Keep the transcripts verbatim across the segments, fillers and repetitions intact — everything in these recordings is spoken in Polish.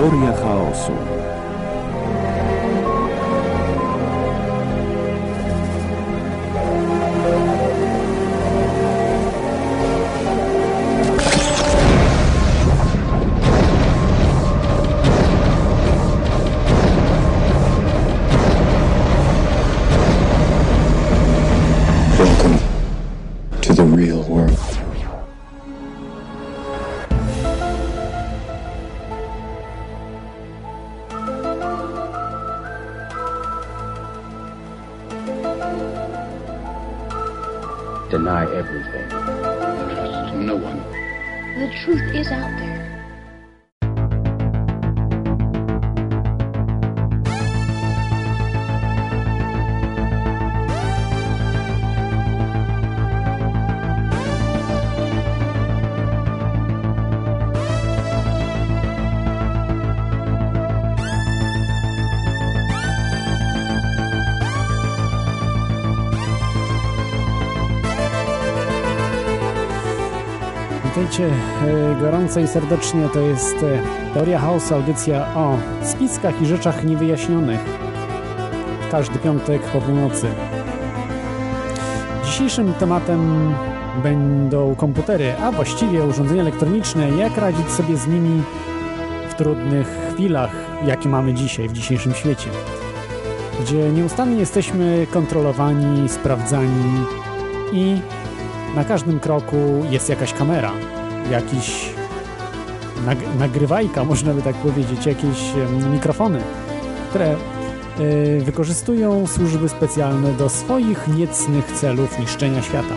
Teoria chaosu. Welcome to the real world. Deny everything. Trust no one. The truth is out there. Witajcie gorąco i serdecznie, to jest Teoria Chaosu, audycja o spiskach i rzeczach niewyjaśnionych. Każdy piątek po północy. Dzisiejszym tematem będą komputery, a właściwie urządzenia elektroniczne, jak radzić sobie z nimi w trudnych chwilach, jakie mamy dzisiaj, w dzisiejszym świecie, gdzie nieustannie jesteśmy kontrolowani, sprawdzani i na każdym kroku jest jakaś kamera, jakiś nag- nagrywajka, można by tak powiedzieć, jakieś mikrofony, które y, wykorzystują służby specjalne do swoich niecnych celów niszczenia świata.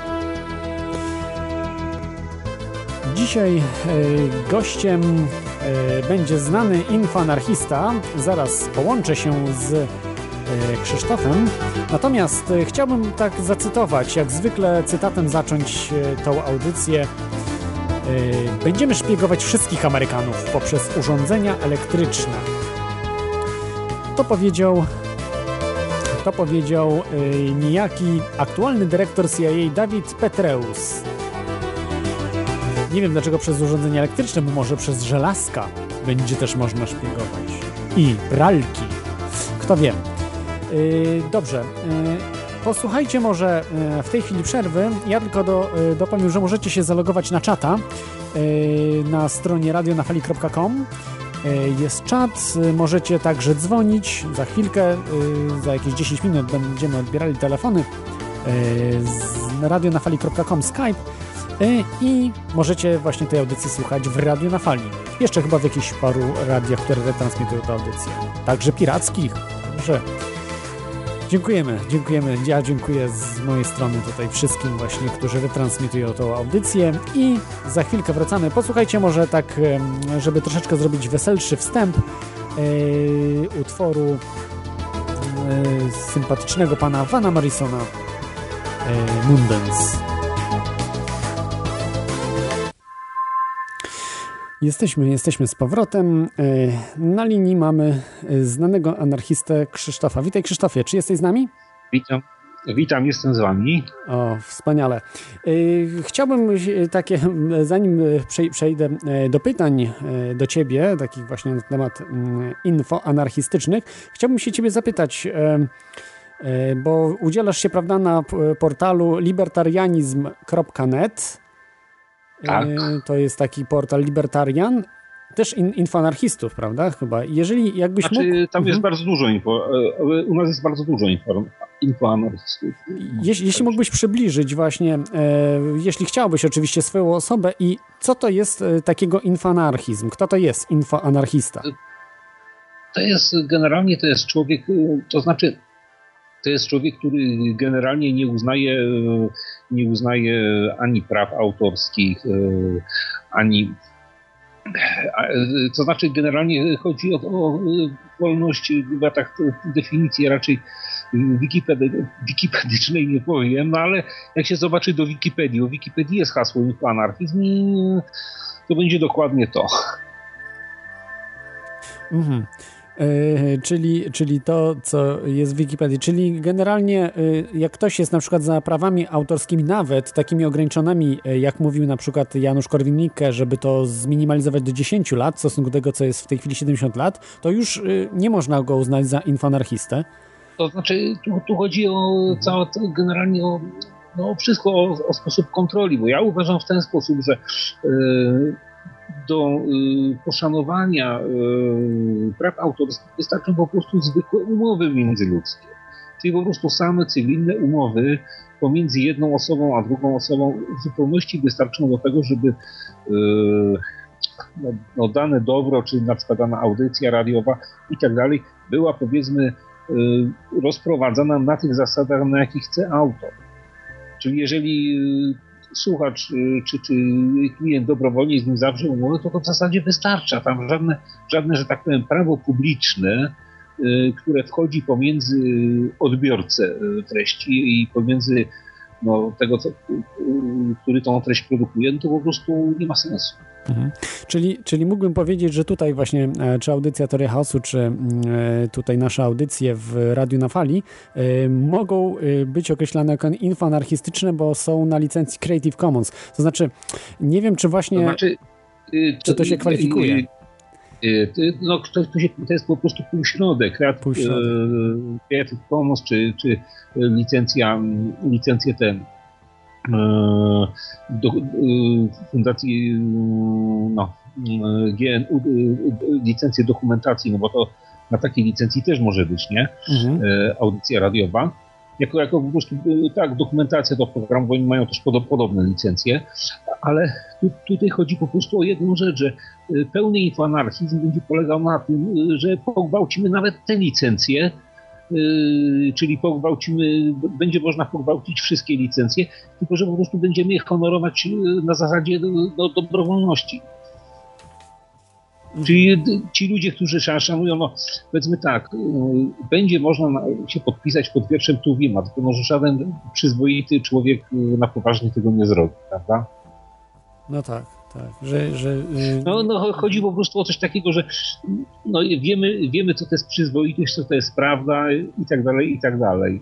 Dzisiaj y, gościem y, będzie znany infoanarchista. Zaraz połączę się z Krzysztofem. Natomiast chciałbym tak zacytować, jak zwykle cytatem zacząć tą audycję. Będziemy szpiegować wszystkich Amerykanów poprzez urządzenia elektryczne. To powiedział to powiedział niejaki aktualny dyrektor C I A David Petraeus. Nie wiem dlaczego przez urządzenia elektryczne, bo może przez żelazka będzie też można szpiegować. I pralki. Kto wie. Dobrze, posłuchajcie może w tej chwili przerwy. Ja tylko do, dopowiem, że możecie się zalogować na czata na stronie radio na fali kropka com. Jest czat, możecie także dzwonić. Za chwilkę, za jakieś dziesięć minut będziemy odbierali telefony z radio na fali kropka com Skype i możecie właśnie tej audycji słuchać w Radio na Fali. Jeszcze chyba w jakichś paru radiach, które retransmitują tę audycję. Także pirackich. Dobrze. Dziękujemy, dziękujemy. Ja dziękuję z mojej strony tutaj wszystkim właśnie, którzy retransmitują tą audycję i za chwilkę wracamy. Posłuchajcie może tak, żeby troszeczkę zrobić weselszy wstęp yy, utworu yy, sympatycznego pana Vana Morrisona yy, Moondance. Jesteśmy, jesteśmy z powrotem. Na linii mamy znanego anarchistę Krzysztofa. Witaj Krzysztofie, czy jesteś z nami? Witam, witam, jestem z wami. O, wspaniale. Chciałbym takie, zanim przejdę do pytań do ciebie, takich właśnie na temat infoanarchistycznych, chciałbym się ciebie zapytać, bo udzielasz się, prawda, na portalu libertarianizm kropka net. Tak. To jest taki portal libertarian, też in, infoanarchistów, prawda? Chyba. Jeżeli jakbyś znaczy, mógł... tam jest mhm. bardzo dużo info, u nas jest bardzo dużo info, infoanarchistów. Jeśli, jeśli mógłbyś przybliżyć właśnie, e, jeśli chciałbyś oczywiście swoją osobę i co to jest e, takiego infoanarchizm? Kto to jest infoanarchista? To jest generalnie to jest człowiek, to znaczy to jest człowiek, który generalnie nie uznaje, nie uznaje ani praw autorskich, ani... To znaczy generalnie chodzi o, o wolność, chyba tak definicję raczej wikipedy, wikipedycznej nie powiem, no ale jak się zobaczy do Wikipedii, o Wikipedii jest hasło infoanarchizm i to będzie dokładnie to. Mhm. Yy, czyli, czyli to, co jest w Wikipedii. Czyli generalnie yy, jak ktoś jest na przykład za prawami autorskimi, nawet takimi ograniczonymi, yy, jak mówił na przykład Janusz Korwin-Mikke, żeby to zminimalizować do dziesięć lat w stosunku do tego, co jest w tej chwili siedemdziesiąt lat, to już yy, nie można go uznać za infoanarchistę. To znaczy, tu, tu chodzi o całe, generalnie o no, wszystko, o, o sposób kontroli, bo ja uważam w ten sposób, że yy, do y, poszanowania y, praw autorskich wystarczą po prostu zwykłe umowy międzyludzkie. Czyli po prostu same cywilne umowy pomiędzy jedną osobą a drugą osobą w zupełności wystarczą do tego, żeby y, no, no, dane dobro, czy na przykład dana audycja radiowa i tak dalej, była powiedzmy y, rozprowadzana na tych zasadach, na jakich chce autor. Czyli jeżeli y, słuchacz czy, czy klient dobrowolnie z nim zawrze umowę, to to w zasadzie wystarcza. Tam żadne, żadne, że tak powiem, prawo publiczne, y, które wchodzi pomiędzy odbiorcę treści i pomiędzy no, tego, co, y, który tą treść produkuje, no to po prostu nie ma sensu. Mhm. Czyli, czyli mógłbym powiedzieć, że tutaj właśnie czy audycja Teoria Chaosu, czy tutaj nasze audycje w Radiu na Fali mogą być określane jako infoanarchistyczne, bo są na licencji Creative Commons. To znaczy, nie wiem, czy właśnie, to znaczy, to, czy to się kwalifikuje. No, to, to, się, to jest po prostu półśrodek. Creative, półśrodek. Creative Commons, czy, czy licencja, licencje ten do fundacji no, G N U, licencję dokumentacji, no bo to na takiej licencji też może być, nie? Mhm. Audycja radiowa. Jako, jako po prostu, tak, dokumentacja do programu, bo oni mają też podobne licencje, ale tu, tutaj chodzi po prostu o jedną rzecz, że pełny infoanarchizm będzie polegał na tym, że pogwałcimy nawet te licencje, Yy, czyli pogwałcimy, będzie można pogwałcić wszystkie licencje, tylko że po prostu będziemy je honorować na zasadzie do, do dobrowolności. Mhm. Czyli ci ludzie, którzy szanują, no powiedzmy tak, yy, będzie można na, się podpisać pod wierszem Tuwima, tylko no, że żaden przyzwoity człowiek yy, na poważnie tego nie zrobi, prawda? No tak. Tak, że, że, yy... no, no chodzi po prostu o coś takiego, że no, wiemy, wiemy, co to jest przyzwoitość, co to jest prawda i tak dalej, i tak dalej.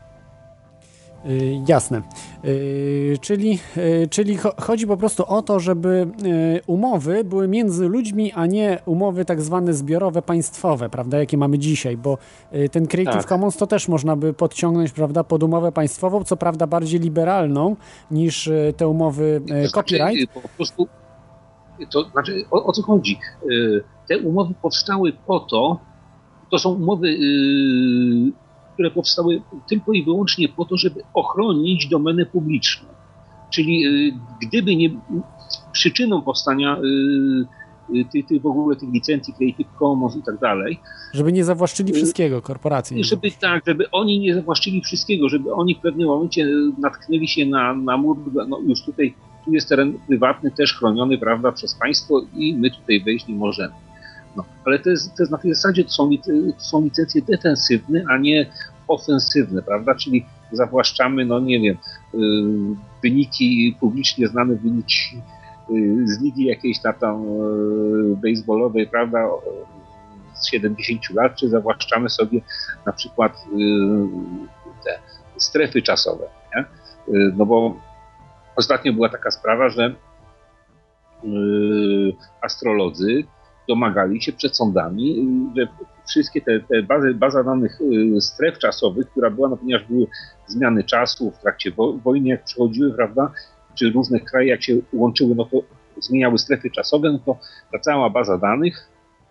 Yy, jasne. Yy, czyli yy, czyli cho- chodzi po prostu o to, żeby yy, umowy były między ludźmi, a nie umowy tak zwane zbiorowe, państwowe, prawda, jakie mamy dzisiaj, bo yy, ten Creative tak. Commons to też można by podciągnąć, prawda, pod umowę państwową, co prawda bardziej liberalną niż yy, te umowy yy, copyright. Znaczy, po prostu to znaczy, o, o co chodzi? Yy, te umowy powstały po to, to są umowy yy, które powstały tylko i wyłącznie po to, żeby ochronić domenę publiczną. Czyli y, gdyby nie przyczyną powstania y, ty, ty w ogóle tych licencji Creative Commons i tak dalej. Żeby nie zawłaszczyli y, wszystkiego korporacji. Żeby tak, żeby oni nie zawłaszczyli wszystkiego, żeby oni w pewnym momencie natknęli się na, na mur, no już tutaj, tu jest teren prywatny, też chroniony, prawda, przez państwo i my tutaj wejść nie możemy. No, ale to jest, to jest na tej zasadzie, to są, to są licencje defensywne, a nie ofensywne, prawda? Czyli zawłaszczamy, no nie wiem, yy, wyniki, publicznie znane wyniki yy, z ligi jakiejś tam, tam yy, baseballowej, prawda, z siedemdziesięciu lat, czy zawłaszczamy sobie na przykład yy, te strefy czasowe, nie? Yy, no bo ostatnio była taka sprawa, że yy, astrolodzy domagali się przed sądami, że wszystkie te, te bazy, baza danych stref czasowych, która była, no ponieważ były zmiany czasu w trakcie wo, wojny, jak przychodziły, prawda, czy różne kraje, jak się łączyły, no to zmieniały strefy czasowe, no to ta cała baza danych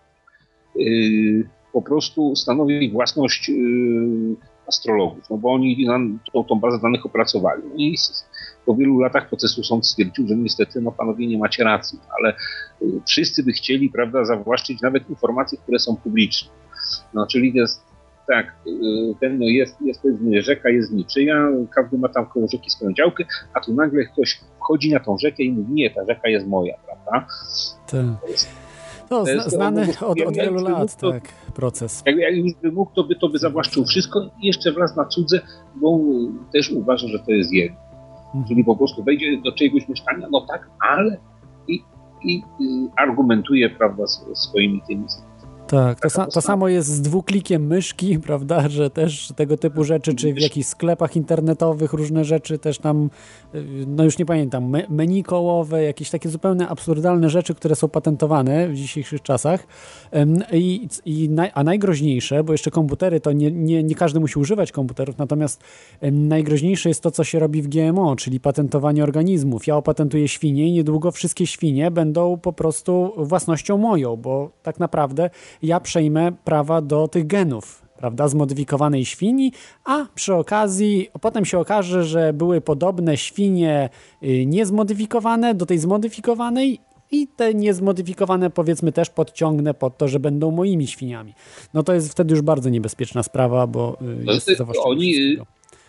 yy, po prostu stanowi własność yy, astrologów, no bo oni nam tą, tą bazę danych opracowali. No i po wielu latach procesu sąd stwierdził, że niestety, no panowie, nie macie racji, ale y, wszyscy by chcieli, prawda, zawłaszczyć nawet informacje, które są publiczne. No, czyli jest tak, y, ten, no jest, jest powiedzmy, rzeka jest niczyja, każdy ma tam koło rzeki swoją działkę, a tu nagle ktoś wchodzi na tą rzekę i mówi, nie, ta rzeka jest moja, prawda? Tak. No, zna, znany od, od wielu lat, to, tak, proces. Jak, jak już by mógł, to by, to by zawłaszczył wszystko i jeszcze wraz na cudze, bo też uważa, że to jest jego. Hmm. Czyli po prostu wejdzie do czyjegoś mieszkania, no tak, ale i, i, i argumentuje, prawda, swoimi tymi. Tak, to, sa- to samo jest z dwuklikiem myszki, prawda, że też tego typu rzeczy, czy w jakichś sklepach internetowych różne rzeczy też tam, no już nie pamiętam, me- menu kołowe, jakieś takie zupełnie absurdalne rzeczy, które są patentowane w dzisiejszych czasach. I, i naj- a najgroźniejsze, bo jeszcze komputery, to nie, nie, nie każdy musi używać komputerów, natomiast najgroźniejsze jest to, co się robi w G M O, czyli patentowanie organizmów. Ja opatentuję świnie i niedługo wszystkie świnie będą po prostu własnością moją, bo tak naprawdę ja przejmę prawa do tych genów, prawda, zmodyfikowanej świni, a przy okazji potem się okaże, że były podobne świnie niezmodyfikowane do tej zmodyfikowanej i te niezmodyfikowane powiedzmy też podciągnę pod to, że będą moimi świniami. No to jest wtedy już bardzo niebezpieczna sprawa, bo jest no, zawłaszczenie oni, wszystkiego.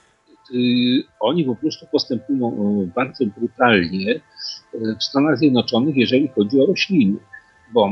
Oni po prostu postępują bardzo brutalnie w Stanach Zjednoczonych, jeżeli chodzi o rośliny, bo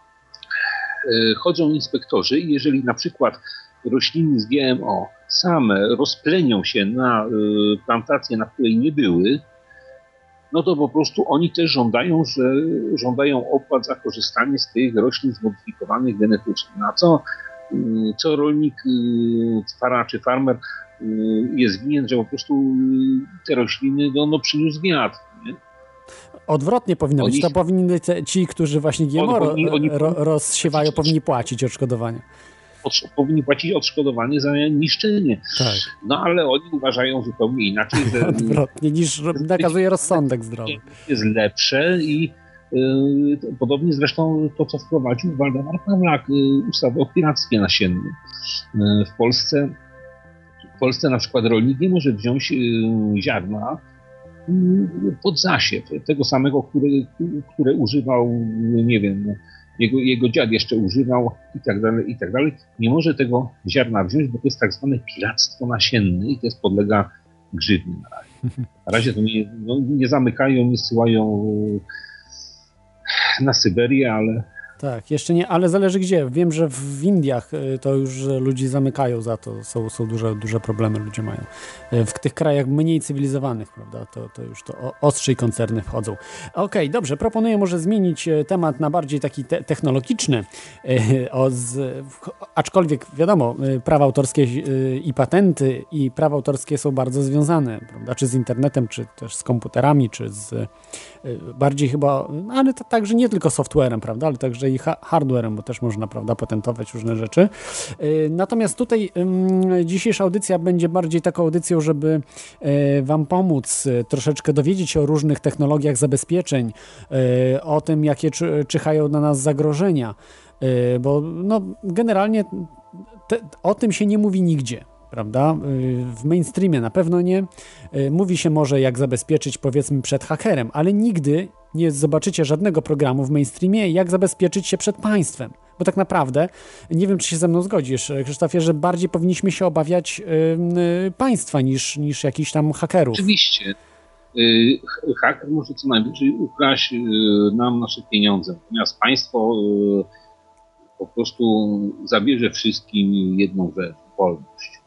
chodzą inspektorzy i jeżeli na przykład rośliny z G M O same rozplenią się na plantację, na której nie były, no to po prostu oni też żądają, że żądają opłat za korzystanie z tych roślin zmodyfikowanych genetycznie. A co, co rolnik, fara czy farmer jest winien, że po prostu te rośliny no, no przyniósł wiatr, nie? Odwrotnie powinno oni, być. To powinni te, ci, którzy właśnie G M O ro, oni, oni ro, rozsiewają, powinni płacić odszkodowanie. Od, powinni płacić odszkodowanie za niszczenie. Tak. No ale oni uważają zupełnie inaczej, że odwrotnie niż nakazuje rozsądek zdrowy. Jest lepsze i yy, podobnie zresztą to, co wprowadził Waldemar Pawlak, yy, ustawę o piractwie nasiennym. Yy, w Polsce w Polsce na przykład rolnik nie może wziąć yy, ziarna pod zasiew, tego samego, który, które używał, nie wiem, jego, jego dziad jeszcze używał i tak dalej, i tak dalej. Nie może tego ziarna wziąć, bo to jest tak zwane piractwo nasienne i to jest podlega grzywni na razie. Na razie to nie, no, nie zamykają, nie zsyłają na Syberię, ale tak, jeszcze nie, ale zależy gdzie. Wiem, że w Indiach to już ludzi zamykają za to. Są, są duże, duże problemy ludzie mają. W tych krajach mniej cywilizowanych, prawda, to, to już to ostrzej koncerny wchodzą. Okej, okay, dobrze, proponuję może zmienić temat na bardziej taki te- technologiczny. O z, aczkolwiek wiadomo, prawa autorskie i patenty i prawa autorskie są bardzo związane, prawda, czy z internetem, czy też z komputerami, czy z bardziej chyba, ale to także nie tylko softwarem, prawda, ale także i ha- hardwarem, bo też można, prawda, patentować różne rzeczy. Yy, natomiast tutaj yy, dzisiejsza audycja będzie bardziej taką audycją, żeby yy, wam pomóc yy, troszeczkę dowiedzieć się o różnych technologiach zabezpieczeń, yy, o tym, jakie czy, czyhają na nas zagrożenia, yy, bo no, generalnie te, o tym się nie mówi nigdzie. Prawda? W mainstreamie na pewno nie. Mówi się może, jak zabezpieczyć, powiedzmy, przed hakerem, ale nigdy nie zobaczycie żadnego programu w mainstreamie, jak zabezpieczyć się przed państwem. Bo tak naprawdę, nie wiem, czy się ze mną zgodzisz, Krzysztofie, że bardziej powinniśmy się obawiać yy, państwa niż, niż jakichś tam hakerów. Oczywiście. Yy, haker może co najwyżej ukraść yy, nam nasze pieniądze, natomiast państwo yy, po prostu zabierze wszystkim jedną rzecz, wolność.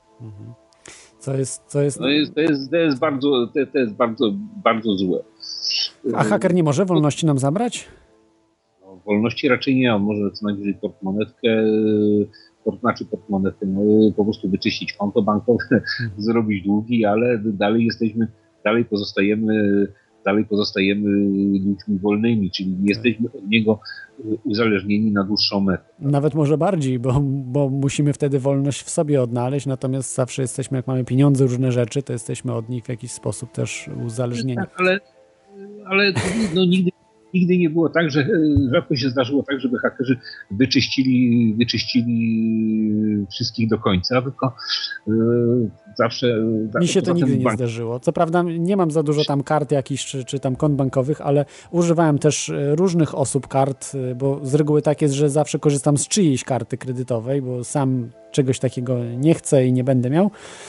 Co jest, co jest... To jest, to jest, to jest, bardzo, to, to jest bardzo, bardzo złe. A haker nie może wolności nam zabrać? No, wolności raczej nie, on może co najwyżej portmonetkę, port, znaczy portmonetkę, no, po prostu wyczyścić konto bankowe, hmm. zrobić długi, ale dalej jesteśmy, dalej pozostajemy, dalej pozostajemy ludźmi wolnymi, czyli nie jesteśmy od niego uzależnieni na dłuższą metę. Nawet może bardziej, bo, bo musimy wtedy wolność w sobie odnaleźć, natomiast zawsze jesteśmy, jak mamy pieniądze, różne rzeczy, to jesteśmy od nich w jakiś sposób też uzależnieni. Tak, ale, ale no, nigdy, nigdy nie było tak, że rzadko się zdarzyło tak, żeby hakerzy wyczyścili, wyczyścili wszystkich do końca, tylko yy, zawsze... Mi się to nigdy nie bank... zdarzyło. Co prawda nie mam za dużo tam kart jakichś, czy, czy tam kont bankowych, ale używałem też różnych osób kart, bo z reguły tak jest, że zawsze korzystam z czyjejś karty kredytowej, bo sam czegoś takiego nie chcę i nie będę miał.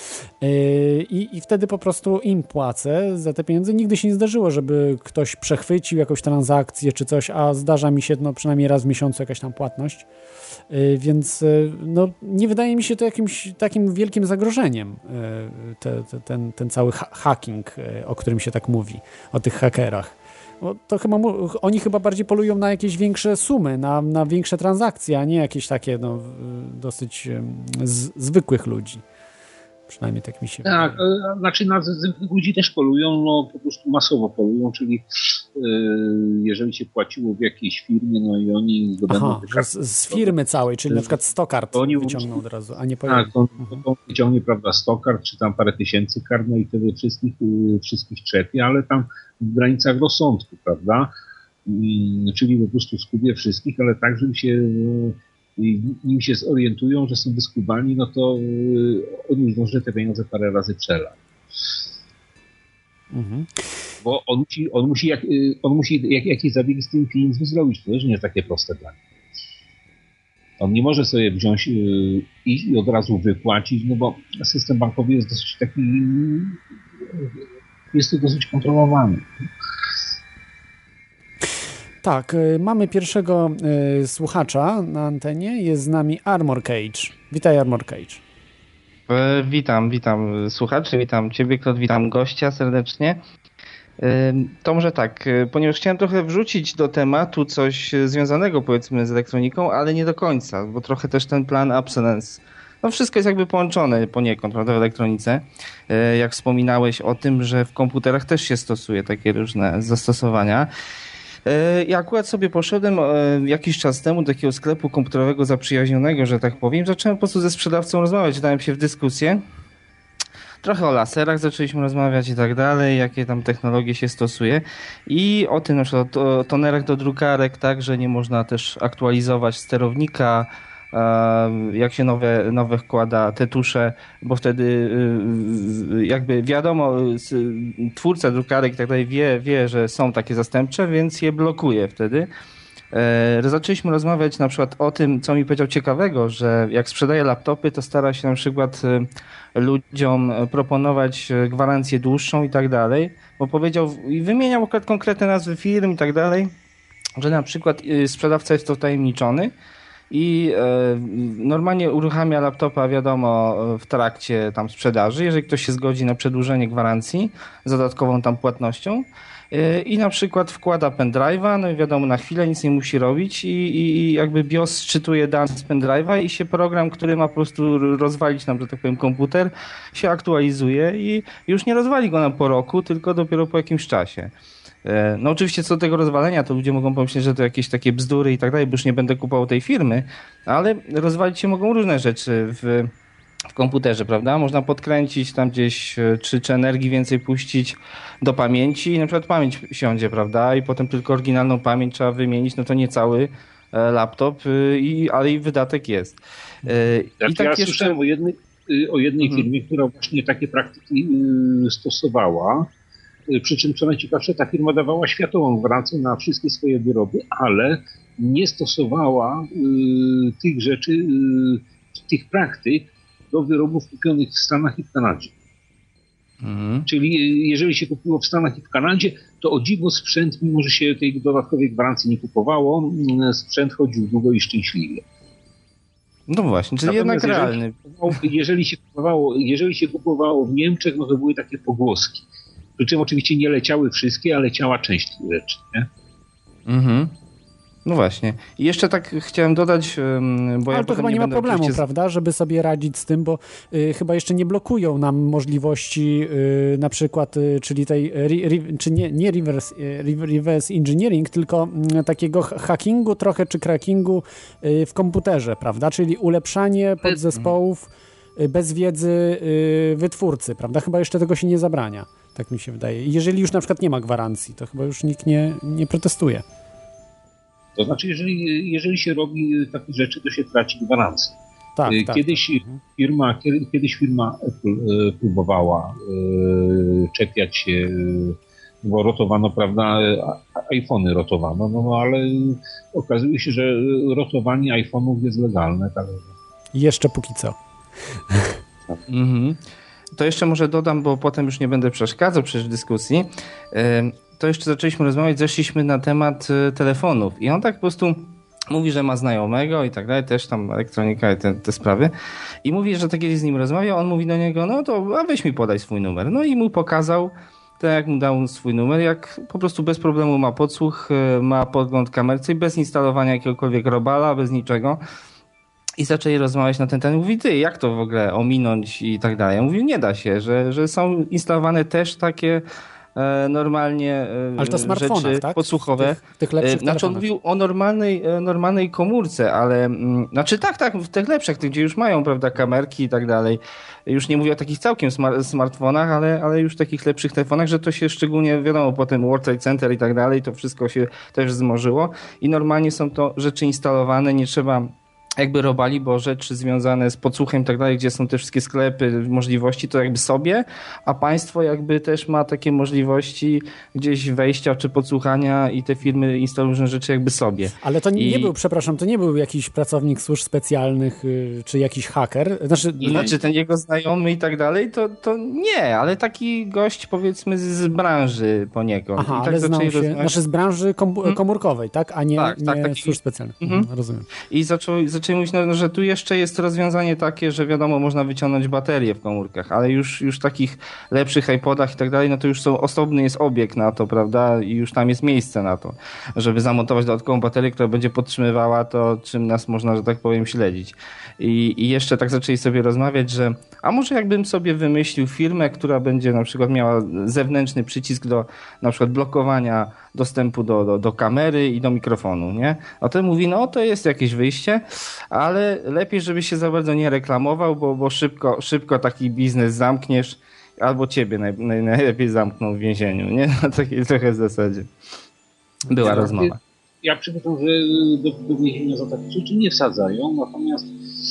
I, i wtedy po prostu im płacę za te pieniądze. Nigdy się nie zdarzyło, żeby ktoś przechwycił jakąś transakcję czy coś, a zdarza mi się no, przynajmniej raz w miesiącu jakaś tam płatność. Więc no, nie wydaje mi się to jakimś takim wielkim zagrożeniem, te, te, ten, ten cały ha- hacking, o którym się tak mówi, o tych hakerach. Bo to chyba mu, oni chyba bardziej polują na jakieś większe sumy, na, na większe transakcje, a nie jakieś takie no, dosyć z, zwykłych ludzi. Przynajmniej tak mi się tak, wydaje. Tak, znaczy na zwykłych ludzi też polują, no po prostu masowo polują, czyli yy, jeżeli się płaciło w jakiejś firmie, no i oni zdobędą... Aha, że z, z firmy całej, czyli na przykład sto kart oni wyciągną od razu, a nie po Tak, on, mhm. on wyciągnie, prawda, sto kart, czy tam parę tysięcy kart, no i wtedy wszystkich, yy, wszystkich trzepie, ale tam w granicach rozsądku, prawda? Yy, czyli po prostu skubie wszystkich, ale tak, żeby się... Yy, i nim się zorientują, że są wyskubani, no to yy, on już może te pieniądze parę razy przelać. Mhm. Bo on musi, on musi, jak, yy, on musi jak, jakieś zabiegi z tymi pieniędzmi zrobić. To też nie jest takie proste dla niego. On nie może sobie wziąć yy, i, i od razu wypłacić, no bo system bankowy jest dosyć taki, yy, jest to dosyć kontrolowany. Tak, mamy pierwszego y, słuchacza na antenie. Jest z nami Armor Cage. Witaj, Armor Cage. E, witam, witam słuchaczy, witam Ciebie, Klot, witam gościa serdecznie. E, to może tak, ponieważ chciałem trochę wrzucić do tematu coś związanego, powiedzmy, z elektroniką, ale nie do końca, bo trochę też ten plan Abstinence. No wszystko jest jakby połączone poniekąd, prawda, w elektronice. E, jak wspominałeś o tym, że w komputerach też się stosuje takie różne zastosowania. Ja akurat sobie poszedłem jakiś czas temu do takiego sklepu komputerowego zaprzyjaźnionego, że tak powiem. Zacząłem po prostu ze sprzedawcą rozmawiać, dałem się w dyskusję. Trochę o laserach zaczęliśmy rozmawiać i tak dalej, jakie tam technologie się stosuje. I o tym na przykład o tonerach do drukarek, tak, że nie można też aktualizować sterownika, jak się nowe, nowe wkłada te tusze, bo wtedy jakby wiadomo, twórca drukarek i tak dalej wie, wie, że są takie zastępcze, więc je blokuje wtedy. Zaczęliśmy rozmawiać na przykład o tym, co mi powiedział ciekawego, że jak sprzedaje laptopy, to stara się na przykład ludziom proponować gwarancję dłuższą i tak dalej, bo powiedział i wymieniał konkretne nazwy firm i tak dalej, że na przykład sprzedawca jest to wtajemniczony i e, normalnie uruchamia laptopa, wiadomo, w trakcie tam sprzedaży, jeżeli ktoś się zgodzi na przedłużenie gwarancji z dodatkową tam płatnością e, i na przykład wkłada pendrive'a, no i wiadomo, na chwilę nic nie musi robić i, i, i jakby BIOS sczytuje dane z pendrive'a i się program, który ma po prostu rozwalić nam, że tak powiem, komputer, się aktualizuje i już nie rozwali go nam po roku, tylko dopiero po jakimś czasie. No oczywiście co do tego rozwalenia, to ludzie mogą pomyśleć, że to jakieś takie bzdury i tak dalej, bo już nie będę kupował tej firmy, ale rozwalić się mogą różne rzeczy w, w komputerze, prawda? Można podkręcić tam gdzieś, czy, czy energii więcej puścić do pamięci i na przykład pamięć siądzie, prawda? I potem tylko oryginalną pamięć trzeba wymienić, no to nie cały laptop, i, ale i wydatek jest. Tak, I tak ja jeszcze... słyszałem o jednej, o jednej mhm. firmie, która właśnie takie praktyki stosowała. Przy czym, co najciekawsze, ta firma dawała światową gwarancję na wszystkie swoje wyroby, ale nie stosowała y, tych rzeczy, y, tych praktyk do wyrobów kupionych w Stanach i w Kanadzie. Mhm. Czyli y, jeżeli się kupiło w Stanach i w Kanadzie, to o dziwo sprzęt, mimo że się tej dodatkowej gwarancji nie kupowało, y, sprzęt chodził długo i szczęśliwie. No właśnie, czyli Natomiast jednak realny. Jeżeli, jeżeli, się kupowało, jeżeli się kupowało w Niemczech, no to były takie pogłoski. Przy czym oczywiście nie leciały wszystkie, ale leciała część tych rzeczy, nie? Mhm. No właśnie. I jeszcze tak chciałem dodać, bo ale ja to chyba nie, nie ma problemu, oczywiście... prawda, żeby sobie radzić z tym, bo y, chyba jeszcze nie blokują nam możliwości y, na przykład, y, czyli tej, ri, ri, czy nie, nie reverse, y, reverse engineering, tylko y, takiego hackingu trochę, czy crackingu y, w komputerze, prawda, czyli ulepszanie podzespołów y, bez wiedzy y, wytwórcy, prawda, chyba jeszcze tego się nie zabrania. Tak mi się wydaje. Jeżeli już na przykład nie ma gwarancji, to chyba już nikt nie, nie protestuje. To znaczy, jeżeli, jeżeli się robi takie rzeczy, to się traci gwarancję. Tak, kiedyś, tak, tak. Firma, kiedyś firma Apple próbowała czepiać się, bo rotowano, prawda, iPhony rotowano, no, no ale okazuje się, że rotowanie iPhone'ów jest legalne. Tak? Jeszcze póki co. Mhm. To jeszcze może dodam, bo potem już nie będę przeszkadzał przecież w dyskusji. To jeszcze zaczęliśmy rozmawiać, zeszliśmy na temat telefonów i on tak po prostu mówi, że ma znajomego i tak dalej, też tam elektronika i te, te sprawy i mówi, że tak kiedyś z nim rozmawiał, on mówi do niego, no to a weź mi podaj swój numer. No i mu pokazał tak jak mu dał swój numer, jak po prostu bez problemu ma podsłuch, ma podgląd kamercy, bez instalowania jakiegokolwiek robala, bez niczego. I zaczęli rozmawiać na ten temat. Mówi, ty, jak to w ogóle ominąć i tak dalej. Ja mówię, nie da się, że, że są instalowane też takie e, normalnie e, ale to rzeczy tak? podsłuchowe. Tych, tych lepszych e, znaczy on mówił o normalnej, e, normalnej komórce, ale m, znaczy tak, tak, w tych lepszych, tych, gdzie już mają, prawda, kamerki i tak dalej. Już nie mówię o takich całkiem smart, smartfonach, ale, ale już takich lepszych telefonach, że to się szczególnie, wiadomo, potem World Trade Center i tak dalej, to wszystko się też zmorzyło i normalnie są to rzeczy instalowane, nie trzeba jakby robali, bo rzeczy związane z podsłuchem i tak dalej, gdzie są te wszystkie sklepy, możliwości, to jakby sobie, a państwo jakby też ma takie możliwości gdzieś wejścia czy podsłuchania i te firmy instalują różne rzeczy jakby sobie. Ale to nie, I... nie był, przepraszam, to nie był jakiś pracownik służb specjalnych czy jakiś haker? Znaczy, I znaczy ten jego znajomy i tak dalej, to, to nie, ale taki gość powiedzmy z, z branży poniekąd. Aha, I tak ale znał się, rozmawiać... znaczy z branży kom- komórkowej, tak? A nie, tak, nie tak, taki... służb specjalnych. Mhm. Mhm, rozumiem. I zaczął, zaczęli mówić, no, że tu jeszcze jest rozwiązanie takie, że wiadomo, można wyciągnąć baterie w komórkach, ale już, już takich lepszych iPodach i tak dalej, no to już są, osobny jest obieg na to, prawda? I już tam jest miejsce na to, żeby zamontować dodatkową baterię, która będzie podtrzymywała to, czym nas można, że tak powiem, śledzić. I, i jeszcze tak zaczęli sobie rozmawiać, że a może jakbym sobie wymyślił firmę, która będzie na przykład miała zewnętrzny przycisk do na przykład blokowania dostępu do, do, do kamery i do mikrofonu, nie? A ten mówi, no to jest jakieś wyjście, ale lepiej, żeby się za bardzo nie reklamował, bo, bo szybko, szybko taki biznes zamkniesz, albo ciebie naj, naj, najlepiej zamkną w więzieniu, nie? Na takiej trochę zasadzie była ja, rozmowa. Ja przypuszczam, że do, do więzienia za takie rzeczy nie wsadzają, natomiast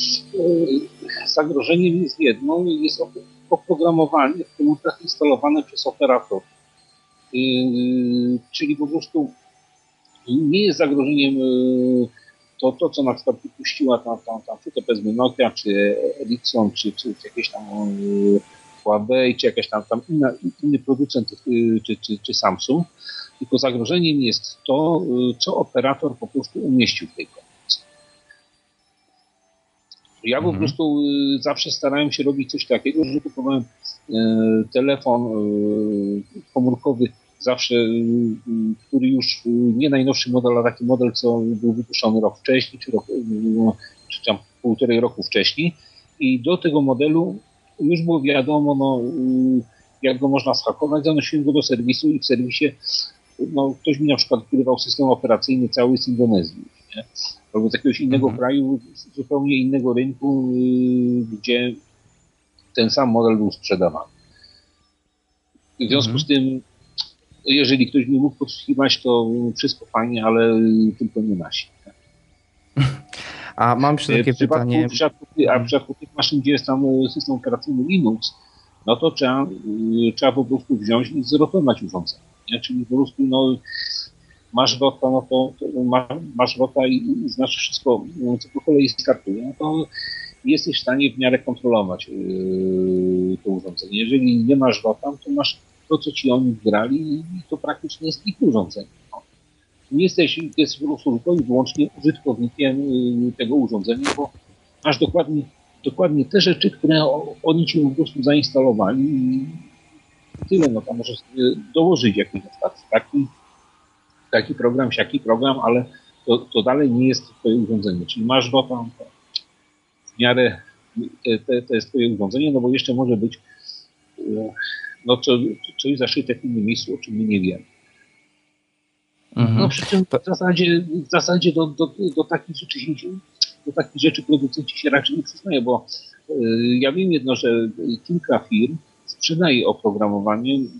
e, zagrożeniem jest jedno, jest oprogramowanie w komórkach instalowane przez operatorów. E, czyli po prostu nie jest zagrożeniem e, to, to, co na przykład wypuściła tam, tam, tam czy to powiedzmy Nokia, czy Ericsson, czy, czy, czy jakieś tam e, Huawei, czy jakaś tam, tam inna, inny producent, e, czy, czy, czy Samsung. Tylko zagrożeniem jest to, co operator po prostu umieścił w tej komórce. Ja po mhm. prostu zawsze starałem się robić coś takiego, że kupowałem telefon komórkowy zawsze, który już nie najnowszy model, a taki model, co był wypuszczony rok wcześniej, czy, rok, czy tam półtorej roku wcześniej. I do tego modelu już było wiadomo, no, jak go można zhakować. Zanosiłem go do serwisu i w serwisie no, ktoś mi na przykład wgrywał system operacyjny cały z Indonezji, nie? Albo z jakiegoś innego mhm. kraju, z zupełnie innego rynku, yy, gdzie ten sam model był sprzedawany. W związku mhm. z tym, jeżeli ktoś mi mógł podsłuchiwać, to wszystko fajnie, ale tylko nie nasi. Tak? A mam jeszcze takie w przypadku, pytanie. W przypadku, a w przypadku tych maszyn, gdzie jest tam system operacyjny Linux, no to trzeba, yy, trzeba po prostu wziąć i zrotować urządzenie. Nie? Czyli po prostu no, masz rota, no to, to masz, masz rota i, i znasz wszystko, co po kolei startuje, no to jesteś w stanie w miarę kontrolować yy, to urządzenie. Jeżeli nie masz rota, to masz to, co ci oni wgrali i to praktycznie jest ich urządzenie. No. Nie jesteś, jesteś po prostu tylko i wyłącznie użytkownikiem yy, tego urządzenia, bo masz dokładnie, dokładnie te rzeczy, które oni ci po prostu zainstalowali i tyle, no tam możesz sobie dołożyć jakiś na przykład taki, taki program, siaki program, ale to, to dalej nie jest twoje urządzenie. Czyli masz go tam w miarę, to, to jest twoje urządzenie, no bo jeszcze może być no co, coś zaszyte w innym miejscu, o czym my nie wiemy. Mhm. No przy czym w zasadzie, w zasadzie do, do, do takich rzeczy się, do takich rzeczy producenci się raczej nie przyznają, bo yy, ja wiem jedno, że kilka firm sprzedaje oprogramowanie yy,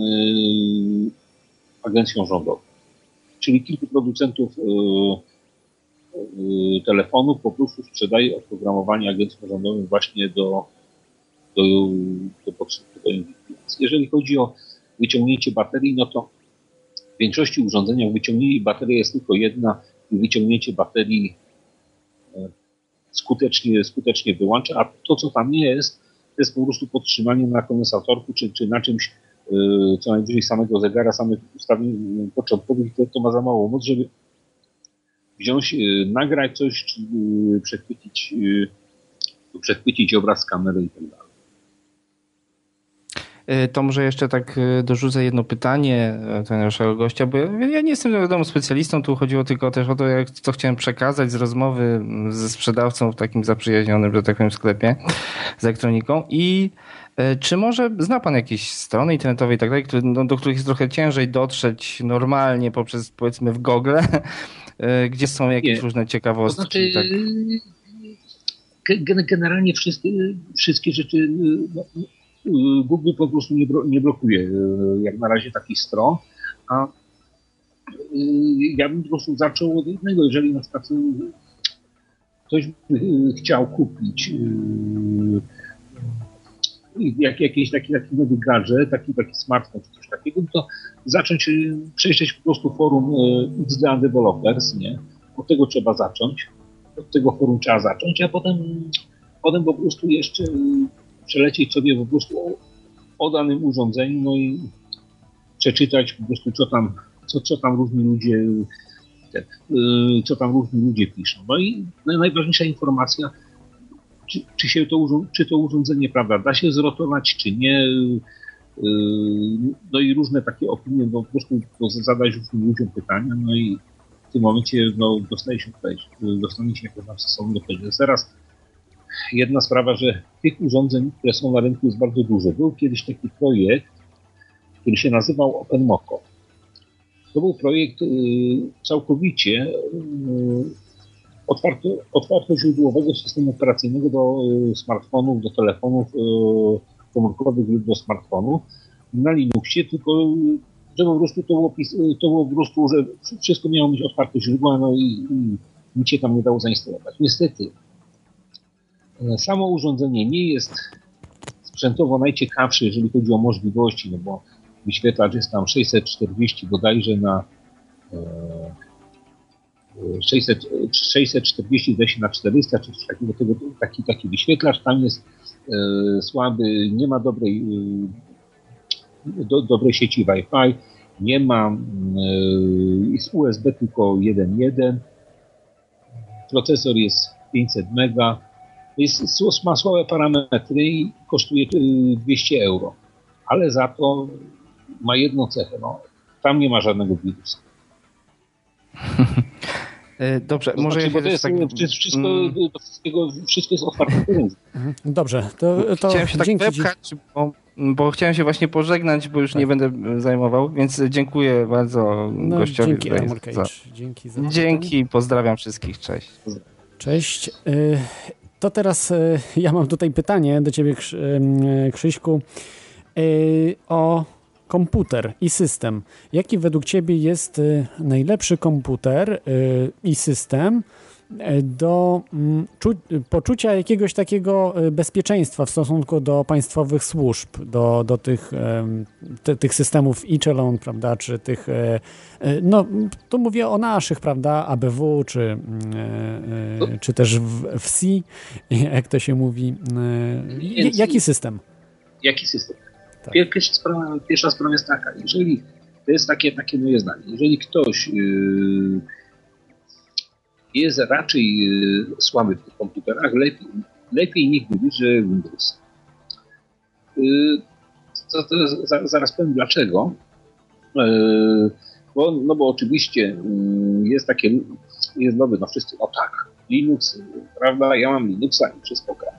agencjom rządowym. Czyli kilku producentów yy, yy, telefonów po prostu sprzedaje oprogramowanie agencjom rządowym właśnie do, do, do podsłuchu. Jeżeli chodzi o wyciągnięcie baterii, no to w większości urządzeniach wyciągnięcie baterii jest tylko jedna i wyciągnięcie baterii yy, skutecznie, skutecznie wyłącza, a to, co tam jest, to jest po prostu podtrzymanie na kondensatorku, czy, czy na czymś, yy, co najwyżej samego zegara, samych ustawień początkowych, to, to ma za mało moc, żeby wziąć, yy, nagrać coś, czy yy, przechwycić, yy, przechwycić obraz z kamery i tak dalej. To może jeszcze tak dorzucę jedno pytanie do naszego gościa, bo ja nie jestem wiadomo specjalistą, tu chodziło tylko też o to, jak, co chciałem przekazać z rozmowy ze sprzedawcą w takim zaprzyjaźnionym, że tak powiem, sklepie z elektroniką i czy może zna pan jakieś strony internetowe i tak dalej, no, do których jest trochę ciężej dotrzeć normalnie poprzez, powiedzmy, w Google, gdzie są jakieś nie. różne ciekawostki? To znaczy, tak. generalnie wszystkie, wszystkie rzeczy no, Google po prostu nie, nie blokuje jak na razie takich stron, a ja bym po prostu zaczął od jednego, jeżeli na przykład ktoś by chciał kupić jak, jakiś taki, taki nowy gadżet, taki, taki smartfon czy coś takiego, to zacząć przejrzeć po prostu forum X D A Developers, nie? Od tego trzeba zacząć, od tego forum trzeba zacząć, a potem, potem po prostu jeszcze przelecieć sobie po prostu o, o danym urządzeniu, no i przeczytać po prostu co tam, co, co tam różni ludzie te, co tam różni ludzie piszą. No i najważniejsza informacja, Czy, czy, się to, czy to urządzenie, prawda, da się zrotować, czy nie. No i różne takie opinie, bo po prostu zadać różnym ludziom pytania, no i w tym momencie no, dostaje się tutaj, dostanie się jakąś stosowną odpowiedź. Teraz jedna sprawa, że tych urządzeń, które są na rynku, jest bardzo dużo. Był kiedyś taki projekt, który się nazywał OpenMoko. To był projekt całkowicie Otwarto, otwartoźródłowego systemu operacyjnego do smartfonów, do telefonów komórkowych lub do smartfonów na Linuxie, tylko że po prostu to było, to było po prostu, że wszystko miało mieć otwarte źródła, no i, i nic się tam nie dało zainstalować. Niestety samo urządzenie nie jest sprzętowo najciekawsze, jeżeli chodzi o możliwości, no bo wyświetlacz jest tam sześćset czterdzieści bodajże na sześćset, sześćset czterdzieści na czterysta, czy coś takiego, tego, taki, taki wyświetlacz, tam jest e, słaby, nie ma dobrej, e, do, dobrej sieci Wi-Fi, nie ma, e, jest U S B tylko jeden jeden, procesor jest pięćset mega, jest, ma słabe parametry i kosztuje dwieście euro, ale za to ma jedną cechę, no, tam nie ma żadnego wirusa. Dobrze, to może znaczy, ja to jest, tak... wszystko, to wszystkiego, wszystko jest otwarte. Dobrze, to, to chciałem się tak dzięki. wepchać, bo, bo chciałem się właśnie pożegnać, bo już tak. nie będę zajmował, więc dziękuję bardzo no, gościowi. Dzięki, za... Dzięki, za dzięki, pozdrawiam wszystkich, cześć. Cześć. To teraz ja mam tutaj pytanie do ciebie, Krzyśku, o komputer i system. Jaki według ciebie jest najlepszy komputer i system do poczucia jakiegoś takiego bezpieczeństwa w stosunku do państwowych służb, do, do tych, te, tych systemów e-chalon, prawda, czy tych, no tu mówię o naszych, prawda, A B W, czy, czy też w, w C, jak to się mówi. Jaki system? Jaki system? Tak. Pierwsza, sprawa, pierwsza sprawa jest taka, jeżeli, to jest takie, takie moje zdanie, jeżeli ktoś yy, jest raczej yy, słaby w tych komputerach, lepiej, lepiej niech wybierze Windows. Yy, to, to za, zaraz powiem dlaczego. Yy, bo, no bo oczywiście yy, jest takie, jest nowy, no wszyscy, no tak, Linux, prawda, ja mam Linuxa i wszystko gra.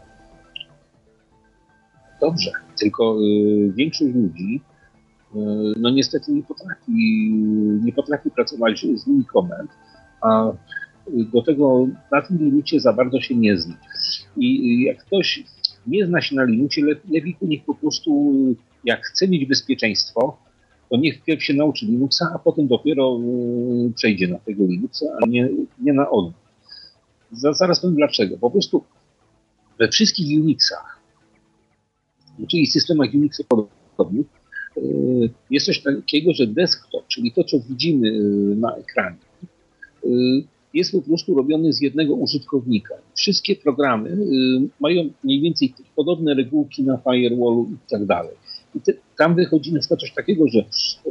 Dobrze, tylko y, większość ludzi y, no niestety nie potrafi, nie potrafi pracować z linii komend, a do tego na tym Linuxie za bardzo się nie zna. I y, jak ktoś nie zna się na Linuxie, le, lepiej niech po prostu, jak chce mieć bezpieczeństwo, to niech wpierw się nauczy Linuxa, a potem dopiero y, przejdzie na tego Linuxa, a nie, nie na odwrót. Zaraz powiem dlaczego. Po prostu we wszystkich Unixach, czyli systemach Unix podobnych, jest coś takiego, że desktop, czyli to, co widzimy na ekranie, jest po prostu robiony z jednego użytkownika. Wszystkie programy mają mniej więcej podobne regułki na firewallu i tak dalej. I te, tam wychodzi na przykład coś takiego, że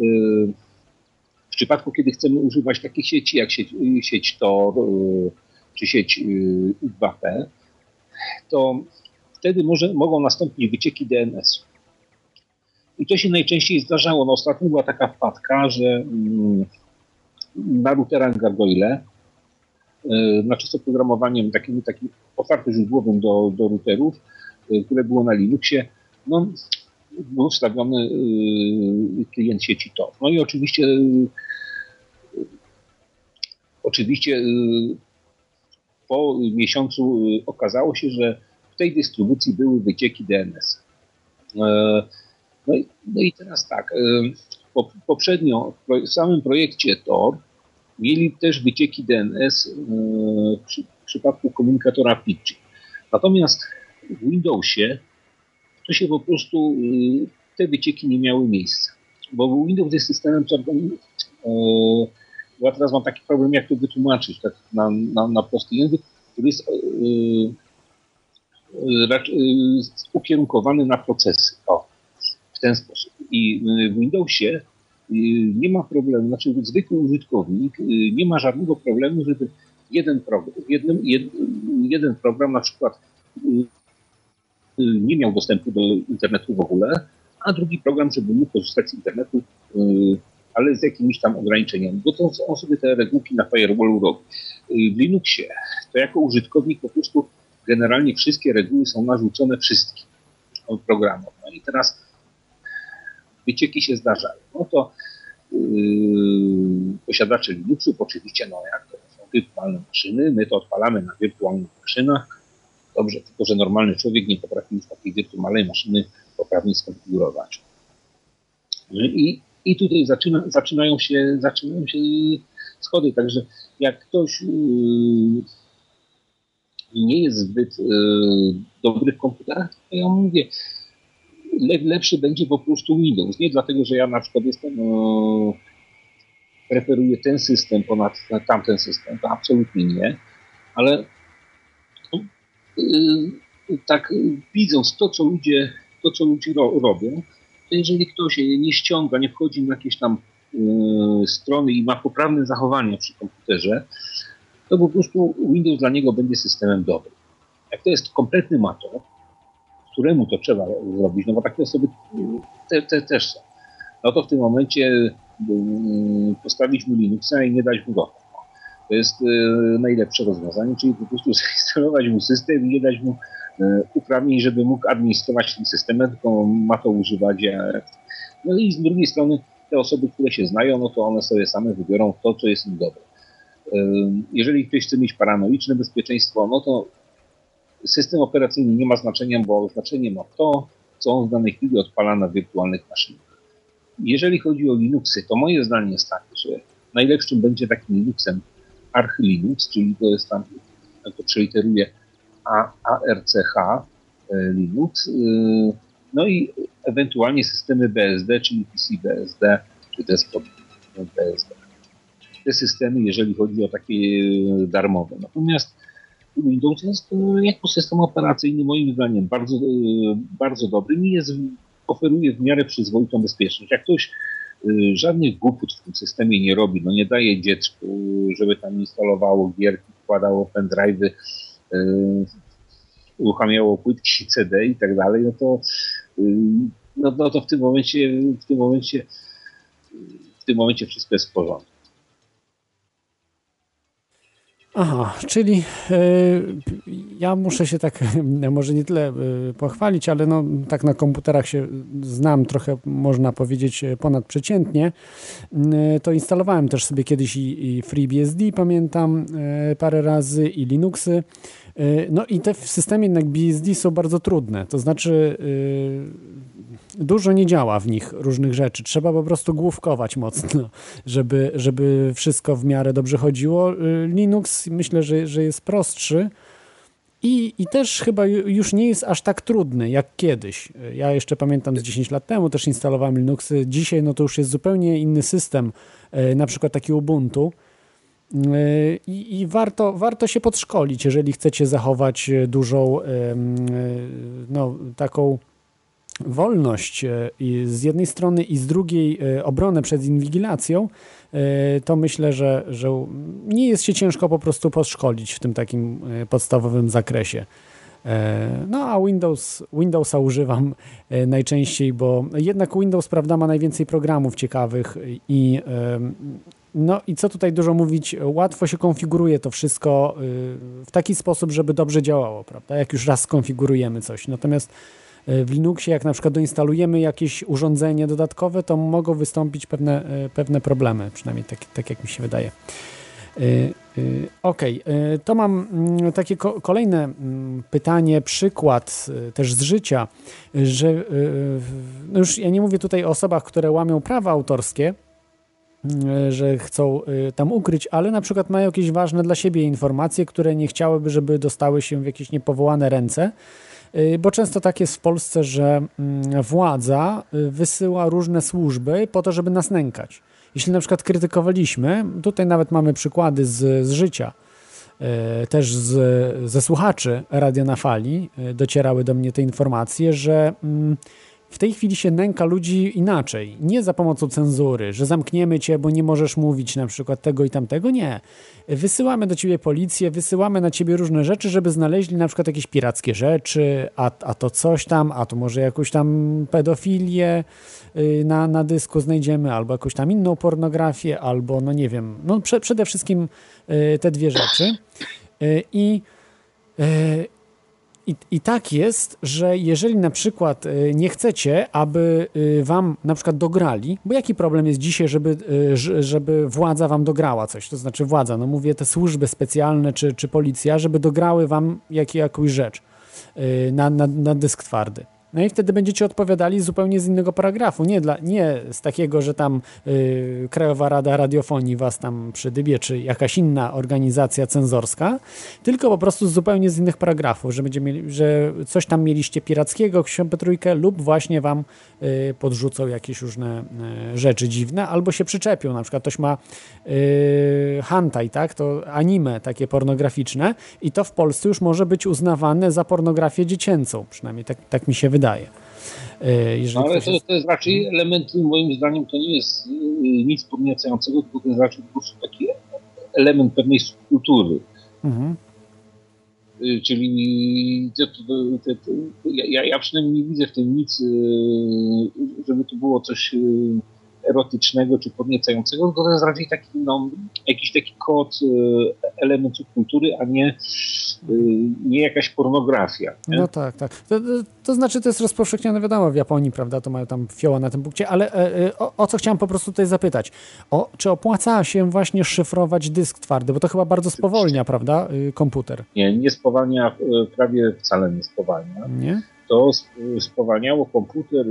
w przypadku, kiedy chcemy używać takich sieci jak sieć, sieć Tor czy sieć U dwa P, to wtedy może, mogą nastąpić wycieki D N S-u. I to się najczęściej zdarzało. No, ostatnio była taka wpadka, że mm, na routerach Gargoyle, yy, na czysto programowaniem takim, takim otwartoźródłowym do, do routerów, yy, które było na Linuxie, no, był wstawiony yy, klient sieci Tor. No i oczywiście yy, oczywiście yy, po miesiącu yy, okazało się, że w tej dystrybucji były wycieki D N S. Yy, no, i, no i teraz tak, yy, po, poprzednio w samym projekcie Tor mieli też wycieki D N S yy, przy, w przypadku komunikatora Pidgin. Natomiast w Windowsie to się po prostu yy, te wycieki nie miały miejsca. Bo Windows jest systemem, yy, ja teraz mam taki problem, jak to wytłumaczyć tak na, na, na prosty język, który jest yy, yy, yy, ukierunkowany na procesy. O, w ten sposób. I w Windowsie yy, nie ma problemu, znaczy zwykły użytkownik yy, nie ma żadnego problemu, żeby jeden program, jeden, jed, jeden program na przykład yy, nie miał dostępu do internetu w ogóle, a drugi program, żeby mógł korzystać z internetu, yy, ale z jakimiś tam ograniczeniami, bo to on sobie te regułki na firewallu robi. Yy, w Linuxie to jako użytkownik po prostu generalnie wszystkie reguły są narzucone wszystkim programom. No i teraz wycieki się zdarzają. No to yy, posiadacze Linuxów oczywiście, no jak to są wirtualne maszyny, my to odpalamy na wirtualnych maszynach. Dobrze, tylko że normalny człowiek nie potrafi już takiej wirtualnej maszyny poprawnie skonfigurować. I, i tutaj zaczyna, zaczynają, się, zaczynają się schody. Także jak ktoś yy, nie jest zbyt yy, dobry w komputerach, to ja mówię, le, lepszy będzie po prostu Windows. Nie dlatego, że ja na przykład jestem, yy, preferuję ten system ponad tamten system. To absolutnie nie. Ale Yy, tak widząc to, co ludzie, to, co ludzie ro, robią, to jeżeli ktoś nie ściąga, nie wchodzi na jakieś tam yy, strony i ma poprawne zachowania przy komputerze, to po prostu Windows dla niego będzie systemem dobrym. Jak to jest kompletny mator, któremu to trzeba zrobić, no bo takie osoby te, te też są, no to w tym momencie yy, postawić mu Linuxa i nie dać mu go. To jest e, najlepsze rozwiązanie, czyli po prostu zainstalować mu system i nie dać mu e, uprawnień, żeby mógł administrować tym systemem, tylko ma to używać. E, no i z drugiej strony te osoby, które się znają, no to one sobie same wybiorą to, co jest im dobre. E, jeżeli ktoś chce mieć paranoiczne bezpieczeństwo, no to system operacyjny nie ma znaczenia, bo znaczenie ma to, co on w danej chwili odpala na wirtualnych maszynach. Jeżeli chodzi o Linuxy, to moje zdanie jest takie, że najlepszym będzie takim Linuxem Arch Linux, czyli to jest tam, jak to przeliteruje A R C H Linux, no i ewentualnie systemy B S D, czyli P C B S D, czy desktop B S D. Te systemy, jeżeli chodzi o takie darmowe. Natomiast Windows jest jako system operacyjny moim zdaniem bardzo, bardzo dobry i jest, oferuje w miarę przyzwoitą bezpieczność. Jak ktoś żadnych głupot w tym systemie nie robi, no nie daje dziecku, żeby tam instalowało gierki, wkładało pendrive'y, yy, uruchamiało płytki C D i tak dalej, no to, yy, no, no to w tym momencie, w tym momencie, w tym momencie wszystko jest w porządku. Aha, czyli y, ja muszę się tak, może nie tyle y, pochwalić, ale no tak na komputerach się znam trochę, można powiedzieć, ponadprzeciętnie. Y, to instalowałem też sobie kiedyś i, i FreeBSD, pamiętam, y, parę razy i Linuxy. Y, no i te w systemie jednak B S D są bardzo trudne, to znaczy y, dużo nie działa w nich różnych rzeczy. Trzeba po prostu główkować mocno, żeby, żeby wszystko w miarę dobrze chodziło. Linux myślę, że, że jest prostszy i, i też chyba już nie jest aż tak trudny jak kiedyś. Ja jeszcze pamiętam z dziesięć lat temu też instalowałem Linuxy. Dzisiaj no to już jest zupełnie inny system, na przykład taki Ubuntu. I, i warto, warto się podszkolić, jeżeli chcecie zachować dużą no, taką wolność i z jednej strony i z drugiej obronę przed inwigilacją, to myślę, że, że nie jest się ciężko po prostu podszkolić w tym takim podstawowym zakresie. No a Windows, Windowsa używam najczęściej, bo jednak Windows, prawda, ma najwięcej programów ciekawych i no i co tutaj dużo mówić, łatwo się konfiguruje to wszystko w taki sposób, żeby dobrze działało, prawda, jak już raz skonfigurujemy coś. Natomiast w Linuxie, jak na przykład doinstalujemy jakieś urządzenie dodatkowe, to mogą wystąpić pewne, pewne problemy, przynajmniej tak, tak jak mi się wydaje. Ok, to mam takie kolejne pytanie, przykład też z życia, że no już ja nie mówię tutaj o osobach, które łamią prawa autorskie, że chcą tam ukryć, ale na przykład mają jakieś ważne dla siebie informacje, które nie chciałyby, żeby dostały się w jakieś niepowołane ręce, bo często tak jest w Polsce, że władza wysyła różne służby po to, żeby nas nękać. Jeśli na przykład krytykowaliśmy, tutaj nawet mamy przykłady z, z życia, też z, ze słuchaczy Radia na Fali docierały do mnie te informacje, że w tej chwili się nęka ludzi inaczej, nie za pomocą cenzury, że zamkniemy cię, bo nie możesz mówić na przykład tego i tamtego, nie. Wysyłamy do ciebie policję, wysyłamy na ciebie różne rzeczy, żeby znaleźli na przykład jakieś pirackie rzeczy, a, a to coś tam, a to może jakąś tam pedofilię na, na dysku znajdziemy, albo jakąś tam inną pornografię, albo no nie wiem, no prze, przede wszystkim te dwie rzeczy. I I, I tak jest, że jeżeli na przykład nie chcecie, aby wam na przykład dograli, bo jaki problem jest dzisiaj, żeby, żeby władza wam dograła coś, to znaczy władza, no mówię te służby specjalne czy, czy policja, żeby dograły wam jak, jakąś rzecz na, na, na dysk twardy. No i wtedy będziecie odpowiadali zupełnie z innego paragrafu. Nie, dla, nie z takiego, że tam y, Krajowa Rada Radiofonii was tam przydybie, czy jakaś inna organizacja cenzorska, tylko po prostu z zupełnie z innych paragrafów, że, będzie mieli, że coś tam mieliście pirackiego, książkę trójkę lub właśnie wam y, podrzucą jakieś różne y, rzeczy dziwne, albo się przyczepią. Na przykład ktoś ma y, hentai, tak? To anime takie pornograficzne i to w Polsce już może być uznawane za pornografię dziecięcą. Przynajmniej tak, tak mi się wydaje. Daje. No, ale to, to jest raczej element, moim zdaniem, to nie jest nic podniecającego, tylko to jest raczej po prostu taki element pewnej subkultury. Mhm. Czyli to, to, to, to, ja, ja przynajmniej nie widzę w tym nic, żeby to było coś erotycznego czy podniecającego, tylko to jest raczej taki, no, jakiś taki kod, element subkultury, a nie, nie jakaś pornografia. Nie? No tak, tak. To, to, to znaczy to jest rozpowszechnione, wiadomo, w Japonii, prawda, to mają tam fioła na tym punkcie, ale o, o co chciałem po prostu tutaj zapytać? O, czy opłaca się właśnie szyfrować dysk twardy? Bo to chyba bardzo spowolnia, prawda, komputer? Nie, nie spowalnia, prawie wcale nie spowalnia. Nie? To spowalniało komputer.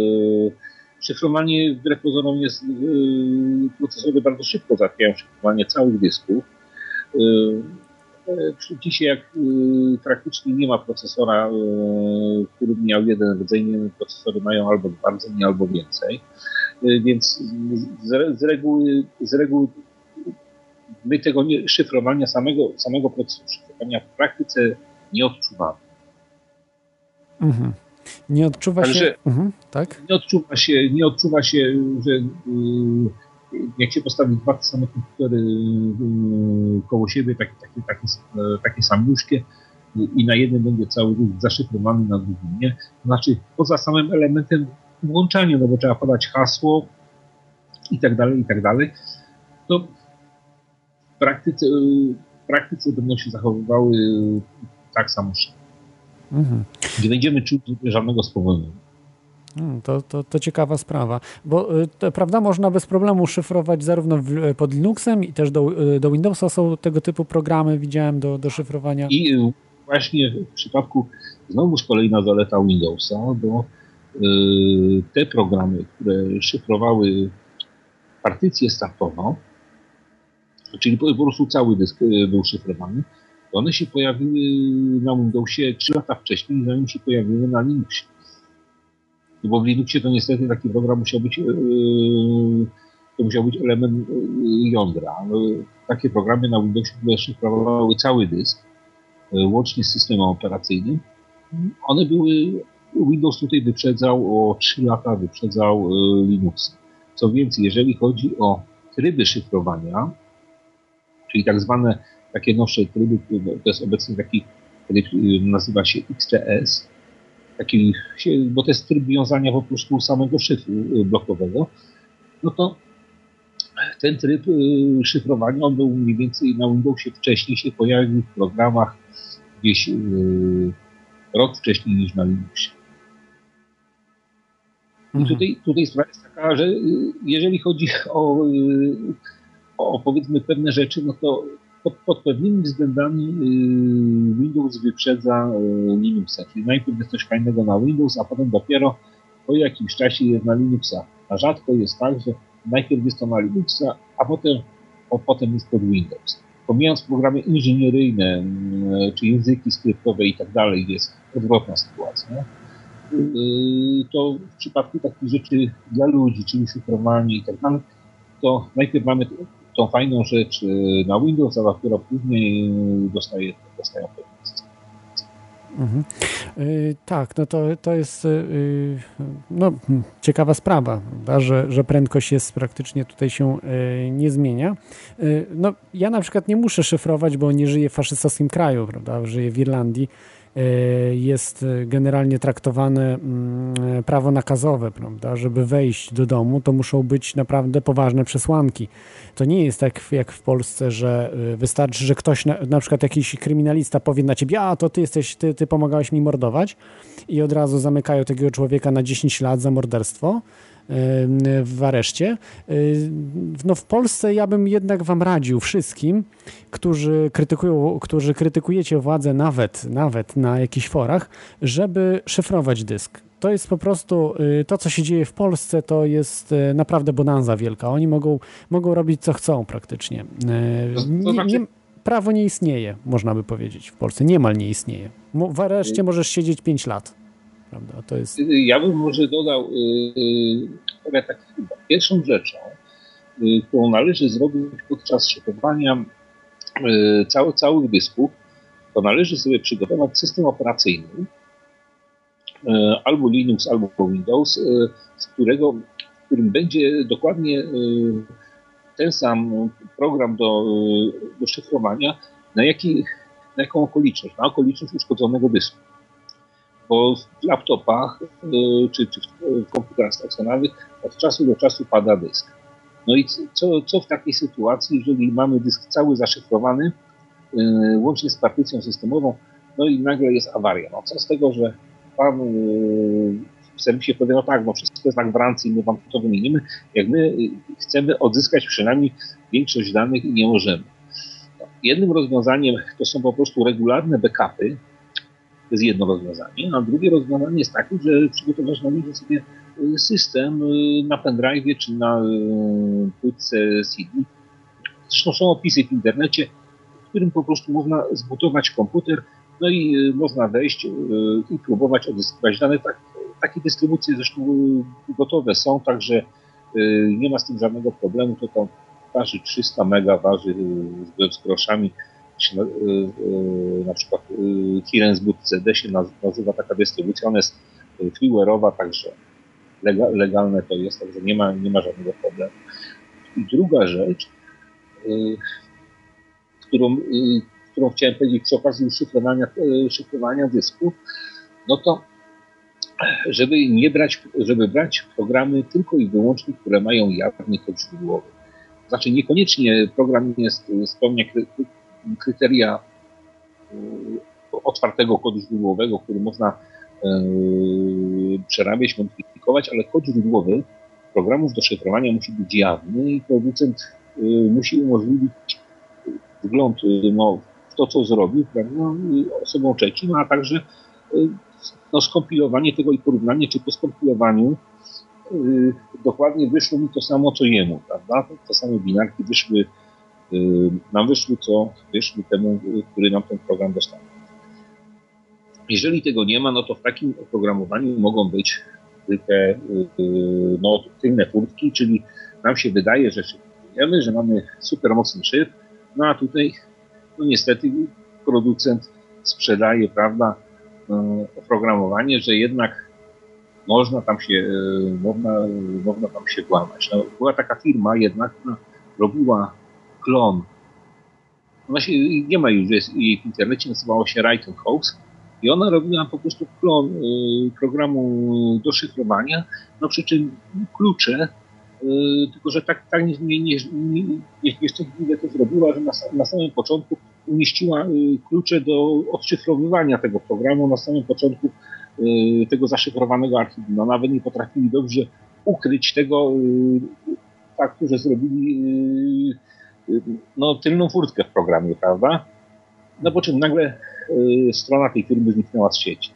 Szyfrowanie wbrew pozorom jest, yy, procesory bardzo szybko załatwiają szyfrowanie całych dysków. Yy, dzisiaj jak yy, praktycznie nie ma procesora, yy, który miał jeden rdzeń, procesory mają albo dwa rdzenie, albo więcej. Yy, więc z, z, reguły, z reguły my tego nie, szyfrowania, samego, samego procesu szyfrowania w praktyce nie odczuwamy. Mhm. Nie odczuwa Także się... Mhm, tak? Nie odczuwa się, nie odczuwa się, że yy, jak się postawi dwa te same komputery yy, koło siebie, takie, takie, takie, takie samiuszkie i na jednym będzie cały dysk zaszyfrowany, na drugim nie. To znaczy poza samym elementem włączania, no bo trzeba podać hasło i tak dalej, i tak dalej, to w praktyce, yy, w praktyce będą się zachowywały yy, tak samo szybko. Mhm. Nie będziemy czuć żadnego spowolnienia. Hmm, to, to, to ciekawa sprawa, bo to, prawda, można bez problemu szyfrować zarówno w, pod Linuxem i też do, do Windowsa są tego typu programy, widziałem, do, do szyfrowania. I właśnie w przypadku, znowu z kolejna zaleta Windowsa, bo y, te programy, które szyfrowały partycję startową, czyli po, po prostu cały dysk był szyfrowany, one się pojawiły na Windowsie trzy lata wcześniej, zanim się pojawiły na Linuxie. No bo w Linuxie to niestety taki program musiał być, yy, to musiał być element yy, jądra. No, takie programy na Windowsie, które szyfrowały cały dysk, yy, łącznie z systemem operacyjnym, one były, Windows tutaj wyprzedzał o trzy lata, wyprzedzał yy, Linux. Co więcej, jeżeli chodzi o tryby szyfrowania, czyli tak zwane takie nowsze tryby, to jest obecnie taki tryb nazywa się X T S, taki, bo to jest tryb wiązania po prostu samego szyfru blokowego, no to ten tryb szyfrowania on był mniej więcej na Windowsie wcześniej, się pojawił w programach gdzieś rok wcześniej niż na Linuxie. I tutaj, tutaj sprawa jest taka, że jeżeli chodzi o, o powiedzmy pewne rzeczy, no to pod, pod pewnymi względami Windows wyprzedza Linuxa. Czyli najpierw jest coś fajnego na Windows, a potem dopiero po jakimś czasie jest na Linuxa. A rzadko jest tak, że najpierw jest to na Linuxa, a potem, a potem jest pod Windows. Pomijając programy inżynieryjne, czy języki skryptowe i tak dalej, jest odwrotna sytuacja. To w przypadku takich rzeczy dla ludzi, czyli szyfrowanie i tak dalej, to najpierw mamy tą fajną rzecz na Windows, a dopiero później dostaje, dostają pewne. Mhm. Yy, tak, no to, to jest yy, no, ciekawa sprawa, prawda? Że, że prędkość jest praktycznie tutaj się yy, nie zmienia. Yy, no, ja na przykład nie muszę szyfrować, bo nie żyję w faszystowskim kraju, prawda? Żyję w Irlandii. Jest generalnie traktowane prawo nakazowe, prawda? Żeby wejść do domu, to muszą być naprawdę poważne przesłanki. To nie jest tak jak w Polsce, że wystarczy, że ktoś, na, na przykład jakiś kryminalista powie na ciebie, a to ty jesteś, ty, ty pomagałeś mi mordować i od razu zamykają takiego człowieka na dziesięć lat za morderstwo w areszcie. No w Polsce ja bym jednak wam radził wszystkim, którzy krytykują, którzy krytykujecie władzę nawet, nawet na jakichś forach, żeby szyfrować dysk. To jest po prostu, to co się dzieje w Polsce, to jest naprawdę bonanza wielka. Oni mogą, mogą robić co chcą praktycznie. Nie, nie, prawo nie istnieje, można by powiedzieć w Polsce. Niemal nie istnieje. W areszcie możesz siedzieć pięć lat. Prawda? To jest... Ja bym może dodał yy, tak, pierwszą rzeczą, yy, którą należy zrobić podczas szyfrowania yy, całych, całych dysków, to należy sobie przygotować system operacyjny, yy, albo Linux, albo Windows, yy, z którego, w którym będzie dokładnie yy, ten sam program do, yy, do szyfrowania, na, jaki, na jaką okoliczność, na okoliczność uszkodzonego dysku. Bo w laptopach czy, czy w komputerach stacjonarnych od czasu do czasu pada dysk. No i co, co w takiej sytuacji, jeżeli mamy dysk cały zaszyfrowany, łącznie z partycją systemową, no i nagle jest awaria. No co z tego, że pan w serwisie powie, no tak, no wszystko jest na gwarancji, my wam to wymienimy, jak my chcemy odzyskać przynajmniej większość danych i nie możemy. Jednym rozwiązaniem to są po prostu regularne backupy. To jest jedno rozwiązanie, a drugie rozwiązanie jest takie, że przygotować należy sobie system na pendrive'ie czy na płytce C D. Zresztą są opisy w internecie, w którym po prostu można zbudować komputer, no i można wejść i próbować odzyskiwać dane. Tak, takie dystrybucje zresztą gotowe są, także nie ma z tym żadnego problemu. To tam waży trzysta mega, waży z groszami. Na, na przykład Hirensboot C D się nazywa taka dystrybucja, ona jest freeware'owa, także legalne to jest, także nie ma, nie ma żadnego problemu. I druga rzecz, którą, którą chciałem powiedzieć przy okazji szyfrowania, szyfrowania dysku, no to żeby nie brać, żeby brać programy tylko i wyłącznie, które mają jawny kod źródłowy. Znaczy niekoniecznie program jest spełnia kryteria otwartego kodu źródłowego, który można przerabiać, modyfikować, ale kod źródłowy programów do szyfrowania musi być jawny i producent musi umożliwić wgląd no, w to, co zrobił, prawda, osobom trzecim, a także no, skompilowanie tego i porównanie, czy po skompilowaniu dokładnie wyszło mi to samo, co jemu, prawda? Te same binarki wyszły nam wyszły, co wyszły temu, który nam ten program dostał. Jeżeli tego nie ma, no to w takim oprogramowaniu mogą być te no, tylne furtki, czyli nam się wydaje, że szyfrujemy, że mamy super mocny szyfr, no a tutaj no niestety producent sprzedaje, prawda, oprogramowanie, że jednak można tam się, można, można tam się włamać. No, była taka firma jednak, która robiła klon Ona się, nie ma już jej w internecie, nazywała się Write Hoax i ona robiła po prostu klon y, programu do szyfrowania, no przy czym klucze, y, tylko że tak, tak nie, nie, nie, nie, nieszczęśliwie to zrobiła, że na, na samym początku umieściła y, klucze do odszyfrowywania tego programu na samym początku y, tego zaszyfrowanego archiwum. No, nawet nie potrafili dobrze ukryć tego y, faktu, że zrobili y, y, no, tylną furtkę w programie, prawda? No po czym nagle y, strona tej firmy zniknęła z sieci.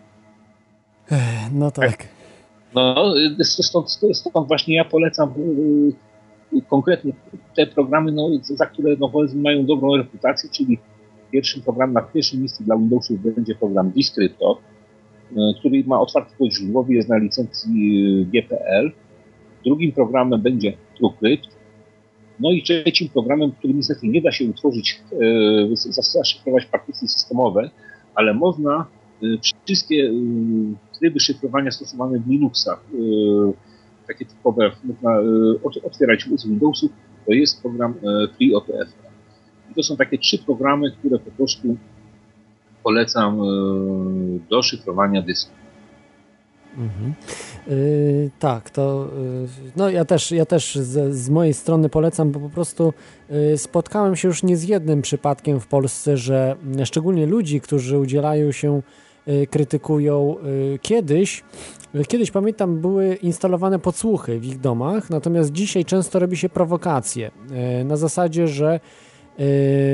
No tak. No stąd, stąd właśnie ja polecam y, konkretnie te programy, no, za które no, powiedzmy mają dobrą reputację, czyli pierwszym programem na pierwszym miejscu dla Windowsów będzie program Descriptor, y, który ma otwarty kod źródłowy, jest na licencji G P L. Drugim programem będzie TrueCrypt. No i trzecim programem, którym niestety nie da się utworzyć, yy, zaszyfrować partycje systemowe, ale można yy, wszystkie yy, tryby szyfrowania stosowane w Linuxach, yy, takie typowe, można yy, otwierać z Windowsów, to jest program yy, FreeOTF. I to są takie trzy programy, które po prostu polecam yy, do szyfrowania dysku. Mhm. Yy, tak, to yy, no ja też, ja też z, z mojej strony polecam, bo po prostu yy, spotkałem się już nie z jednym przypadkiem w Polsce, że yy, szczególnie ludzi, którzy udzielają się, yy, krytykują yy, kiedyś, yy, kiedyś pamiętam były instalowane podsłuchy w ich domach, natomiast dzisiaj często robi się prowokacje yy, na zasadzie, że yy,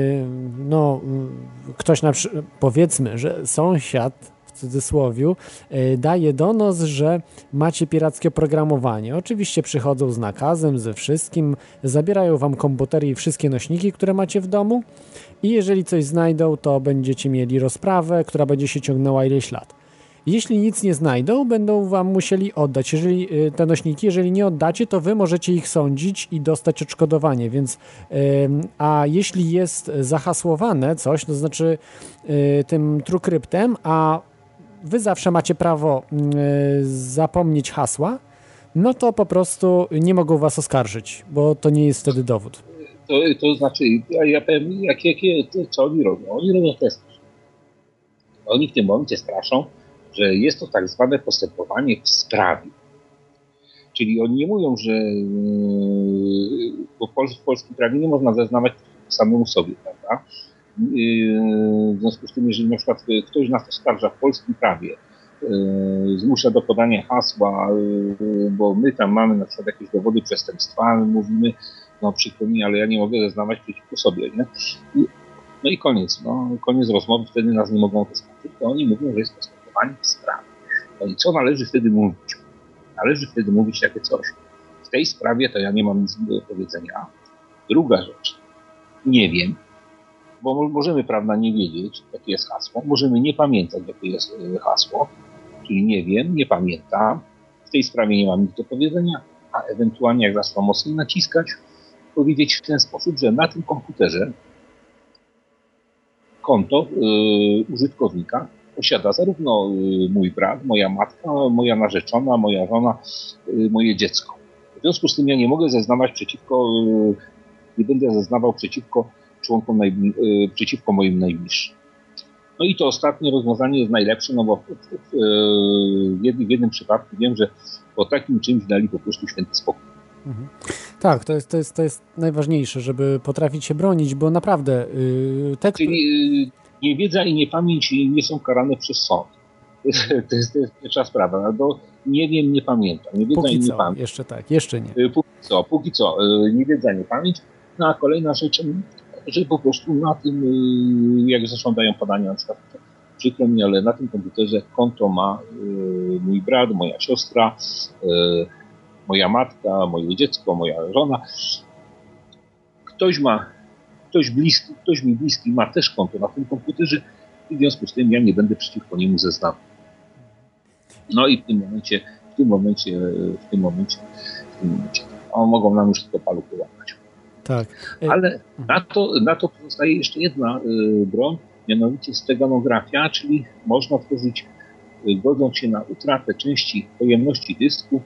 no yy, ktoś na przykład, powiedzmy, że sąsiad w cudzysłowiu, daje donos, że macie pirackie oprogramowanie. Oczywiście przychodzą z nakazem, ze wszystkim, zabierają wam komputery i wszystkie nośniki, które macie w domu i jeżeli coś znajdą, to będziecie mieli rozprawę, która będzie się ciągnęła ileś lat. Jeśli nic nie znajdą, będą wam musieli oddać jeżeli, te nośniki. Jeżeli nie oddacie, to wy możecie ich sądzić i dostać odszkodowanie, więc a jeśli jest zahasłowane coś, to znaczy tym TrueCryptem, a wy zawsze macie prawo y, zapomnieć hasła, no to po prostu nie mogą was oskarżyć, bo to nie jest wtedy dowód. To, to znaczy, ja, ja powiem, jak, jakie, co oni robią? Oni robią test. Oni w tym momencie straszą, że jest to tak zwane postępowanie w sprawie. Czyli oni nie mówią, że yy, bo w polskim prawie nie można zeznawać samemu sobie, prawda? W związku z tym, jeżeli na przykład ktoś nas oskarża w polskim prawie, zmusza do podania hasła, bo my tam mamy na przykład jakieś dowody przestępstwa, my mówimy, no przykro mi, ale ja nie mogę zeznawać przeciwko sobie, nie? I, no i koniec, no koniec rozmowy, wtedy nas nie mogą oskarżyć, to oni mówią, że jest postępowanie w sprawie. No i co należy wtedy mówić? Należy wtedy mówić takie coś. W tej sprawie to ja nie mam nic do powiedzenia. Druga rzecz, nie wiem, bo możemy, prawda, nie wiedzieć, jakie jest hasło, możemy nie pamiętać, jakie jest hasło, czyli nie wiem, nie pamiętam, w tej sprawie nie mam nic do powiedzenia, a ewentualnie jak zaczną mocniej naciskać, powiedzieć w ten sposób, że na tym komputerze konto yy, użytkownika posiada zarówno yy, mój brat, moja matka, moja narzeczona, moja żona, yy, moje dziecko. W związku z tym ja nie mogę zeznawać przeciwko, yy, nie będę zeznawał przeciwko członkom najbli- yy, przeciwko moim najbliższym. No i to ostatnie rozwiązanie jest najlepsze, no bo w, w, w, w, jednym, w jednym przypadku wiem, że po takim czymś dali po prostu święty spokój. Mhm. Tak, to jest, to, jest, to jest najważniejsze, żeby potrafić się bronić, bo naprawdę yy, te, Czyli yy, niewiedza i niepamięć nie są karane przez sąd. To jest, to jest pierwsza sprawa. Albo nie wiem, nie pamiętam. Niewiedza póki i co, niepamięć. jeszcze tak, jeszcze nie. Yy, póki co, póki co yy, niewiedza, niepamięć. No a kolejna rzecz, że po prostu na tym, yy, jak zresztą dają podania, na przykład przykro mi, ale na tym komputerze konto ma yy, mój brat, moja siostra, yy, moja matka, moje dziecko, moja żona. Ktoś ma, ktoś bliski, ktoś mi bliski ma też konto na tym komputerze i w związku z tym ja nie będę przeciwko niemu zeznawał. No i w tym momencie, w tym momencie, w tym momencie, w tym momencie, o, mogą nam już tylko paluchy łapać. Tak. Ale na to, na to pozostaje jeszcze jedna y, broń, mianowicie steganografia, czyli można tworzyć, y, godząc się na utratę części pojemności dysku,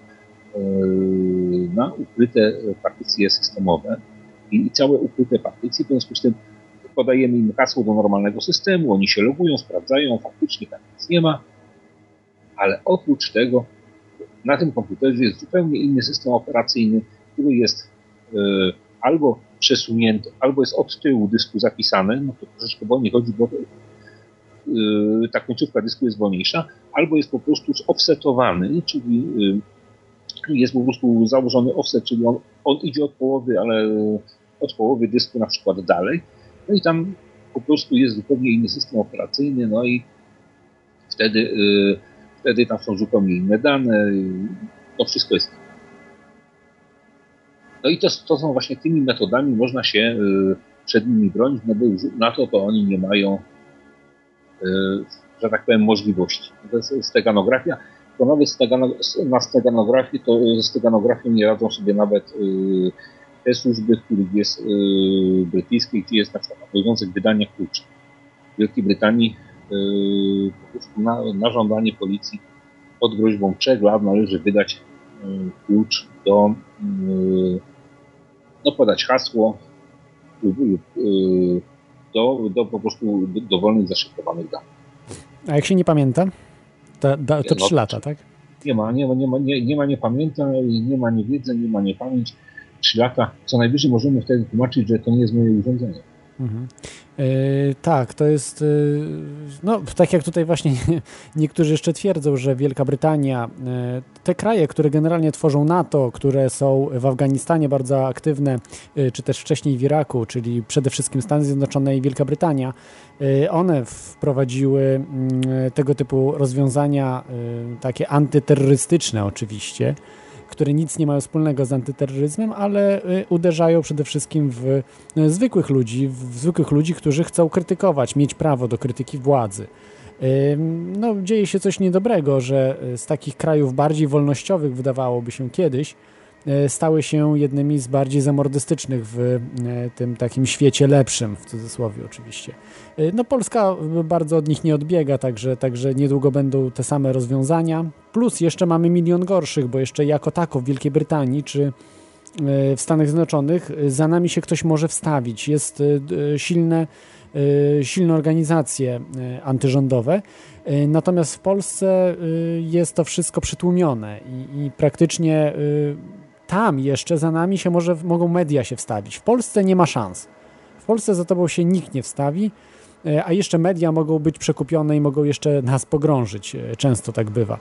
na ukryte partycje systemowe i całe ukryte partycje, w związku z tym podajemy im hasło do normalnego systemu, oni się logują, sprawdzają, faktycznie tam nic nie ma, ale oprócz tego na tym komputerze jest zupełnie inny system operacyjny, który jest y, albo przesunięty, albo jest od tyłu dysku zapisany, no to troszeczkę wolniej chodzi, bo y, ta końcówka dysku jest wolniejsza, albo jest po prostu zoffsetowany, czyli y, jest po prostu założony offset, czyli on, on idzie od połowy, ale od połowy dysku na przykład dalej, no i tam po prostu jest zupełnie inny system operacyjny, no i wtedy, y, wtedy tam są zupełnie inne dane, to wszystko jest. No i to, to są właśnie tymi metodami można się y, przed nimi bronić, no bo już na to to oni nie mają, y, że tak powiem, możliwości. To jest steganografia, to nawet stegano, na steganografii, to z steganografią nie radzą sobie nawet y, te służby, w których jest y, brytyjskiej, gdzie jest na przykład obowiązek wydania kluczy. W Wielkiej Brytanii y, po prostu na, na żądanie policji pod groźbą trzech lat należy wydać y, klucz do y, no podać hasło lub y, do, do po prostu dowolnych zaszyfrowanych danych. A jak się nie pamięta? To, to, to no, trzy lata, tak? Nie ma, nie ma, nie ma, nie, nie ma nie pamięta, nie ma nie wiedzy, nie ma nie pamięć. Trzy lata. Co najwyżej możemy wtedy tłumaczyć, że to nie jest moje urządzenie. Mhm. Yy, tak, to jest, yy, no tak jak tutaj właśnie niektórzy jeszcze twierdzą, że Wielka Brytania, yy, te kraje, które generalnie tworzą NATO, które są w Afganistanie bardzo aktywne, yy, czy też wcześniej w Iraku, czyli przede wszystkim Stany Zjednoczone i Wielka Brytania, yy, one wprowadziły yy, tego typu rozwiązania, yy, takie antyterrorystyczne oczywiście, które nic nie mają wspólnego z antyterroryzmem, ale uderzają przede wszystkim w zwykłych ludzi, w zwykłych ludzi, którzy chcą krytykować, mieć prawo do krytyki władzy. No, dzieje się coś niedobrego, że z takich krajów bardziej wolnościowych, wydawałoby się kiedyś, stały się jednymi z bardziej zamordystycznych w tym takim świecie lepszym, w cudzysłowie oczywiście. No Polska bardzo od nich nie odbiega, także, także niedługo będą te same rozwiązania. Plus jeszcze mamy milion gorszych, bo jeszcze jako tako w Wielkiej Brytanii czy w Stanach Zjednoczonych za nami się ktoś może wstawić. Jest silne, silne organizacje antyrządowe. Natomiast w Polsce jest to wszystko przytłumione i, i praktycznie tam jeszcze za nami się może, mogą media się wstawić. W Polsce nie ma szans. W Polsce za tobą się nikt nie wstawi, a jeszcze media mogą być przekupione i mogą jeszcze nas pogrążyć. Często tak bywa.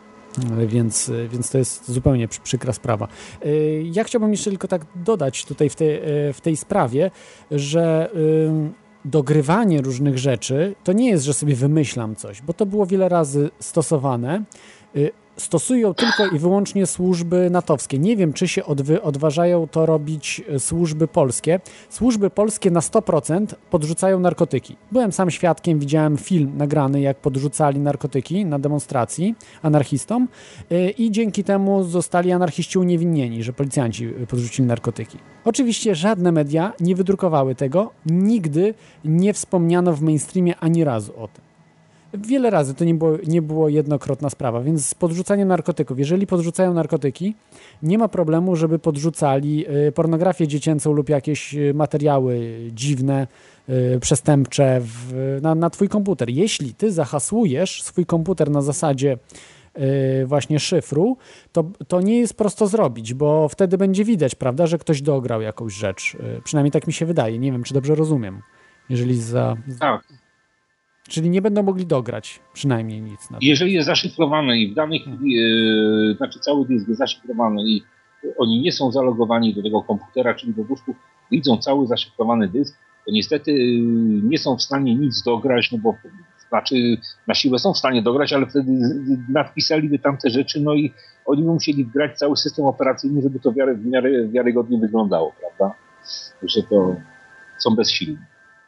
Więc, więc to jest zupełnie przykra sprawa. Ja chciałbym jeszcze tylko tak dodać tutaj w tej, w tej sprawie, że dogrywanie różnych rzeczy to nie jest, że sobie wymyślam coś, bo to było wiele razy stosowane. Stosują tylko i wyłącznie służby natowskie. Nie wiem, czy się odwy- odważają to robić służby polskie. Służby polskie na sto procent podrzucają narkotyki. Byłem sam świadkiem, widziałem film nagrany, jak podrzucali narkotyki na demonstracji anarchistom i dzięki temu zostali anarchiści uniewinnieni, że policjanci podrzucili narkotyki. Oczywiście żadne media nie wydrukowały tego, nigdy nie wspomniano w mainstreamie ani razu o tym. Wiele razy to nie było, nie było jednokrotna sprawa, więc z podrzucaniem narkotyków, jeżeli podrzucają narkotyki, nie ma problemu, żeby podrzucali pornografię dziecięcą lub jakieś materiały dziwne, przestępcze w, na, na twój komputer. Jeśli ty zahasłujesz swój komputer na zasadzie właśnie szyfru, to, to nie jest prosto zrobić, bo wtedy będzie widać, prawda, że ktoś dograł jakąś rzecz. Przynajmniej tak mi się wydaje. Nie wiem, czy dobrze rozumiem. Jeżeli za... Tak. Czyli nie będą mogli dograć przynajmniej nic. Na to. Jeżeli jest zaszyfrowane i w danej chwili, yy, znaczy cały dysk jest zaszyfrowany i oni nie są zalogowani do tego komputera, czyli po prostu widzą cały zaszyfrowany dysk, to niestety yy, nie są w stanie nic dograć, no bo znaczy na siłę są w stanie dograć, ale wtedy nadpisaliby tamte rzeczy, no i oni by musieli wgrać cały system operacyjny, żeby to wiary, w miarę wiarygodnie wyglądało, prawda? Że to są bezsilni.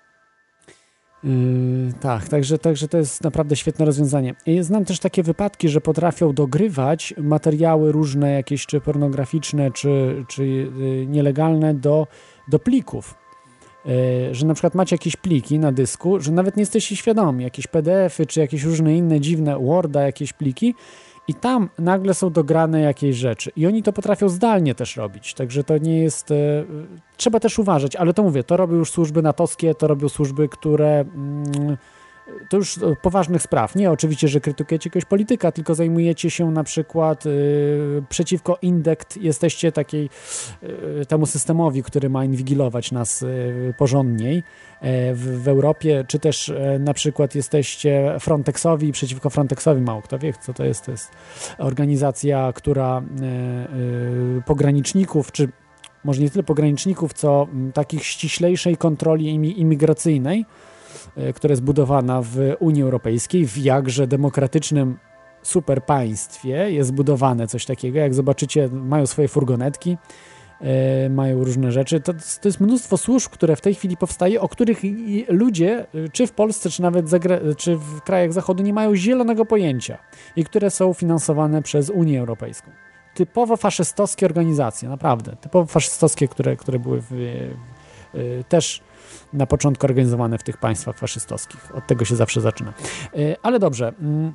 Yy, tak, także, także to jest naprawdę świetne rozwiązanie. I znam też takie wypadki, że potrafią dogrywać materiały różne, jakieś czy pornograficzne, czy, czy yy, nielegalne do, do plików. Yy, że na przykład macie jakieś pliki na dysku, że nawet nie jesteście świadomi, jakieś P D F y, czy jakieś różne inne dziwne Worda, jakieś pliki i tam nagle są dograne jakieś rzeczy i oni to potrafią zdalnie też robić, także to nie jest, e, trzeba też uważać, ale to mówię, to robią już służby natowskie, to robią służby, które mm, to już poważnych spraw, nie oczywiście, że krytykujecie jakiegoś polityka, tylko zajmujecie się na przykład y, przeciwko Indekt, jesteście takiej y, temu systemowi, który ma inwigilować nas y, porządniej y, w, w Europie, czy też y, na przykład jesteście Frontexowi, przeciwko Frontexowi, mało kto wie, co to jest, to jest organizacja, która y, y, pograniczników, czy może nie tyle pograniczników, co y, takich ściślejszej kontroli imigracyjnej, która jest budowana w Unii Europejskiej, w jakże demokratycznym superpaństwie jest budowane coś takiego. Jak zobaczycie, mają swoje furgonetki, e, mają różne rzeczy. To, to jest mnóstwo służb, które w tej chwili powstaje, o których ludzie, czy w Polsce, czy nawet zagra- czy w krajach Zachodu nie mają zielonego pojęcia i które są finansowane przez Unię Europejską. Typowo faszystowskie organizacje, naprawdę. Typowo faszystowskie, które, które były w, w, też na początku organizowane w tych państwach faszystowskich. Od tego się zawsze zaczyna. Ale dobrze,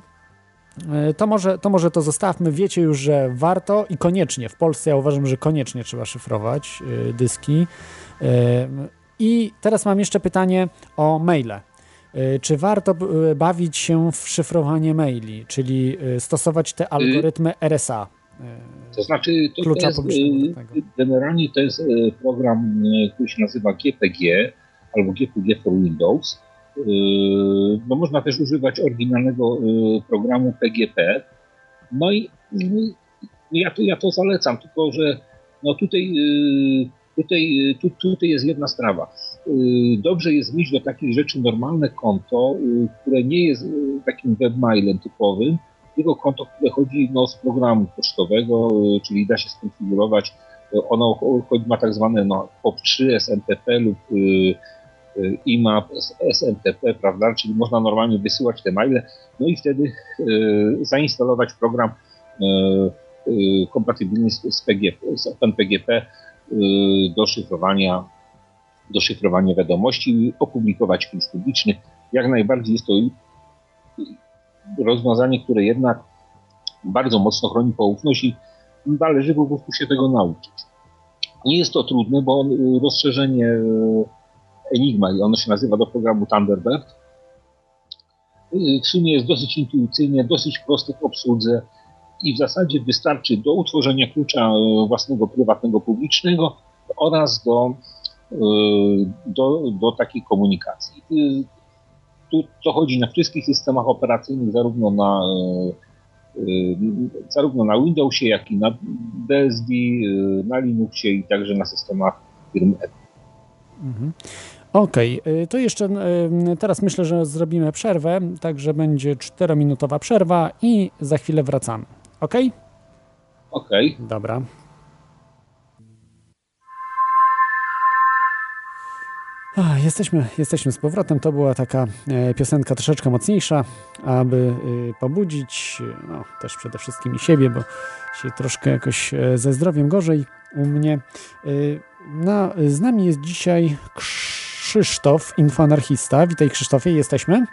to może, to może to zostawmy. Wiecie już, że warto i koniecznie, w Polsce ja uważam, że koniecznie trzeba szyfrować dyski. I teraz mam jeszcze pytanie o maile. Czy warto bawić się w szyfrowanie maili, czyli stosować te algorytmy R S A? To znaczy, to, to jest, generalnie to jest program, który się nazywa G P G albo G P G for Windows. No, można też używać oryginalnego programu P G P. No i ja to, ja to zalecam, tylko że no tutaj, tutaj, tu, tutaj jest jedna sprawa. Dobrze jest mieć do takich rzeczy normalne konto, które nie jest takim webmailem typowym, tylko konto, które chodzi no, z programu pocztowego, czyli da się skonfigurować. Ono ma tak zwane no, P O P trzy, S M T P lub y, I M A P, S M T P, prawda? Czyli można normalnie wysyłać te maile, no i wtedy y, zainstalować program y, y, kompatybilny z, z, P G P, z OpenPGP y, do szyfrowania, do szyfrowania wiadomości, opublikować klucz publiczny. Jak najbardziej jest to rozwiązanie, które jednak bardzo mocno chroni poufność i należy po prostu się tego nauczyć. Nie jest to trudne, bo rozszerzenie Enigma, ono się nazywa do programu Thunderbird, w sumie jest dosyć intuicyjnie, dosyć proste w obsłudze i w zasadzie wystarczy do utworzenia klucza własnego, prywatnego, publicznego oraz do, do, do takiej komunikacji. Tu to chodzi na wszystkich systemach operacyjnych, zarówno na, zarówno na Windowsie, jak i na B S D, na Linuxie i także na systemach firmy Apple. Mhm. Okej, okay. To jeszcze teraz myślę, że zrobimy przerwę, także będzie czterominutowa przerwa i za chwilę wracamy. Ok? Ok. Dobra. A, jesteśmy, jesteśmy z powrotem. To była taka e, piosenka troszeczkę mocniejsza, aby e, pobudzić no, też przede wszystkim i siebie, bo się troszkę jakoś e, ze zdrowiem gorzej u mnie. E, na, z nami jest dzisiaj Krzysztof, infoanarchista. Witaj, Krzysztofie, jesteśmy?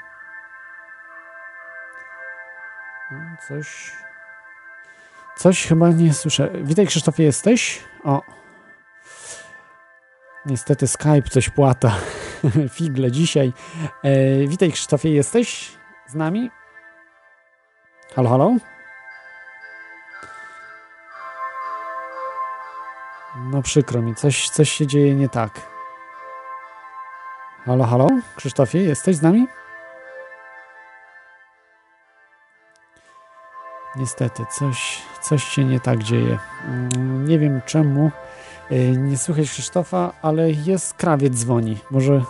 Coś... Coś chyba nie słyszę. Witaj, Krzysztofie, jesteś? O... Niestety Skype coś płata. Figle dzisiaj. E, witaj, Krzysztofie, jesteś z nami? Halo, halo? No przykro mi, coś, coś się dzieje nie tak. Halo, halo? Krzysztofie, jesteś z nami? Niestety, coś, coś się nie tak dzieje. Nie wiem czemu. Nie słychać Krzysztofa, ale jest krawiec dzwoni. Może...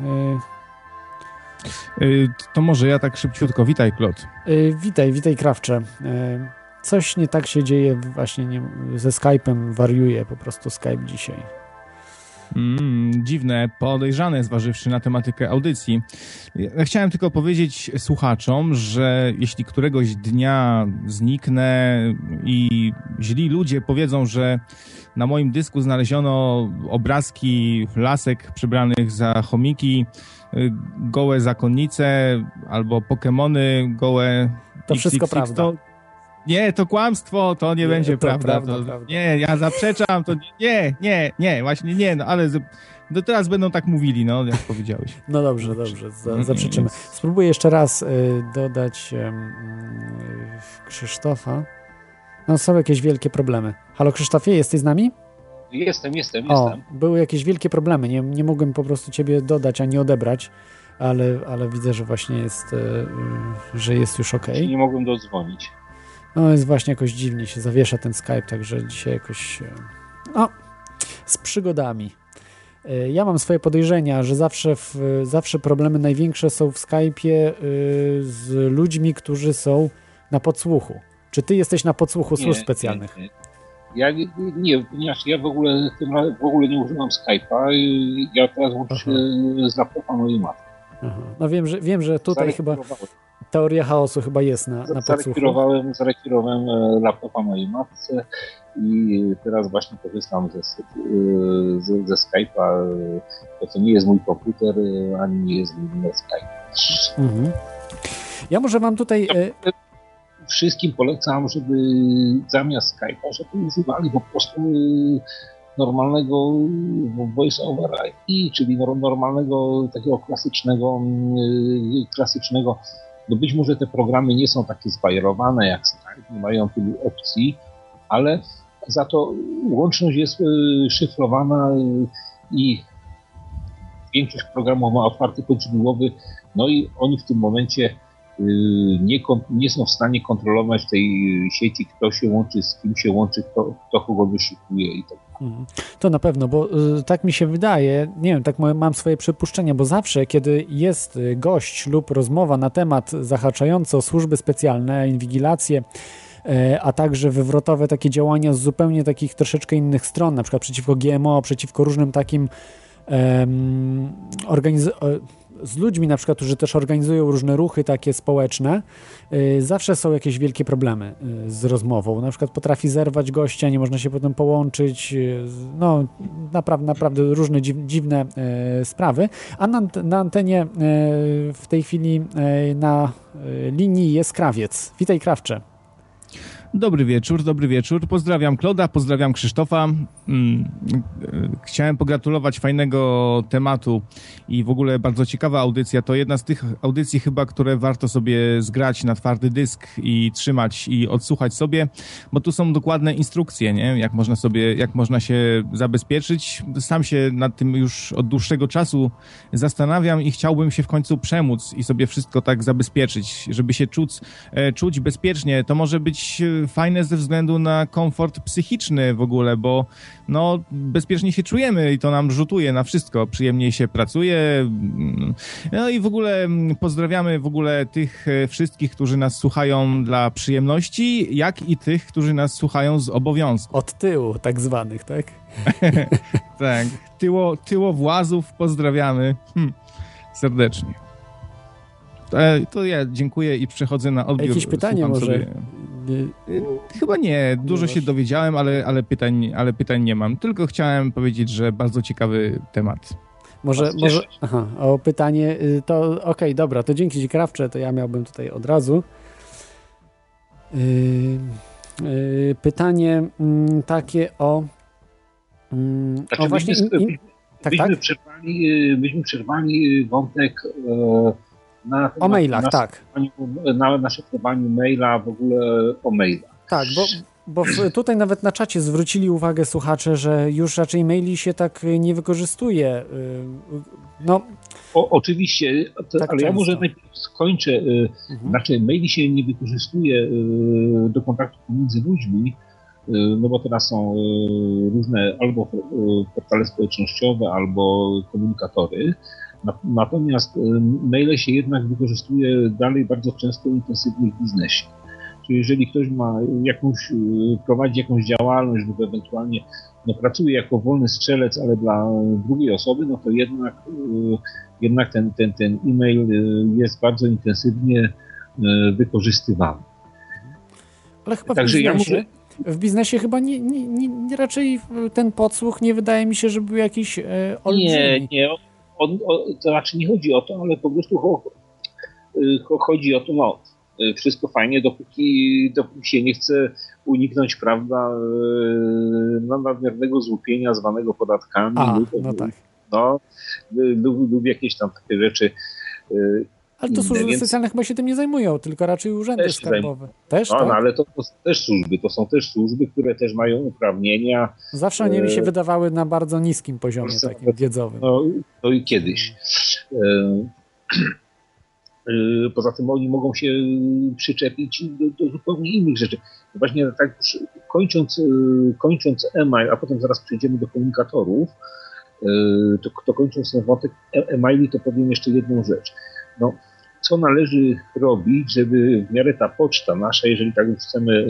Yy... To może ja tak szybciutko. Witaj, Klot. Yy, witaj, witaj, krawcze. Yy, coś nie tak się dzieje właśnie nie, ze Skype'em. Wariuje po prostu Skype dzisiaj. Mm, dziwne, podejrzane zważywszy na tematykę audycji. Ja chciałem tylko powiedzieć słuchaczom, że jeśli któregoś dnia zniknę i źli ludzie powiedzą, że na moim dysku znaleziono obrazki lasek przybranych za chomiki, gołe zakonnice albo Pokemony gołe... To wszystko prawda. To, Nie, to kłamstwo, to nie, nie będzie to prawda. prawda, To, prawda. Nie, ja zaprzeczam, to nie, nie, nie, właśnie nie, no ale no teraz będą tak mówili, no jak powiedziałeś. No dobrze, dobrze, za, zaprzeczymy. Spróbuję jeszcze raz y, dodać y, y, Krzysztofa. No są jakieś wielkie problemy. Halo Krzysztofie, jesteś z nami? Jestem, jestem, O, jestem. były jakieś wielkie problemy, nie, nie mogłem po prostu ciebie dodać ani odebrać, ale, ale widzę, że właśnie jest, y, y, że jest już okej. Czyli nie mogłem dodzwonić. No jest właśnie jakoś dziwnie się zawiesza ten Skype, także dzisiaj jakoś y, no, z przygodami. Y, Ja mam swoje podejrzenia, że zawsze, w, zawsze problemy największe są w Skype'ie y, z ludźmi, którzy są na podsłuchu. Czy ty jesteś na podsłuchu służb specjalnych? Nie, nie. Ja nie, nie, ponieważ ja w ogóle, w ogóle nie używam Skype'a. Ja teraz łączę się z laptopa mojej matki. Aha. No wiem, że, wiem, że tutaj chyba teoria chaosu chyba jest na, na podsłuchu. Zarekwirowałem, zarekwirowałem laptopa mojej matce i teraz właśnie korzystam ze, ze, ze Skype'a. To, to nie jest mój komputer, ani nie jest mój Skype. Mhm. Ja może mam tutaj... Wszystkim polecam, żeby zamiast Skype'a, żeby używali po prostu normalnego voice over I P, czyli normalnego, takiego klasycznego, klasycznego. No być może te programy nie są takie zbajerowane jak Skype, nie mają tylu opcji, ale za to łączność jest szyfrowana i większość programów ma otwarty kod źródłowy, no i oni w tym momencie Nie, nie są w stanie kontrolować tej sieci, kto się łączy, z kim się łączy, kto, kto kogo wyszukuje i tak. To na pewno, bo y, tak mi się wydaje, nie wiem, tak mam swoje przypuszczenia, bo zawsze, kiedy jest gość lub rozmowa na temat zahaczający o służby specjalne, inwigilację, y, a także wywrotowe takie działania z zupełnie takich troszeczkę innych stron, na przykład przeciwko G M O, przeciwko różnym takim um, organiz- z ludźmi na przykład, którzy też organizują różne ruchy takie społeczne, yy, zawsze są jakieś wielkie problemy yy, z rozmową. Na przykład potrafi zerwać gościa, nie można się potem połączyć. Yy, no naprawdę, naprawdę różne dziw, dziwne yy, sprawy. A na, na antenie yy, w tej chwili yy, na yy, linii jest Krawiec. Witaj, Krawcze. Dobry wieczór, dobry wieczór. Pozdrawiam Kloda, pozdrawiam Krzysztofa. Chciałem pogratulować fajnego tematu i w ogóle bardzo ciekawa audycja. To jedna z tych audycji chyba, które warto sobie zgrać na twardy dysk i trzymać i odsłuchać sobie, bo tu są dokładne instrukcje, nie? Jak można sobie, jak można się zabezpieczyć. Sam się nad tym już od dłuższego czasu zastanawiam i chciałbym się w końcu przemóc i sobie wszystko tak zabezpieczyć, żeby się czuć, czuć bezpiecznie. To może być fajne ze względu na komfort psychiczny w ogóle, bo no, bezpiecznie się czujemy i to nam rzutuje na wszystko. Przyjemniej się pracuje. No i w ogóle pozdrawiamy w ogóle tych wszystkich, którzy nas słuchają dla przyjemności, jak i tych, którzy nas słuchają z obowiązku. Od tyłu tak zwanych, tak? Tak. Tyło, tyłowłazów pozdrawiamy hm. serdecznie. To ja dziękuję i przechodzę na odbiór. Jakieś pytanie może? Sobie. Chyba nie. Dużo się dowiedziałem, ale, ale, pytań, ale pytań nie mam. Tylko chciałem powiedzieć, że bardzo ciekawy temat. Może, może aha, o pytanie, to okej, okay, dobra, to dzięki Ci, Krawcze, to ja miałbym tutaj od razu. Yy, yy, pytanie yy, takie o... Yy, znaczy, o właśnie... Byśmy, in, in, tak, byśmy, tak? Przerwali, byśmy przerwali wątek... Yy, Na, o mailach, na, tak. Na, na szyfrowaniu maila, w ogóle o mailach. Tak, bo, bo w, tutaj nawet na czacie zwrócili uwagę słuchacze, że już raczej maili się tak nie wykorzystuje. No, o, oczywiście, to, tak ale często. Ja może najpierw skończę. Mhm. Znaczy, maili się nie wykorzystuje do kontaktu pomiędzy ludźmi, no bo teraz są różne albo portale społecznościowe, albo komunikatory. Natomiast maile się jednak wykorzystuje dalej bardzo często intensywnie w biznesie. Czyli jeżeli ktoś ma jakąś, prowadzi jakąś działalność lub ewentualnie no, pracuje jako wolny strzelec, ale dla drugiej osoby, no to jednak, jednak ten, ten, ten e-mail jest bardzo intensywnie wykorzystywany. Ale chyba Także w biznesie, ja mówię, w biznesie chyba nie, nie, nie, raczej ten podsłuch nie wydaje mi się, że był jakiś e, olbrzymi. Nie, nie. On, o, to znaczy nie chodzi o to, ale po prostu cho, cho, chodzi o to, no, wszystko fajnie, dopóki, dopóki się nie chce uniknąć, prawda, no, nadmiernego złupienia zwanego podatkami. A, lub, no tak. No, lub, lub jakieś tam takie rzeczy. Ale to służby więc... specjalne chyba się tym nie zajmują, tylko raczej urzędy też skarbowe. Też, no, tak? no, ale to, to są też służby, to są też służby, które też mają uprawnienia. Zawsze one mi się wydawały na bardzo niskim poziomie to, takim wiedzowym. No, no i kiedyś. Poza tym oni mogą się przyczepić do, do zupełnie innych rzeczy. Właśnie tak kończąc, kończąc e-mail, a potem zaraz przejdziemy do komunikatorów, to, to kończąc ten wątek e-maili, to powiem jeszcze jedną rzecz. No, co należy robić, żeby w miarę ta poczta nasza, jeżeli tak już chcemy,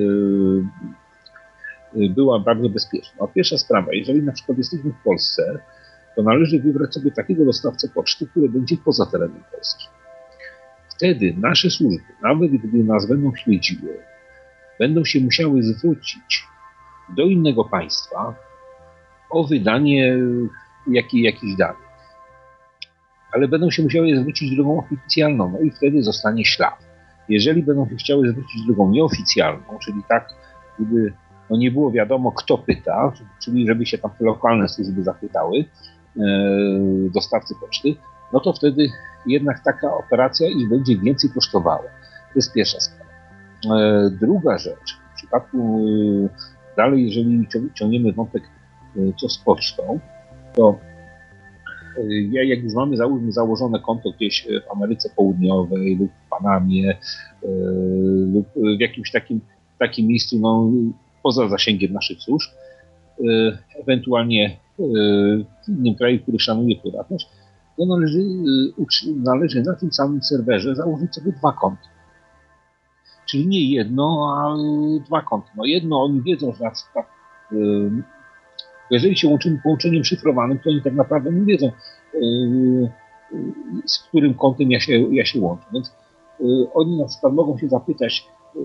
była bardzo bezpieczna. No, pierwsza sprawa, jeżeli na przykład jesteśmy w Polsce, to należy wybrać sobie takiego dostawcę poczty, który będzie poza terenem Polski. Wtedy nasze służby, nawet gdy nas będą śledziły, będą się musiały zwrócić do innego państwa o wydanie jakiej, jakichś danych. Ale będą się musiały zwrócić drogą oficjalną, no i wtedy zostanie ślad. Jeżeli będą się chciały zwrócić drogą nieoficjalną, czyli tak, gdyby no nie było wiadomo, kto pyta, czyli żeby się tam te lokalne służby zapytały, e, dostawcy poczty, no to wtedy jednak taka operacja ich będzie więcej kosztowała. To jest pierwsza sprawa. E, druga rzecz, w przypadku e, dalej, jeżeli ciągniemy wątek e, co z pocztą, to ja, jak już mamy załóżmy założone konto gdzieś w Ameryce Południowej lub w Panamie yy, lub w jakimś takim, takim miejscu no, poza zasięgiem naszych służb, yy, ewentualnie yy, w innym kraju, który szanuje prywatność, to należy, yy, należy na tym samym serwerze założyć sobie dwa konta. Czyli nie jedno, a dwa konta. No jedno oni wiedzą, że na przykład yy, jeżeli się łączymy połączeniem szyfrowanym, to oni tak naprawdę nie wiedzą, yy, z którym kontem ja się, ja się łączę. Więc yy, oni na przykład mogą się zapytać yy,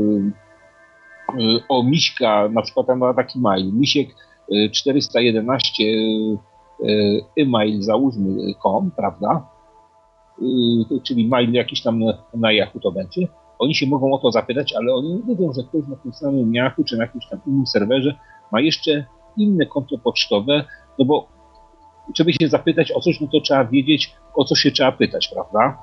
yy, o Miśka, na przykład na taki mail, misiek czterysta jedenaście yy, e-mail załóżmy kropka com, prawda? Yy, czyli mail jakiś tam na, na Yahoo to będzie. Oni się mogą o to zapytać, ale oni nie wiedzą, że ktoś na tym samym Yahoo czy na jakimś tam innym serwerze ma jeszcze inne konto pocztowe, no bo żeby się zapytać o coś, no to trzeba wiedzieć, o co się trzeba pytać, prawda?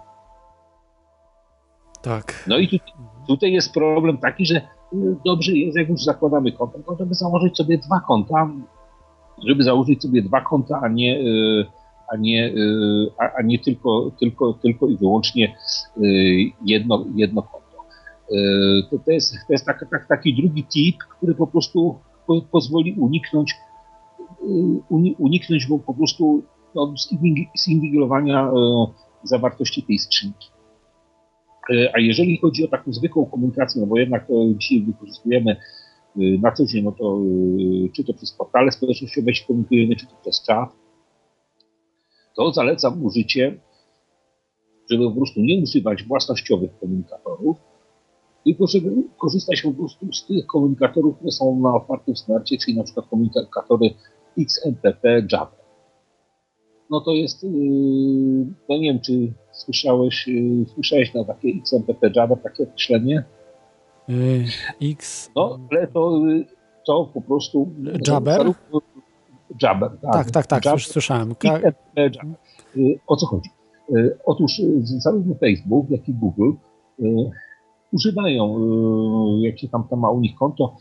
Tak. No i tu, tutaj jest problem taki, że dobrze jest, jak już zakładamy konto, to żeby założyć sobie dwa konta, żeby założyć sobie dwa konta, a nie, a nie, a, a nie tylko, tylko, tylko i wyłącznie jedno, jedno konto. To, to jest, to jest tak, tak, taki drugi tip, który po prostu pozwoli uniknąć, uniknąć po prostu no, zinwigilowania zawartości tej skrzynki. A jeżeli chodzi o taką zwykłą komunikację, no bo jednak to dzisiaj wykorzystujemy na co dzień, no to czy to przez portale społecznościowe się komunikujemy, czy to przez czat, to zalecam użycie, żeby po prostu nie używać własnościowych komunikatorów, tylko żeby korzystać po prostu z tych komunikatorów, które są na otwartym standardzie, czyli na przykład komunikatory X M P P Jabber. No to jest, no nie wiem, czy słyszałeś, słyszałeś na takie X M P P Jabber, takie określenie? Yy, X... No, ale to, to po prostu... Jabber? Jabber, tak. Tak, tak, tak, Jabber, słyszałem. X M P P Jabber. O co chodzi? Otóż zarówno Facebook, jak i Google używają, jak się tam, tam ma u nich konto,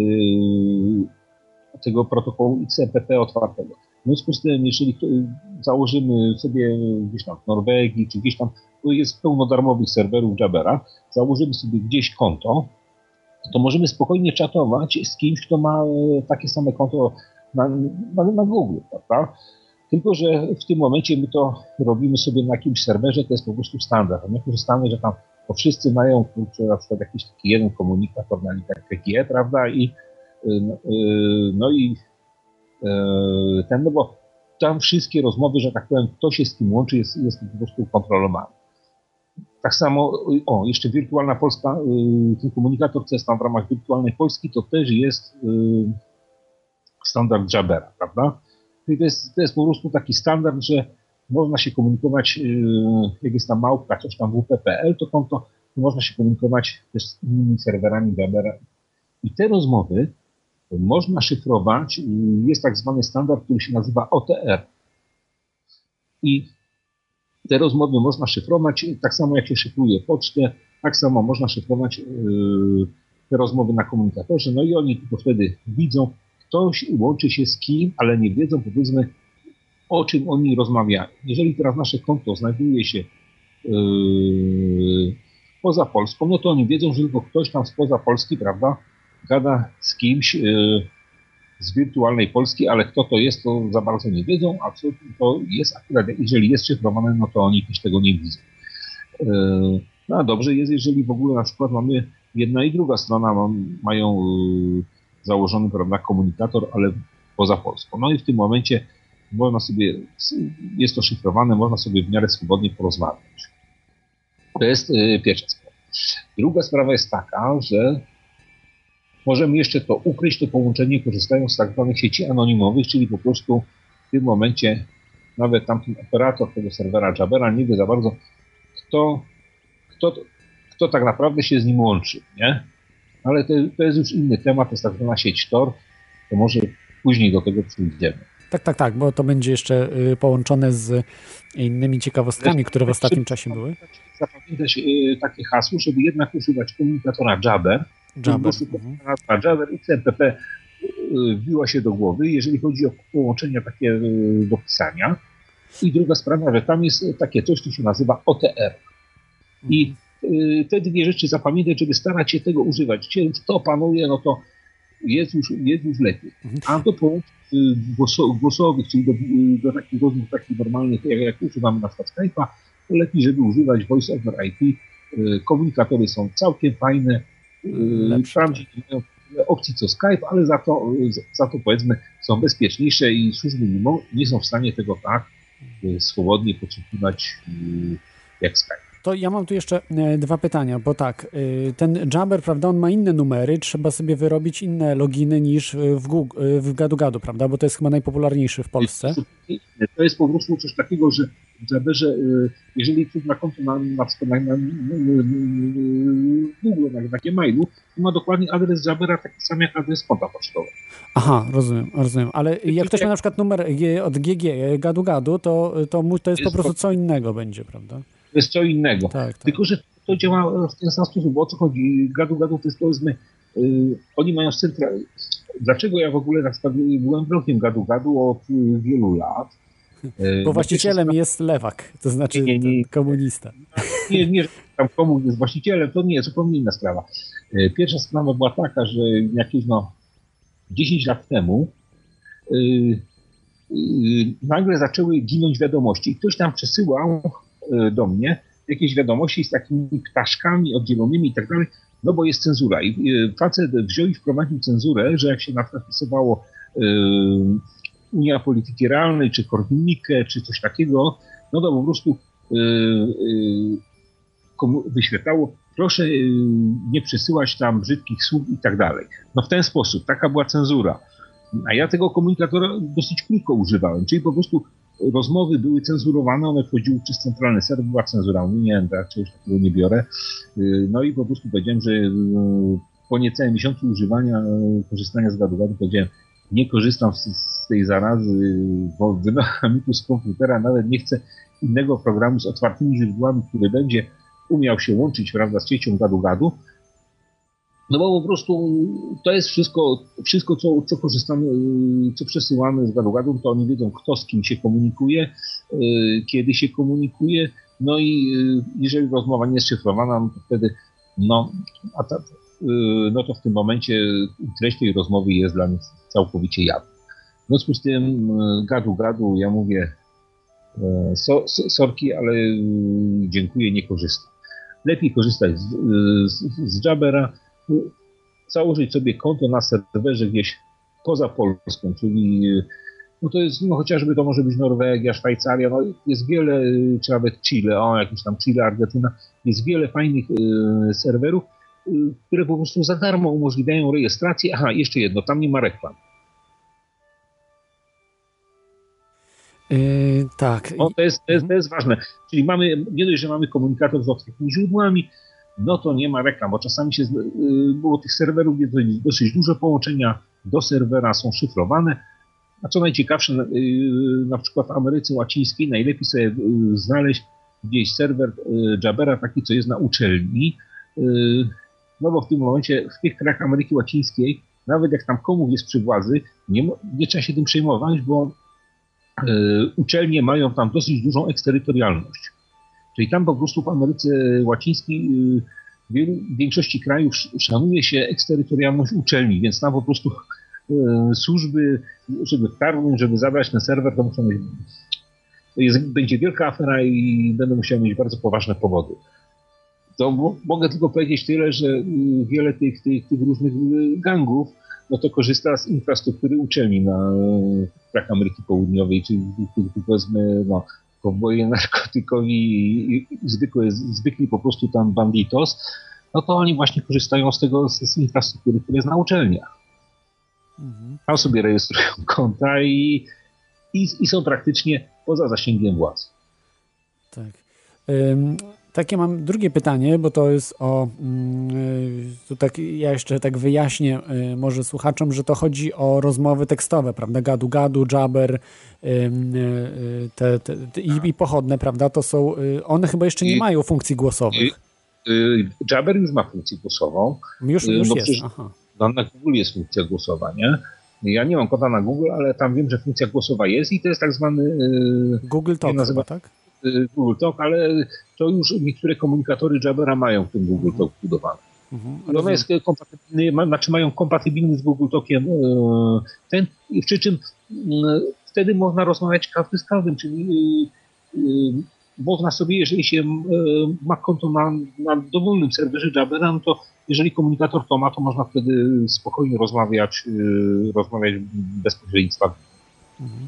tego protokołu X M P P otwartego. W związku z tym, jeżeli założymy sobie gdzieś tam w Norwegii, czy gdzieś tam, to jest pełno darmowych serwerów Jabbera, założymy sobie gdzieś konto, to możemy spokojnie czatować z kimś, kto ma takie same konto na, na, na Google, prawda? Tylko że w tym momencie my to robimy sobie na jakimś serwerze, to jest po prostu standard. My korzystamy, że tam to wszyscy mają na przykład jakiś taki jeden komunikator na literkę G, prawda? I no i ten, no bo tam wszystkie rozmowy, że tak powiem, kto się z kim łączy, jest, jest po prostu kontrolowany. Tak samo, o, jeszcze Wirtualna Polska, ten komunikator, co jest tam w ramach Wirtualnej Polski, to też jest standard Jabbera, prawda? I to jest, to jest po prostu taki standard, że można się komunikować, jak jest tam małpka, coś tam w p kropka p l, to konto można się komunikować też z innymi serwerami Jabbera. I te rozmowy można szyfrować. Jest tak zwany standard, który się nazywa O T R. I te rozmowy można szyfrować, tak samo jak się szyfruje pocztę, tak samo można szyfrować te rozmowy na komunikatorze. No i oni tylko wtedy widzą, ktoś łączy się z kim, ale nie wiedzą, powiedzmy, o czym oni rozmawiają. Jeżeli teraz nasze konto znajduje się yy, poza Polską, no to oni wiedzą, że tylko ktoś tam spoza Polski, prawda, gada z kimś yy, z wirtualnej Polski, ale kto to jest, to za bardzo nie wiedzą, a co to jest akurat, jeżeli jest szyfrowane, no to oni też tego nie widzą. Yy, no a dobrze jest, jeżeli w ogóle na przykład mamy jedna i druga strona mają yy, założony, prawda, komunikator, ale poza Polską. No i w tym momencie można sobie, jest to szyfrowane, można sobie w miarę swobodnie porozmawiać. To jest yy, pierwsza sprawa. Druga sprawa jest taka, że możemy jeszcze to ukryć, to połączenie, korzystając z tak zwanych sieci anonimowych, czyli po prostu w tym momencie nawet tamten operator tego serwera Jabbera nie wie za bardzo, kto, kto, kto tak naprawdę się z nim łączy, nie? Ale to, to jest już inny temat, to jest tak zwana sieć Tor, to może później do tego przyjdziemy. Tak, tak, tak, bo to będzie jeszcze połączone z innymi ciekawostkami, które w ostatnim czasie były. Zapamiętać takie hasło, żeby jednak używać komunikatora Jabber. Jabber. Nazwa Jabber i C P P wbiła się do głowy, jeżeli chodzi o połączenia takie do pisania. I druga sprawa, że tam jest takie coś, co się nazywa O T R. I te dwie rzeczy zapamiętać, żeby starać się tego używać. Gdzie już to panuje, no to jest już, jest już lepiej. A do połączeń głosowych, czyli do, do takich rozmów takich normalnych, jak, jak używamy na przykład Skype'a, to lepiej, żeby używać Voice over I P. Komunikatory są całkiem fajne. Wprawdzie nie mają opcji co Skype, ale za to, za to powiedzmy są bezpieczniejsze i służby nie, nie są w stanie tego tak swobodnie podsłuchiwać jak Skype. To ja mam tu jeszcze dwa pytania, bo tak, ten Jabber, prawda, on ma inne numery, trzeba sobie wyrobić inne loginy niż w, Google, w Gadu-Gadu, prawda, bo to jest chyba najpopularniejszy w Polsce. To jest po prostu coś takiego, że w Jabberze, jeżeli ktoś ma konto na, na przykład na, na, na Google, na, na Gmailu, to ma dokładnie adres Jabbera taki sam jak adres konta pocztowego. Aha, rozumiem, rozumiem, ale jak ktoś ma na przykład numer od G G, Gadu-Gadu, to, to, to jest po prostu co innego będzie, prawda? To jest co innego. Tak, tak. Tylko, że to działa w ten sam sposób. O co chodzi? Gadu-Gadu to jest, powiedzmy, yy, oni mają centra... Dlaczego ja w ogóle na przykład byłem wrogiem Gadu-Gadu od yy, wielu lat? Yy, Bo właścicielem jest, jest lewak, to znaczy nie, nie, nie, komunista. Nie, nie, że tam komuś jest właścicielem, to nie, zupełnie inna sprawa. Yy, pierwsza sprawa była taka, że jakieś no dziesięć lat temu yy, yy, nagle zaczęły ginąć wiadomości i ktoś tam przesyłał do mnie jakieś wiadomości z takimi ptaszkami oddzielonymi i tak dalej, no bo jest cenzura. I facet wziął i wprowadził cenzurę, że jak się na przykład pisywało yy, Unia Polityki Realnej, czy Korwin-Mikke, czy coś takiego, no to po prostu yy, yy, wyświetlało, proszę yy, nie przesyłać tam brzydkich słów i tak dalej. No w ten sposób, taka była cenzura. A ja tego komunikatora dosyć krótko używałem, czyli po prostu rozmowy były cenzurowane, one wchodziły przez centralny serwer, była cenzura. Nie, tak, czegoś takiego nie biorę. No i po prostu powiedziałem, że po niecałym miesiącu używania, korzystania z Gadu-Gadu powiedziałem, nie korzystam z, z tej zarazy, bo wynocha mi tu z komputera, nawet nie chcę innego programu z otwartymi źródłami, który będzie umiał się łączyć, prawda, z siecią Gadu-Gadu. No bo po prostu to jest wszystko, wszystko co, co korzystamy, co przesyłamy z Gadu-Gadu, to oni wiedzą, kto z kim się komunikuje, kiedy się komunikuje, no i jeżeli rozmowa nie jest szyfrowana, no to wtedy, no, a ta, no to w tym momencie treść tej rozmowy jest dla nich całkowicie jawna. W związku z tym Gadu-Gadu, ja mówię, so, sorki, ale dziękuję, nie korzystam. Lepiej korzystać z, z, z Jabbera, założyć sobie konto na serwerze gdzieś poza Polską, czyli no to jest, no chociażby to może być Norwegia, Szwajcaria, no jest wiele, czy nawet Chile, o jakieś tam Chile, Argentyna, jest wiele fajnych y, serwerów, y, które po prostu za darmo umożliwiają rejestrację. Aha, jeszcze jedno, tam nie ma reklam. Yy, tak. O, to, jest, to, jest, to jest ważne. Czyli mamy, nie dość, że mamy komunikator z otwartymi źródłami, no to nie ma reklam, bo czasami się było tych serwerów jest dosyć dużo, połączenia do serwera są szyfrowane, a co najciekawsze, na przykład w Ameryce Łacińskiej najlepiej sobie znaleźć gdzieś serwer Jabbera taki, co jest na uczelni, no bo w tym momencie w tych krajach Ameryki Łacińskiej, nawet jak tam komuś jest przy władzy, nie, nie trzeba się tym przejmować, bo uczelnie mają tam dosyć dużą eksterytorialność. Czyli tam po prostu w Ameryce Łacińskiej w większości krajów szanuje się eksterytorialność uczelni, więc tam po prostu służby, żeby wtargnąć, żeby zabrać ten serwer, to muszą mieć, to jest, będzie wielka afera i będą musiały mieć bardzo poważne powody. To mogę tylko powiedzieć tyle, że wiele tych, tych, tych różnych gangów no to korzysta z infrastruktury uczelni na krajach Ameryki Południowej, czyli powiedzmy no, kowboje narkotykowi i, i zwykłe, zwykli po prostu tam banditos, no to oni właśnie korzystają z tego, z, z infrastruktury, która jest na uczelniach. Mhm. Tam sobie rejestrują konta i, i, i są praktycznie poza zasięgiem władz. Tak. Ym, takie mam drugie pytanie, bo to jest o, yy, tu tak, ja jeszcze tak wyjaśnię yy, może słuchaczom, że to chodzi o rozmowy tekstowe, prawda, gadu gadu, Jabber yy, yy, te, te, te, i, i pochodne, prawda, to są, yy, one chyba jeszcze nie I, mają funkcji głosowych. Yy, Jabber już ma funkcję głosową. Już, już no, jest, przecież, aha. No, na Google jest funkcja głosowa, nie? Ja nie mam konta na Google, ale tam wiem, że funkcja głosowa jest i to jest tak zwany... Yy, Google Talk nazywa, chyba, tak? Yy, Google Talk, ale to już niektóre komunikatory Jabbera mają w tym Google Mhm. Talk wbudowane. Mhm, Ono jest kompatybilny, ma, znaczy mają kompatybilny z Google Talkiem yy, ten, przy czym yy, wtedy można rozmawiać każdy z każdym, czyli yy, yy, można sobie, jeżeli się yy, ma konto na, na dowolnym serwerze Jabbera, no to jeżeli komunikator to ma, to można wtedy spokojnie rozmawiać, yy, rozmawiać bez pośrednictwa. Mhm.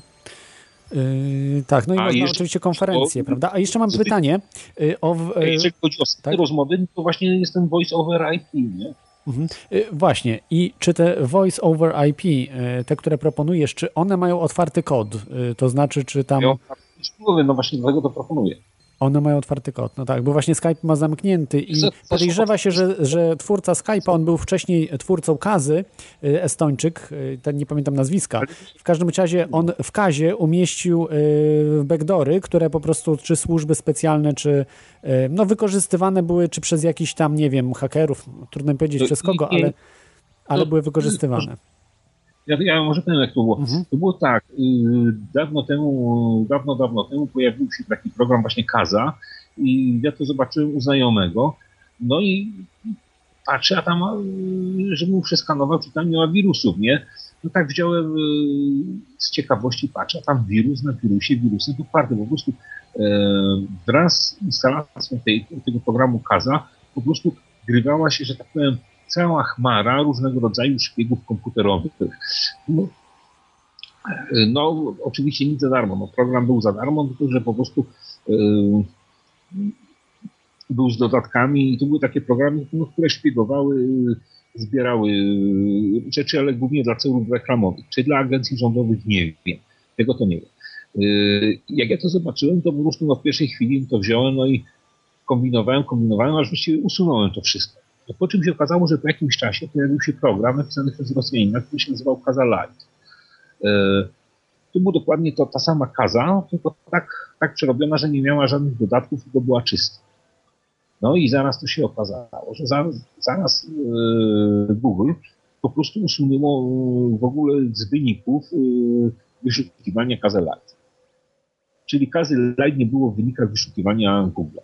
Yy, tak, no i A można jeszcze, oczywiście konferencje, o, prawda? A jeszcze mam pytanie. Yy, o, yy, jeżeli chodzi o tak? rozmowy, to właśnie jest ten voice over I P, nie? Mhm. Yy, właśnie. I czy te voice over I P, yy, te, które proponujesz, czy one mają otwarty kod? Yy, to znaczy, czy tam... Ja, no właśnie dlatego to proponuję. One mają otwarty kod, no tak, bo właśnie Skype ma zamknięty i podejrzewa się, że, że twórca Skype'a, on był wcześniej twórcą Kazy, Estończyk, ten nie pamiętam nazwiska. W każdym razie on w Kazie umieścił backdoory, które po prostu czy służby specjalne, czy no wykorzystywane były, czy przez jakiś tam, nie wiem, hakerów, trudno mi powiedzieć przez kogo, ale, ale były wykorzystywane. Ja, ja może powiem, jak to było. Mhm. To było tak, yy, dawno temu, dawno, dawno temu pojawił się taki program właśnie Kaza i ja to zobaczyłem u znajomego, no i patrzę, a tam, yy, żeby mu przeskanował, czy tam nie ma wirusów, nie? No tak wziąłem yy, z ciekawości, patrzę, a tam wirus na wirusie, wirusem to parte, po prostu yy, wraz z instalacją tej, tego programu Kaza po prostu grywała się, że tak powiem, cała chmara różnego rodzaju szpiegów komputerowych. No, no oczywiście nic za darmo. No, program był za darmo, tylko że po prostu yy, był z dodatkami i to były takie programy, no, które szpiegowały, yy, zbierały yy, rzeczy, ale głównie dla celów reklamowych. Czy dla agencji rządowych? Nie wiem. Tego to nie wiem. Yy, jak ja to zobaczyłem, to po prostu no, w pierwszej chwili to wziąłem no i kombinowałem, kombinowałem, aż właściwie usunąłem to wszystko. Po czym się okazało, że po jakimś czasie pojawił się program napisany przez Rosjanina, który się nazywał Kaza Lite. To było dokładnie to, ta sama Kaza, tylko tak, tak przerobiona, że nie miała żadnych dodatków, tylko była czysta. No i zaraz to się okazało, że zaraz, zaraz Google po prostu usunęło w ogóle z wyników wyszukiwania Kaza Lite. Czyli Kazy Lite nie było w wynikach wyszukiwania Google'a.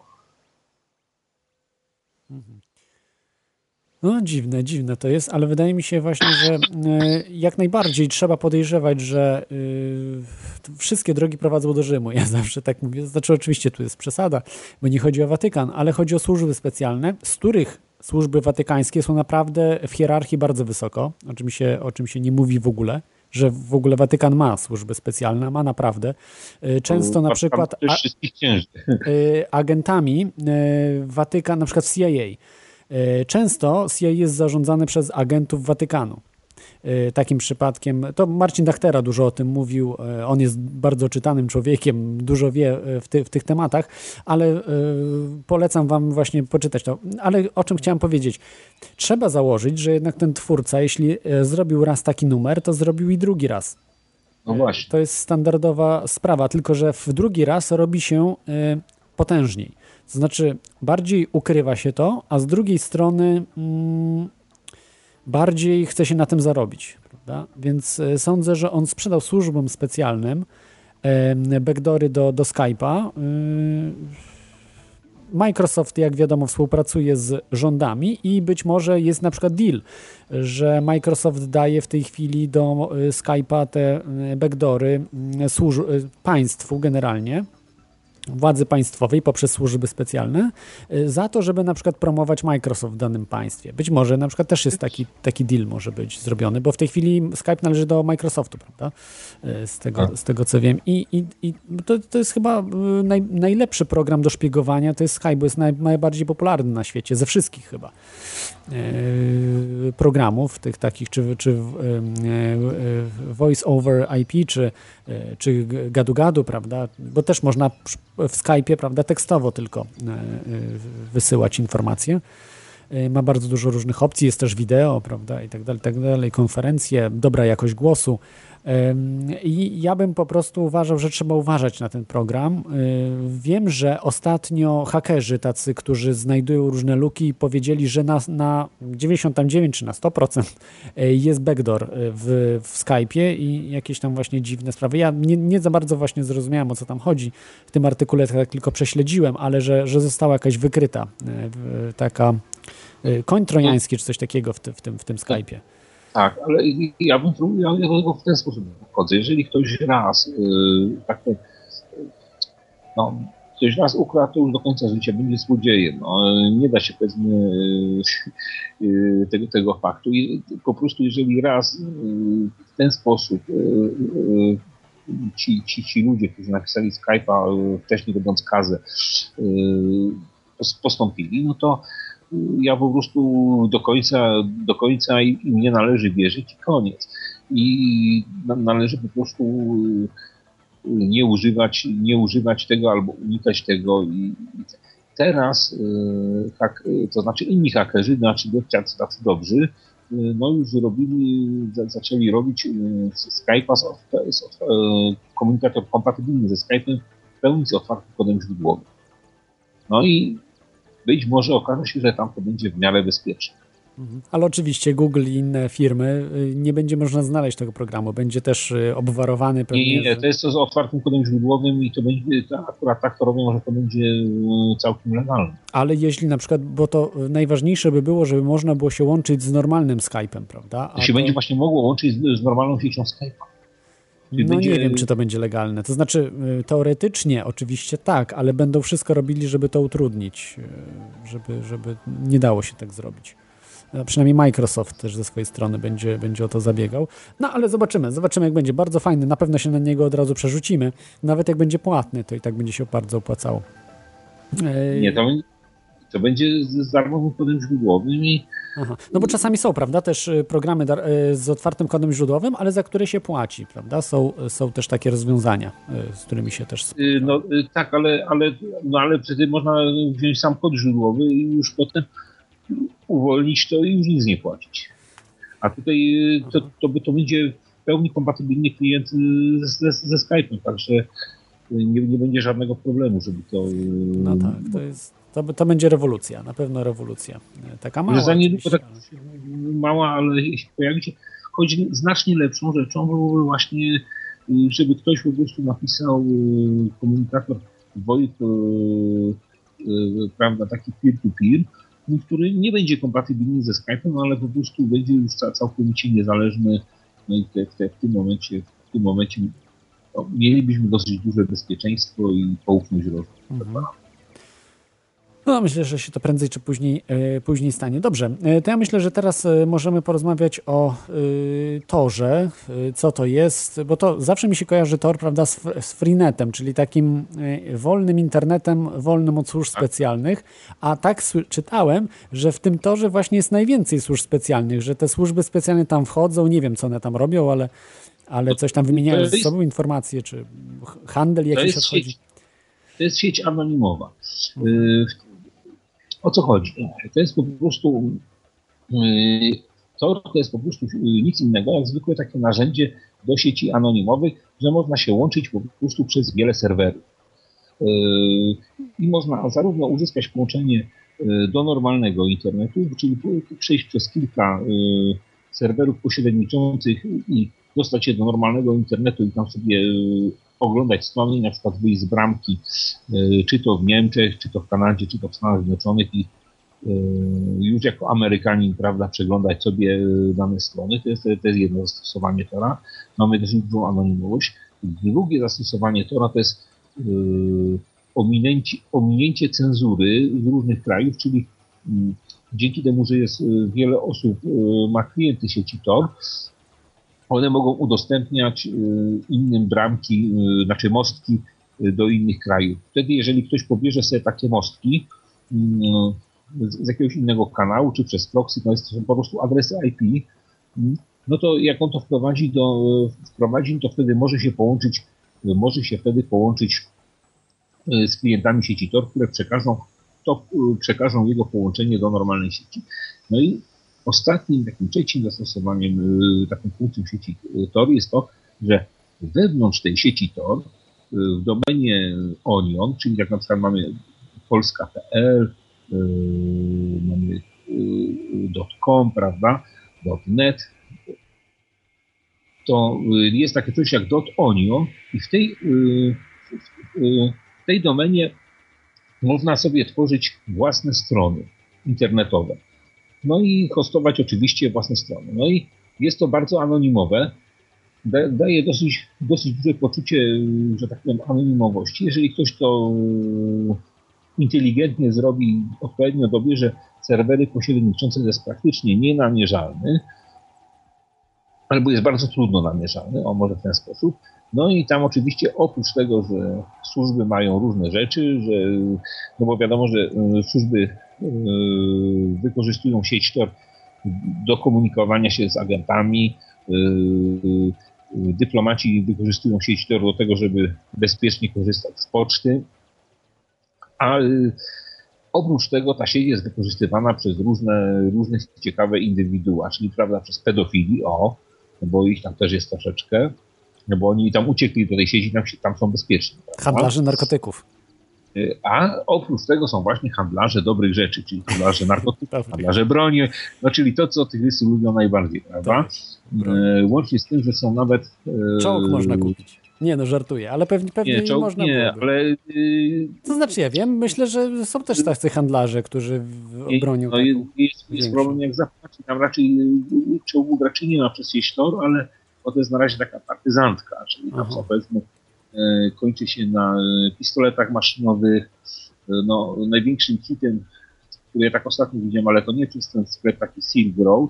Mhm. No dziwne, dziwne to jest, ale wydaje mi się właśnie, że jak najbardziej trzeba podejrzewać, że wszystkie drogi prowadzą do Rzymu. Ja zawsze tak mówię, znaczy oczywiście tu jest przesada, bo nie chodzi o Watykan, ale chodzi o służby specjalne, z których służby watykańskie są naprawdę w hierarchii bardzo wysoko, o czym się, o czym się nie mówi w ogóle, że w ogóle Watykan ma służby specjalne, ma naprawdę. Często na przykład a, agentami Watykan, na przykład C I A. Często C I A jest zarządzane przez agentów Watykanu. takim przypadkiem, to Marcin Dachtera dużo o tym mówił, on jest bardzo czytanym człowiekiem, dużo wie w, ty, w tych tematach, ale polecam wam właśnie poczytać to. Ale o czym chciałem powiedzieć? Trzeba założyć, że jednak ten twórca, jeśli zrobił raz taki numer, to zrobił i drugi raz. No właśnie. To jest standardowa sprawa, tylko że w drugi raz robi się potężniej. To znaczy bardziej ukrywa się to, a z drugiej strony mm, bardziej chce się na tym zarobić. Prawda? Więc sądzę, że on sprzedał służbom specjalnym backdoory do, do Skype'a. Microsoft, jak wiadomo, współpracuje z rządami i być może jest na przykład deal, że Microsoft daje w tej chwili do Skype'a te backdoory służ- państwu generalnie, władzy państwowej poprzez służby specjalne za to, żeby na przykład promować Microsoft w danym państwie. Być może na przykład też jest taki, taki deal może być zrobiony, bo w tej chwili Skype należy do Microsoftu, prawda? Z tego, z tego co wiem. I, i, i to, to jest chyba naj, najlepszy program do szpiegowania, to jest Skype, bo jest naj, najbardziej popularny na świecie, ze wszystkich chyba programów, tych takich, czy, czy voice over I P, czy, czy gadu-gadu, prawda? Bo też można w Skype'ie, prawda, tekstowo tylko wysyłać informacje. Ma bardzo dużo różnych opcji, jest też wideo, prawda, i tak dalej, tak dalej, konferencje, dobra jakość głosu. I ja bym po prostu uważał, że trzeba uważać na ten program. Wiem, że ostatnio hakerzy tacy, którzy znajdują różne luki, powiedzieli, że na, na dziewięćdziesiąt dziewięć czy na sto procent jest backdoor w, w Skype'ie i jakieś tam właśnie dziwne sprawy. Ja nie, nie za bardzo właśnie zrozumiałem, o co tam chodzi. W tym artykule tak tylko prześledziłem, ale że, że została jakaś wykryta taka koń trojański czy coś takiego w, ty, w, tym, w tym Skype'ie. Tak, ale ja bym ja, ja tego w ten sposób podchodzę. Jeżeli ktoś raz yy, tak, no, ktoś raz ukradł, to już do końca życia będzie złodziejem. No, nie da się powiedzmy yy, tego, tego faktu. I po prostu jeżeli raz yy, w ten sposób yy, ci, ci, ci ludzie, którzy napisali Skype'a yy, wcześniej robiąc kazę, yy, postąpili, no to ja po prostu do końca, do końca im nie należy wierzyć i koniec. I należy po prostu nie używać, nie używać tego albo unikać tego. I teraz, tak, to znaczy inni hakerzy, znaczy tacy dobrzy, no już robili, zaczęli robić Skype'a, z, z, komunikator kompatybilny ze Skype'em w pełni z otwartym kodem źródłowym. No i być może okaże się, że tam to będzie w miarę bezpieczne. Ale oczywiście Google i inne firmy nie będzie można znaleźć tego programu. Będzie też obwarowany pewnie. Nie, nie, to jest to z otwartym kodem źródłowym i to będzie, to akurat tak to robią, że to będzie całkiem legalne. Ale jeśli na przykład, bo to najważniejsze by było, żeby można było się łączyć z normalnym Skype'em, prawda? A to się to... będzie właśnie mogło łączyć z, z normalną siecią Skype'a. No będzie... nie wiem, czy to będzie legalne. To znaczy teoretycznie oczywiście tak, ale będą wszystko robili, żeby to utrudnić, żeby, żeby nie dało się tak zrobić. No, przynajmniej Microsoft też ze swojej strony będzie, będzie o to zabiegał. No ale zobaczymy, zobaczymy jak będzie. Bardzo fajny, na pewno się na niego od razu przerzucimy. Nawet jak będzie płatny, to i tak będzie się bardzo opłacało. Nie, to, to będzie z darmowym kodem źródłowym i Aha. No bo czasami są, prawda, też programy z otwartym kodem źródłowym, ale za które się płaci, prawda? Są, są też takie rozwiązania, z którymi się też... No tak, ale, ale, no, ale wtedy można wziąć sam kod źródłowy i już potem uwolnić to i już nic nie płacić. A tutaj to, to, to będzie w pełni kompatybilny klient ze, ze Skype'em, także nie, nie będzie żadnego problemu, żeby to... No tak, to jest... To, to będzie rewolucja, na pewno rewolucja. Taka mała. Że za niedługo tak mała, ale jeśli pojawi się, choć znacznie lepszą rzeczą byłoby właśnie, żeby ktoś po prostu napisał komunikator VoIP, prawda, taki peer-to-peer, który nie będzie kompatybilny ze Skype'em, ale po prostu będzie już całkowicie niezależny. No i te, te, w tym momencie, w tym momencie no, mielibyśmy dosyć duże bezpieczeństwo i poufność rozwoju. Mhm. No, myślę, że się to prędzej czy później, e, później stanie. Dobrze, e, to ja myślę, że teraz e, możemy porozmawiać o e, torze, e, co to jest, bo to zawsze mi się kojarzy tor, prawda, z, z Freenetem, czyli takim e, wolnym internetem, wolnym od służb specjalnych, a tak s- czytałem, że w tym torze właśnie jest najwięcej służb specjalnych, że te służby specjalne tam wchodzą, nie wiem, co one tam robią, ale, ale coś tam wymieniają ze sobą informacje, czy handel jakiś odchodzi. Sieć, to jest sieć anonimowa. Y, O co chodzi? To jest po prostu Tor to jest po prostu nic innego jak zwykłe takie narzędzie do sieci anonimowej, że można się łączyć po prostu przez wiele serwerów. I można zarówno uzyskać połączenie do normalnego internetu, czyli przejść przez kilka serwerów pośredniczących i dostać się do normalnego internetu i tam sobie oglądać strony i na przykład wyjść z bramki, czy to w Niemczech, czy to w Kanadzie, czy to w Stanach Zjednoczonych i już jako Amerykanin, prawda, przeglądać sobie dane strony. To jest, to jest jedno zastosowanie Tora. Mamy też dużą anonimowość. Drugie zastosowanie Tora to jest yy, ominięcie, ominięcie cenzury z różnych krajów, czyli yy, dzięki temu, że jest yy, wiele osób yy, ma klienty sieci Tor, one mogą udostępniać yy, innym bramki, yy, znaczy mostki yy, do innych krajów. Wtedy, jeżeli ktoś pobierze sobie takie mostki, yy, z jakiegoś innego kanału, czy przez proxy, to, jest, to są po prostu adresy I P, no to jak on to wprowadzi, do, wprowadzi, to wtedy może się połączyć, może się wtedy połączyć z klientami sieci Tor, które przekażą, to, przekażą jego połączenie do normalnej sieci. No i ostatnim, takim trzecim zastosowaniem, taką funkcją sieci Tor jest to, że wewnątrz tej sieci Tor, w domenie Onion, czyli jak na przykład mamy polska kropka p l, Yy, mamy yy, .com, prawda, .net, to yy, jest takie coś jak .onio i w tej, yy, yy, w tej domenie można sobie tworzyć własne strony internetowe. No i hostować oczywiście własne strony. No i jest to bardzo anonimowe, da, daje dosyć, dosyć duże poczucie, że tak powiem, anonimowości. Jeżeli ktoś to yy, inteligentnie zrobi, odpowiednio dobierze serwery pośredniczące, to jest praktycznie nienamierzalny, albo jest bardzo trudno namierzalny, o może w ten sposób. No i tam oczywiście oprócz tego, że służby mają różne rzeczy, że, no bo wiadomo, że służby wykorzystują sieć Tor do komunikowania się z agentami, dyplomaci wykorzystują sieć Tor do tego, żeby bezpiecznie korzystać z poczty. A oprócz tego ta sieć jest wykorzystywana przez różne, różne ciekawe indywidua, czyli prawda, przez pedofili, o, bo ich tam też jest troszeczkę, no bo oni tam uciekli do tej sieci, tam, tam są bezpieczni. Prawda? Handlarzy narkotyków. A oprócz tego są właśnie handlarze dobrych rzeczy, czyli handlarze narkotyków, handlarze broni, no czyli to, co tygrysy lubią najbardziej, prawda? E, łącznie z tym, że są nawet... E, czołg można kupić. Nie, no żartuję, ale pewnie, pewnie nie, czołg, można nie, byłoby. ale... Yy, to znaczy ja wiem, myślę, że są też tacy handlarze, którzy obronią no, jest, jest, jest problem jak zapłaci. Tam raczej czołgów raczej nie ma przez sieć Tor, ale to jest na razie taka partyzantka, czyli tam co powiedzmy e, kończy się na pistoletach maszynowych. No, największym hitem, który ja tak ostatnio widziałem, ale to nie przez ten sklep taki Silk Road,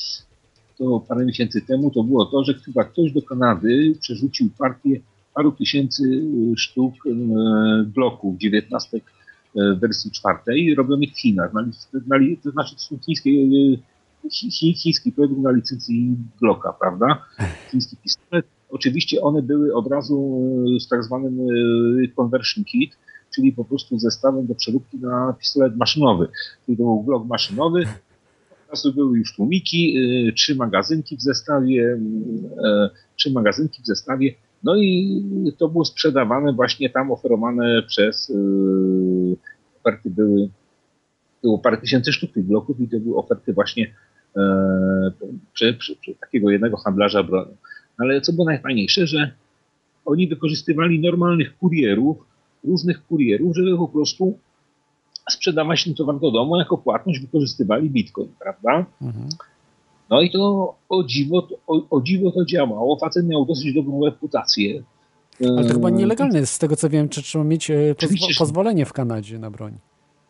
to parę miesięcy temu to było to, że chyba ktoś do Kanady przerzucił partię paru tysięcy sztuk bloków dziewiętnastek wersji czwartej robionych w Chinach. Na, na, to znaczy to są chińskie, chi, chiński produkt na licencji Glocka, prawda? Chiński pistolet. Oczywiście one były od razu z tak zwanym conversion kit, czyli po prostu zestawem do przeróbki na pistolet maszynowy. Czyli to był Glock maszynowy. Teraz były już tłumiki, y, trzy magazynki w zestawie, y, trzy magazynki w zestawie, no i to było sprzedawane właśnie tam, oferowane przez, y, oferty były, było parę tysięcy sztuk tych bloków i to były oferty właśnie y, przy, przy, przy takiego jednego handlarza bronią. Ale co było najfajniejsze, że oni wykorzystywali normalnych kurierów, różnych kurierów, żeby po prostu sprzedawać ten towar do domu, jako płatność wykorzystywali bitcoin, prawda? Mhm. No i to o dziwo, o, o dziwo to działało. Facet miał dosyć dobrą reputację. Ale to chyba nielegalne jest, z tego co wiem, czy trzeba mieć pozwo- pozwolenie w Kanadzie na broń.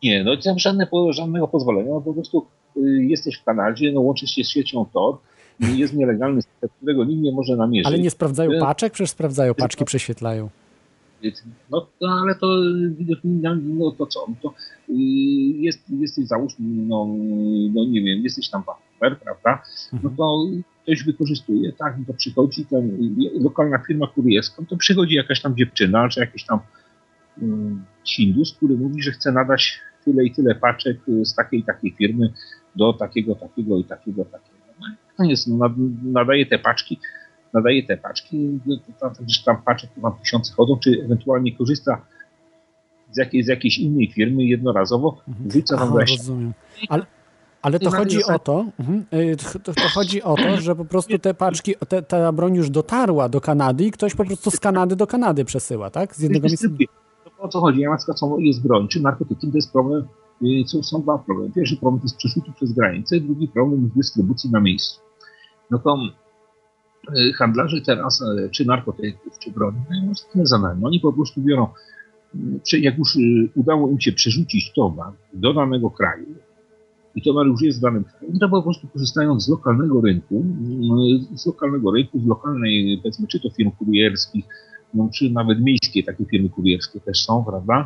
Nie, no tam żadne, żadnego pozwolenia, no po prostu y, jesteś w Kanadzie, no łączysz się z siecią Tor, jest nielegalny sklep, którego nikt nie może namierzyć. Ale nie sprawdzają paczek? Przecież sprawdzają, paczki prześwietlają. No, no ale to no to co? No to y, jest, jesteś załóżmy, no, no nie wiem, jesteś tam partner, prawda? No to ktoś wykorzystuje, tak, no to przychodzi ten, lokalna firma kurierską, to przychodzi jakaś tam dziewczyna, czy jakiś tam y, Hindus, który mówi, że chce nadać tyle i tyle paczek z takiej i takiej firmy do takiego, takiego i takiego, takiego. No jest, no, nadaje te paczki, nadaje te paczki, tam, tam paczek to mam tysiące chodzą, czy ewentualnie korzysta z jakiejś, z jakiejś innej firmy jednorazowo, wrzuca tam Aha, rozumiem. Ale, ale to chodzi o to, to, to chodzi o to, że po prostu te paczki, te, ta broń już dotarła do Kanady i ktoś po prostu z Kanady do Kanady przesyła, tak? Z jednego miejsca. O co chodzi? Ja na przykład są, jest broń, czy narkotyki, to jest problem, są, są dwa problemy. Pierwszy problem to jest przerzutu przez granicę, drugi problem jest dystrybucji na miejscu. No to handlarze teraz, czy narkotyków, czy broni, mają tyle za nami. Oni po prostu biorą, jak już udało im się przerzucić towar do danego kraju i towar już jest w danym kraju, to po prostu korzystając z lokalnego rynku, z lokalnego rynku, z lokalnej, powiedzmy, czy to firm kurierskich, no, czy nawet miejskie takie firmy kurierskie też są, prawda,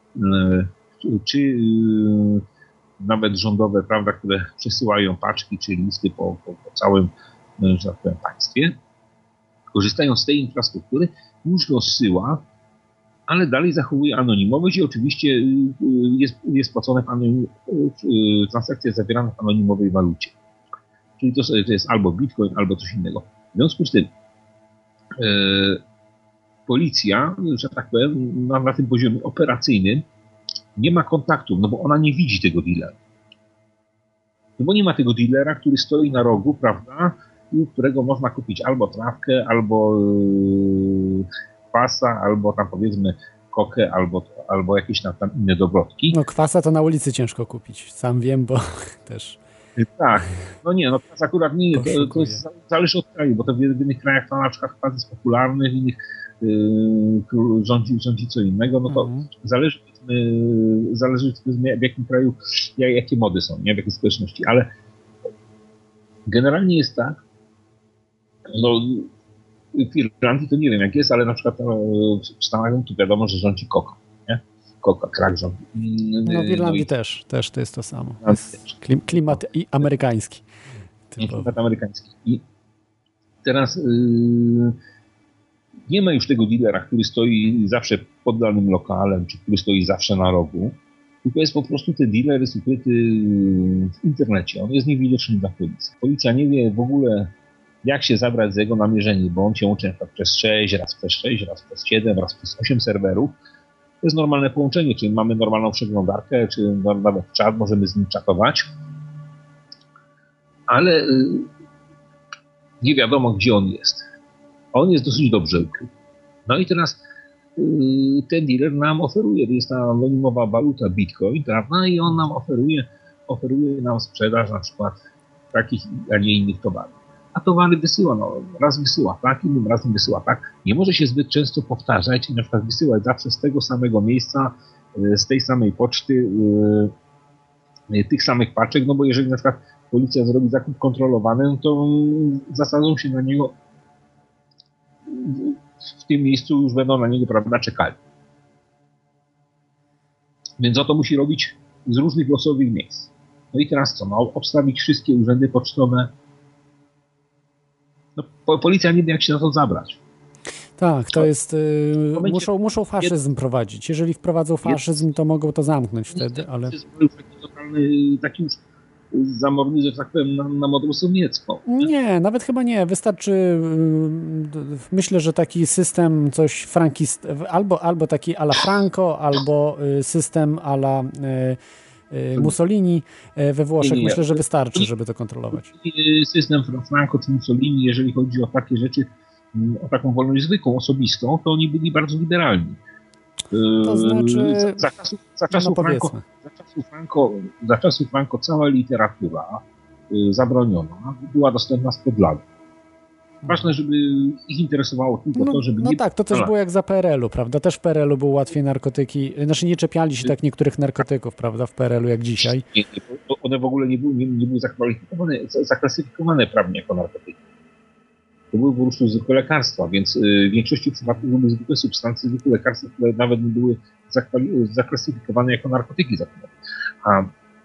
czy nawet rządowe, prawda, które przesyłają paczki, czy listy po, po, po całym, że tak powiem, państwie, korzystają z tej infrastruktury, już rozsyła, ale dalej zachowuje anonimowość i oczywiście jest, jest płacone w anonim, transakcja jest zawierana w anonimowej walucie. Czyli to, to jest albo bitcoin, albo coś innego. W związku z tym e, policja, że tak powiem, na, na tym poziomie operacyjnym nie ma kontaktów, no bo ona nie widzi tego dealera. No bo nie ma tego dealera, który stoi na rogu, prawda, i u którego można kupić albo trawkę, albo yy, kwasa, albo tam powiedzmy kokę, albo, albo jakieś tam, tam inne dobrotki. No kwasa to na ulicy ciężko kupić, sam wiem, bo też... Tak, no nie, no kwas akurat nie, to, to jest, zależy od kraju, bo to w innych krajach to na przykład kwas jest popularny, w innych yy, rządzi, rządzi co innego, no to mhm. zależy, yy, zależy w jakim kraju, jak, jakie mody są, nie, w jakiej społeczności, ale generalnie jest tak, no w Irlandii to nie wiem jak jest, ale na przykład w Stanach to wiadomo, że rządzi koka, nie? Koka, krak rządzi. No w Irlandii no i... też, też to jest to samo. Jest klim, klimat i amerykański. Nie, klimat amerykański. I teraz yy, nie ma już tego dealera, który stoi zawsze pod danym lokalem, czy który stoi zawsze na rogu, tylko jest po prostu ten dealer jest ukryty w internecie. On jest niewidoczny dla policji. Policja nie wie w ogóle, jak się zabrać z jego namierzenie, bo on się łączy przez sześć, raz przez sześć, raz przez siedem, raz przez osiem serwerów. To jest normalne połączenie, czyli mamy normalną przeglądarkę, czy nawet czat, możemy z nim czatować. Ale nie wiadomo, gdzie on jest. On jest dosyć dobrze ukryty. No i teraz ten dealer nam oferuje, to jest ta anonimowa waluta Bitcoin, prawda? I on nam oferuje, oferuje nam sprzedaż na przykład takich, a nie innych towarów. A towary wysyła, no raz wysyła tak, innym razem wysyła tak. Nie może się zbyt często powtarzać i na przykład wysyłać zawsze z tego samego miejsca, z tej samej poczty, yy, tych samych paczek, no bo jeżeli na przykład policja zrobi zakup kontrolowany, no to zasadzą się na niego w tym miejscu, już będą na niego, prawda, czekali. Więc o to musi robić z różnych losowych miejsc. No i teraz co? No, obstawić wszystkie urzędy pocztowe. No, policja nie wie, jak się na to zabrać. Tak, to jest... Yy, muszą, muszą faszyzm prowadzić. Jeżeli wprowadzą faszyzm, to mogą to zamknąć wtedy, ale... To jest taki totalny, taki już zamorny, że tak powiem, na, na modłę sowiecką. Nie, nawet chyba nie. Wystarczy, yy, myślę, że taki system coś frankist... Albo, albo taki a la Franco, albo yy, system a la... Yy, Mussolini we Włoszech, nie, nie, myślę, że wystarczy, żeby to kontrolować. System Franco czy Mussolini, jeżeli chodzi o takie rzeczy, o taką wolność zwykłą, osobistą, to oni byli bardzo liberalni. To znaczy... Za, za czasów, za czasów, no Franco, za czasów Franco, za czasów Franco cała literatura y, zabroniona była dostępna spod lat. Ważne, żeby ich interesowało tylko no, to, żeby... No nie... tak, to też było jak za P R L-u, prawda? Też w P R L-u było łatwiej narkotyki, znaczy nie czepiali się tak niektórych narkotyków, prawda, w P R L-u jak dzisiaj. Nie, nie, one w ogóle nie były, nie, nie były zakwalifikowane, zaklasyfikowane prawnie jako narkotyki. To były po prostu zwykłe lekarstwa, więc w większości przypadków były zwykłe substancje, zwykłe lekarstwa, które nawet nie były zaklasyfikowane jako narkotyki. A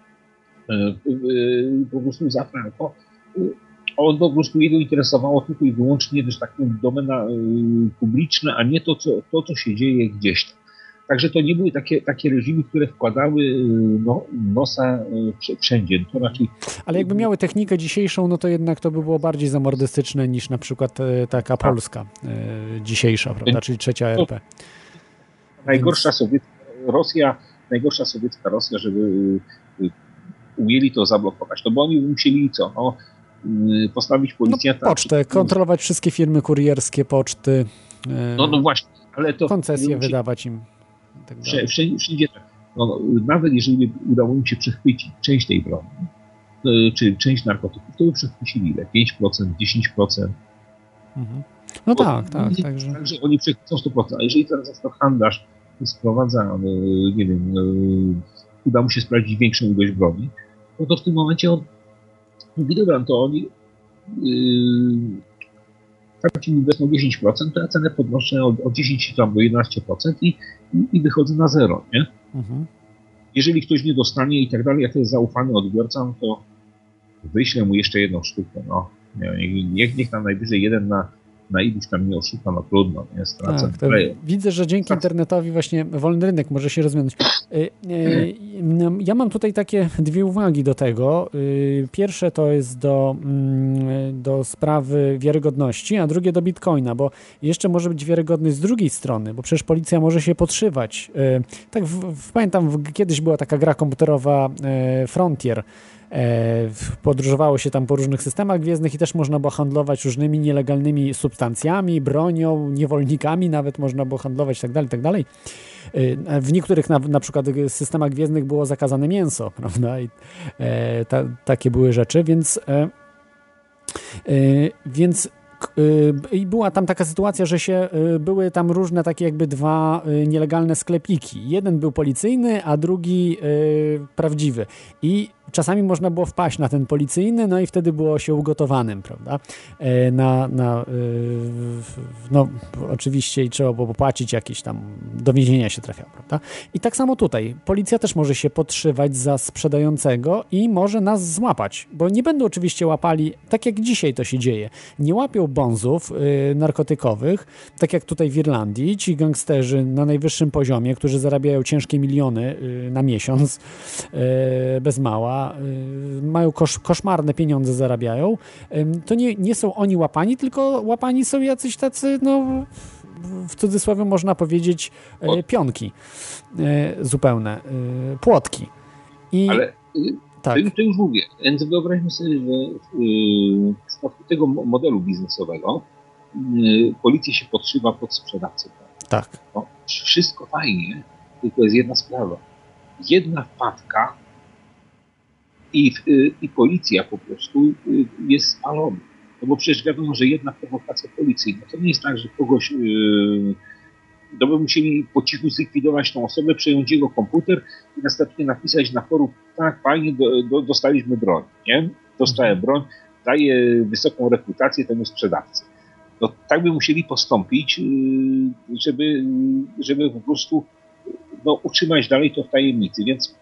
po prostu za Franco on po prostu jego interesowało tylko i wyłącznie też taką domena publiczna, a nie to co, to, co się dzieje gdzieś tam. Także to nie były takie, takie reżimy, które wkładały no, nosa wszędzie. To raczej... Ale jakby miały technikę dzisiejszą, no to jednak to by było bardziej zamordystyczne niż na przykład taka Polska dzisiejsza, prawda, czyli trzecia R P. Najgorsza Więc... sowiecka Rosja, najgorsza sowiecka Rosja, żeby umieli to zablokować. No bo oni musieli co? No, postawić policjanta. No, pocztę, kontrolować wszystkie firmy kurierskie, poczty. No, no właśnie, ale to... Koncesje wydawać im. Tak wszędzie, wszędzie tak. No, nawet jeżeli udało im się przechwycić część tej broni, czy część narkotyków, to by przechwycili ile? pięć procent, dziesięć procent. Mhm. No Bo, tak, tak. Nie, także. także oni przechwycą sto procent. A jeżeli teraz na handlarz sprowadza, nie wiem, uda mu się sprawdzić większą ilość broni, no to w tym momencie on mówi, dobra, to oni tak ci wezmą dziesięć procent, to ja cenę podnoszę od, od dziesięć do jedenaście procent i, i wychodzę na zero, nie? Mhm. Jeżeli ktoś nie dostanie i tak dalej, jak to jest zaufany odbiorca, no to wyślę mu jeszcze jedną sztukę, no. Niech, niech tam najwyżej jeden na, na iluś tam nie oszuka, no trudno, nie? Stracę tak, widzę, że dzięki internetowi właśnie wolny rynek może się rozwinąć. Ja mam tutaj takie dwie uwagi do tego. Pierwsze to jest do, do sprawy wiarygodności, a drugie do Bitcoina, bo jeszcze może być wiarygodny z drugiej strony, bo przecież policja może się podszywać. Tak, w, w, pamiętam, w, kiedyś była taka gra komputerowa Frontier. Podróżowało się tam po różnych systemach gwiezdnych i też można było handlować różnymi nielegalnymi substancjami, bronią, niewolnikami nawet można było handlować i tak dalej, tak dalej. W niektórych na, na przykład systemach gwiezdnych było zakazane mięso, prawda? I e, ta, takie były rzeczy, więc e, e, więc i była tam taka sytuacja, że się były tam różne takie jakby dwa nielegalne sklepiki. Jeden był policyjny, a drugi prawdziwy. I czasami można było wpaść na ten policyjny, no i wtedy było się ugotowanym, prawda? Na, na, no oczywiście i trzeba było płacić jakieś tam, do więzienia się trafiało, prawda? I tak samo tutaj. Policja też może się podszywać za sprzedającego i może nas złapać, bo nie będą oczywiście łapali, tak jak dzisiaj to się dzieje. Nie łapią bonzów y, narkotykowych, tak jak tutaj w Irlandii, ci gangsterzy na najwyższym poziomie, którzy zarabiają ciężkie miliony y, na miesiąc, y, bez mała, y, mają kosz, koszmarne pieniądze zarabiają, y, to nie, nie są oni łapani, tylko łapani są jacyś tacy, no w cudzysłowie można powiedzieć y, pionki y, zupełne, y, płotki. I, Ale... Tak. To, to już mówię, więc wyobraźmy sobie, że yy, w przypadku tego modelu biznesowego yy, policja się podszywa pod sprzedawcę. Tak. No, wszystko fajnie, tylko jest jedna sprawa. Jedna wpadka i, yy, i policja po prostu yy, jest spalona. No bo przecież wiadomo, że jedna prowokacja policyjna to nie jest tak, że kogoś... Yy, to by musieli po cichu zlikwidować tą osobę, przejąć jego komputer i następnie napisać na forum, tak, fajnie, do, do, dostaliśmy broń, nie? Dostałem broń, daję wysoką reputację temu sprzedawcy. No tak by musieli postąpić, żeby, żeby po prostu no, utrzymać dalej to w tajemnicy, więc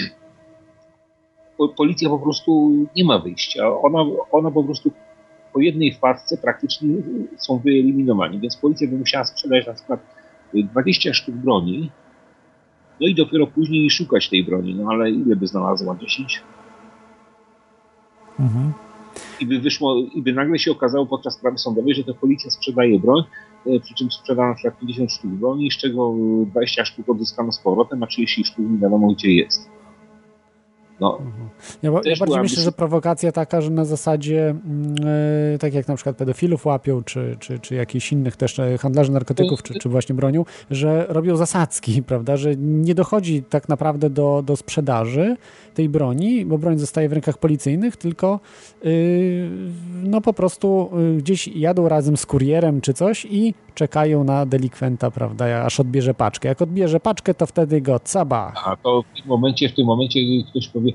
policja po prostu nie ma wyjścia. Ona, ona po prostu po jednej wpadce praktycznie są wyeliminowani, więc policja by musiała sprzedać na przykład dwadzieścia sztuk broni, no i dopiero później szukać tej broni, no ale ile by znalazła? dziesięć? Mhm. I by wyszło, i by nagle się okazało podczas sprawy sądowej, że to policja sprzedaje broń, przy czym sprzeda na przykład pięćdziesiąt sztuk broni, z czego dwadzieścia sztuk odzyskano z powrotem, a trzydzieści sztuk nie wiadomo gdzie jest. No, ja, ja bardziej myślę, myślę, że prowokacja taka, że na zasadzie yy, tak jak na przykład pedofilów łapią, czy, czy, czy jakichś innych też handlarzy narkotyków, czy, czy właśnie bronią, że robią zasadzki, prawda, że nie dochodzi tak naprawdę do, do sprzedaży tej broni, bo broń zostaje w rękach policyjnych, tylko yy, no po prostu yy, gdzieś jadą razem z kurierem czy coś i czekają na delikwenta, prawda, aż odbierze paczkę. Jak odbierze paczkę, to wtedy go cabach. A to w tym momencie, w tym momencie ktoś powie,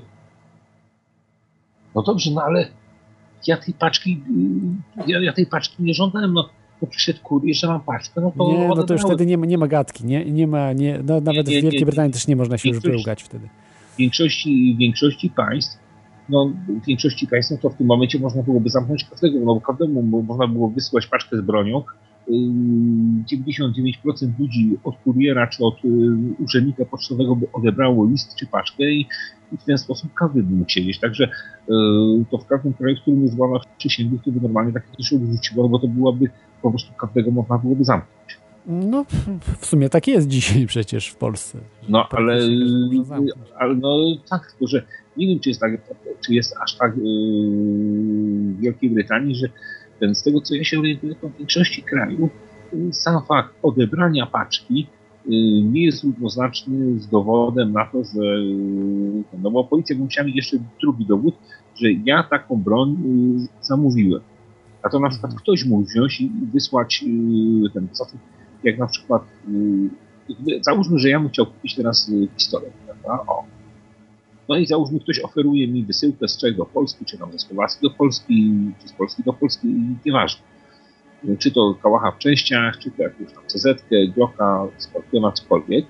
no dobrze, no ale ja tej paczki, ja, ja tej paczki nie żądałem, no to przyszedł kurier, że mam paczkę, no to... Nie, no to już wtedy nie ma, nie ma gadki, nie, nie ma, nie, no nawet nie, nie, w Wielkiej nie, Brytanii też nie można się już wyłgać wtedy. W większości, w większości państw, no w większości państw, no to w tym momencie można byłoby zamknąć każdego, no bo każdemu bo można było wysłać paczkę z bronią, dziewięćdziesiąt dziewięć procent ludzi od kuriera czy od urzędnika pocztowego by odebrało list czy paczkę i, i w ten sposób każdy by mógł siedzieć. Także to w każdym kraju, w którym jest wolność przysięgłych, to by normalnie takie coś odrzuciło, bo to byłoby po prostu każdego można byłoby zamknąć. No w sumie tak jest dzisiaj przecież w Polsce. No ale, ale no tak, tylko że nie wiem, czy jest, tak, czy jest aż tak yy, w Wielkiej Brytanii, że ten, z tego co ja się orientuję, to w większości krajów sam fakt odebrania paczki nie jest równoznaczny z dowodem na to, że no bo policja by musiała mieć jeszcze drugi dowód, że ja taką broń zamówiłem. A to na przykład ktoś mógł wziąć i wysłać ten, jak na przykład załóżmy, że ja bym chciał kupić teraz pistolet, prawda? O. No i załóżmy, ktoś oferuje mi wysyłkę z Czech do Polski, czy tam ze Słowacji do Polski, czy z Polski do Polski, nieważne. Czy to kałacha w częściach, czy to jakąś tam C Z-kę, Glocka, Skorpiona, cokolwiek.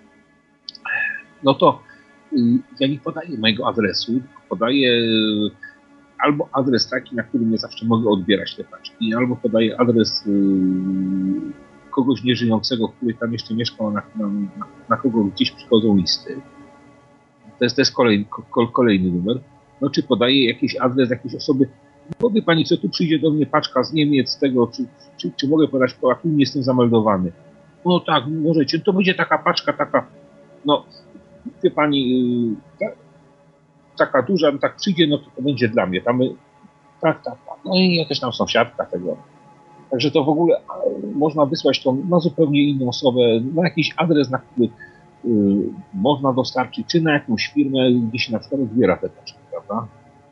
No to ja nie podaję mojego adresu, podaję albo adres taki, na którym ja zawsze mogę odbierać te paczki, albo podaję adres kogoś nieżyjącego, który tam jeszcze mieszkał, na, na, na kogo gdzieś przychodzą listy. To jest, to jest kolejny, kolejny numer. No czy podaje jakiś adres jakiejś osoby, powie pani, co tu przyjdzie do mnie paczka z Niemiec, z tego, czy, czy, czy mogę podać, po jakim jestem zameldowany. No tak, możecie, to będzie taka paczka, taka, no, wie pani, ta, taka duża, tak przyjdzie, no to, to będzie dla mnie. Tam, tak, tak, tak. No i jakaś tam sąsiadka tego. Także to w ogóle można wysłać to na zupełnie inną osobę, na jakiś adres, na który y, można dostarczyć, czy na jakąś firmę, gdzie się na przykład odbiera te paczki, prawda?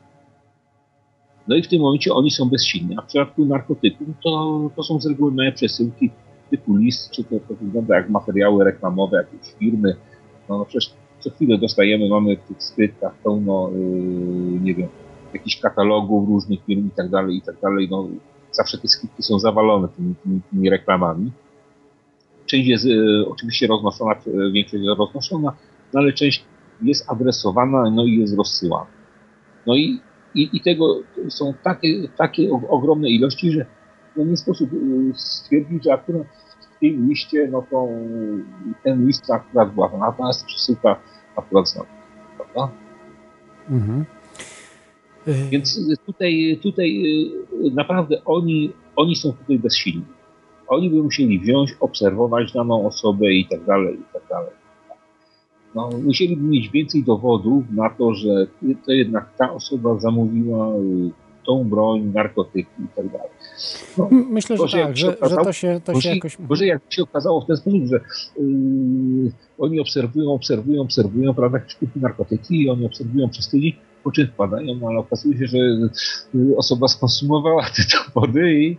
No i w tym momencie oni są bezsilni. A w przypadku narkotyków to, to są z reguły małe przesyłki typu list, czy to, to wygląda jak materiały reklamowe jakiejś firmy. No, no przecież co chwilę dostajemy, mamy w tych skrytkach pełno, yy, nie wiem, jakichś katalogów różnych firm i tak dalej, i tak dalej. No, zawsze te skrytki są zawalone tymi, tymi, tymi reklamami. Część jest yy, oczywiście roznoszona, większość jest roznoszona, no ale część jest adresowana, no i jest rozsyłana. No i I, I tego są takie, takie ogromne ilości, że no nie sposób stwierdzić, że akurat w tym liście, no to ten list akurat była, natomiast przesyłka akurat znowu, prawda? Mhm. Więc tutaj, tutaj naprawdę oni, oni są tutaj bezsilni. Oni by musieli wziąć, obserwować daną osobę i tak dalej, i tak dalej. No, musieliby mieć więcej dowodów na to, że to jednak ta osoba zamówiła tą broń, narkotyki i tak dalej. No, myślę, że tak, że, okazało, że to się, to się jakoś... Może jak się okazało w ten sposób, że yy, oni obserwują, obserwują, obserwują, prawda, jakieś kupi narkotyki i oni obserwują przez tydzień, po czym wpadają, no, ale okazuje się, że yy, osoba skonsumowała te dowody i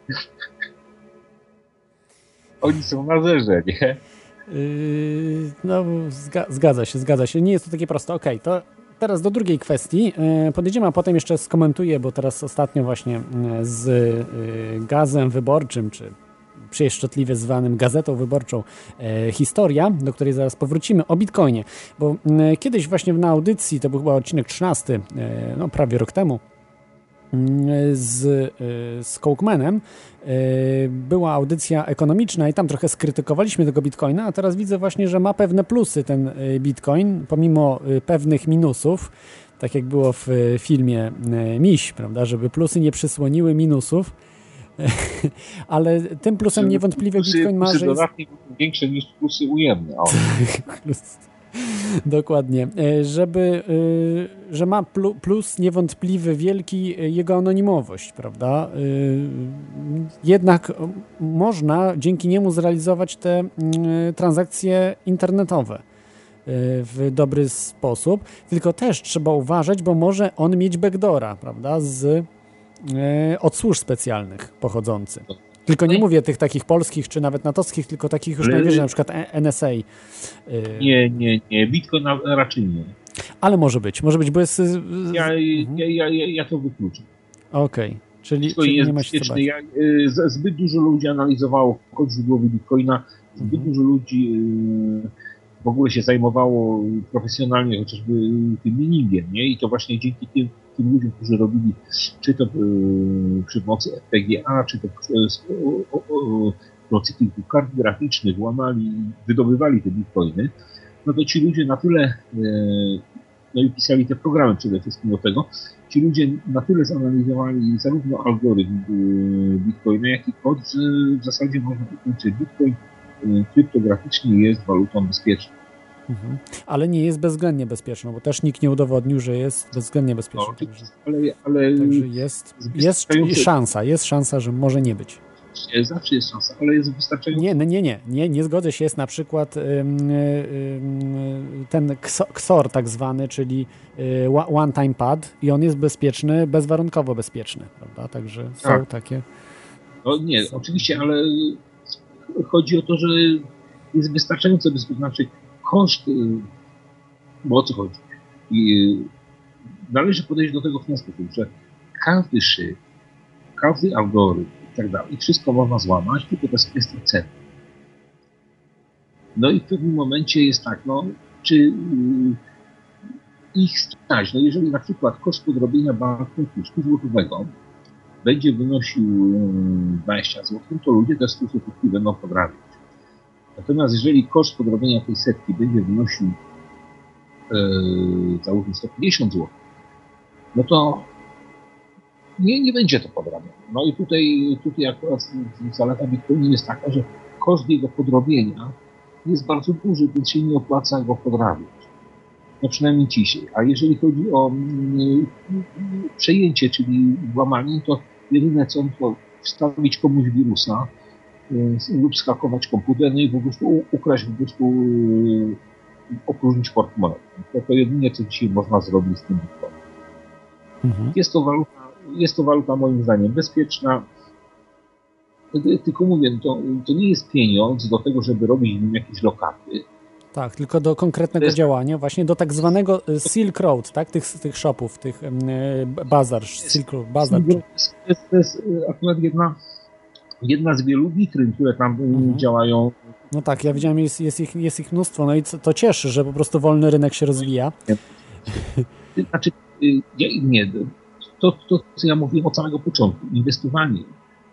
oni są na zerze, nie? Yy, no, zgadza się, zgadza się. Nie jest to takie proste. Okej, okay, to teraz do drugiej kwestii podejdziemy, a potem jeszcze skomentuję, bo teraz ostatnio właśnie z Gazem Wyborczym, czy pieszczotliwie zwanym Gazetą Wyborczą Historia, do której zaraz powrócimy, o Bitcoinie. Bo kiedyś właśnie na audycji, to był chyba odcinek trzynasty, no prawie rok temu, z, z Kołkmanem była audycja ekonomiczna i tam trochę skrytykowaliśmy tego Bitcoina, a teraz widzę właśnie, że ma pewne plusy ten Bitcoin, pomimo pewnych minusów, tak jak było w filmie Miś, prawda, żeby plusy nie przysłoniły minusów, ale tym plusem niewątpliwie plusy, Bitcoin ma, plusy że jest... dodatnie większe niż plusy ujemne. Dokładnie. Żeby, że ma plus niewątpliwy wielki jego anonimowość, prawda? Jednak można dzięki niemu zrealizować te transakcje internetowe w dobry sposób, tylko też trzeba uważać, bo może on mieć backdoora, prawda? Z, od służb specjalnych pochodzący. Tylko nie mówię tych takich polskich, czy nawet natowskich, tylko takich już najwyżej, na przykład N S A. Nie, nie, nie. Bitcoin raczej nie. Ale może być, może być, bo jest... Ja, ja, ja, ja, ja to wykluczam. Okej, okay. czyli, Bitcoin czyli jest nie ma się co bać. Ja, zbyt dużo ludzi analizowało kod źródłowy Bitcoina, zbyt mhm. dużo ludzi w ogóle się zajmowało profesjonalnie chociażby tym miningiem, nie? I to właśnie dzięki tym tym ludziom, którzy robili czy to yy, przy pomocy F P G A, czy to przy pomocy kilku kart graficznych łamali, wydobywali te bitcoiny, no to ci ludzie na tyle, yy, no i pisali te programy przede wszystkim do tego, ci ludzie na tyle zanalizowali zarówno algorytm yy, bitcoina, jak i kod, że w zasadzie można powiedzieć, że bitcoin yy, kryptograficznie jest walutą bezpieczną. Mhm. Ale nie jest bezwzględnie bezpieczną, bo też nikt nie udowodnił, że jest bezwzględnie bezpieczną. No, także, ale, ale także jest, jest szansa, jest szansa, że może nie być. Zawsze jest szansa, ale jest wystarczająco. Nie, nie, nie, nie, nie zgodzę się. Jest na przykład ym, ym, ten X O R tak zwany, czyli y, one time pad i on jest bezpieczny, bezwarunkowo bezpieczny, prawda? Także są tak. takie. No nie, są. Oczywiście, ale chodzi o to, że jest wystarczająco bezpieczny. Znaczy, koszt, bo o co chodzi? I należy podejść do tego w ten sposób, że każdy szyb, każdy algorytm i tak dalej, wszystko można złamać, tylko to jest kwestia ceny. No i w pewnym momencie jest tak, no, czy ich stać, no jeżeli na przykład koszt podrobienia bankowości złotowego będzie wynosił dwadzieścia złotych, to ludzie te sto złotych będą podrabiać. Natomiast jeżeli koszt podrobienia tej setki będzie wynosił yy, załóżmy sto pięćdziesiąt złotych, no to nie, nie będzie to podrabiane. No i tutaj, tutaj akurat zaleta Bitcoina jest taka, że koszt jego podrobienia jest bardzo duży, więc się nie opłaca go podrabiać. No przynajmniej dzisiaj. A jeżeli chodzi o yy, przejęcie, czyli włamanie, to jedyne co to wstawić komuś wirusa, lub skakować komputer, no i po prostu ukraść, po prostu opróżnić portmonę. To, to jedynie, co dzisiaj można zrobić z tym bitcoinem. Mhm. Jest to waluta, jest to waluta moim zdaniem bezpieczna, tylko mówię, to, to nie jest pieniądz do tego, żeby robić w nim jakieś lokaty. Tak, tylko do konkretnego jest... działania, właśnie do tak zwanego Silk Road, tak? Tych, tych shopów, tych bazar, Silk Road, bazar. To jest, to jest akurat jedna Jedna z wielu witryn, które tam mhm. działają. No tak, ja widziałem, jest, jest, ich, jest ich mnóstwo, no i to cieszy, że po prostu wolny rynek się rozwija. Znaczy, ja, nie, to, to, co ja mówiłem od samego początku, inwestowanie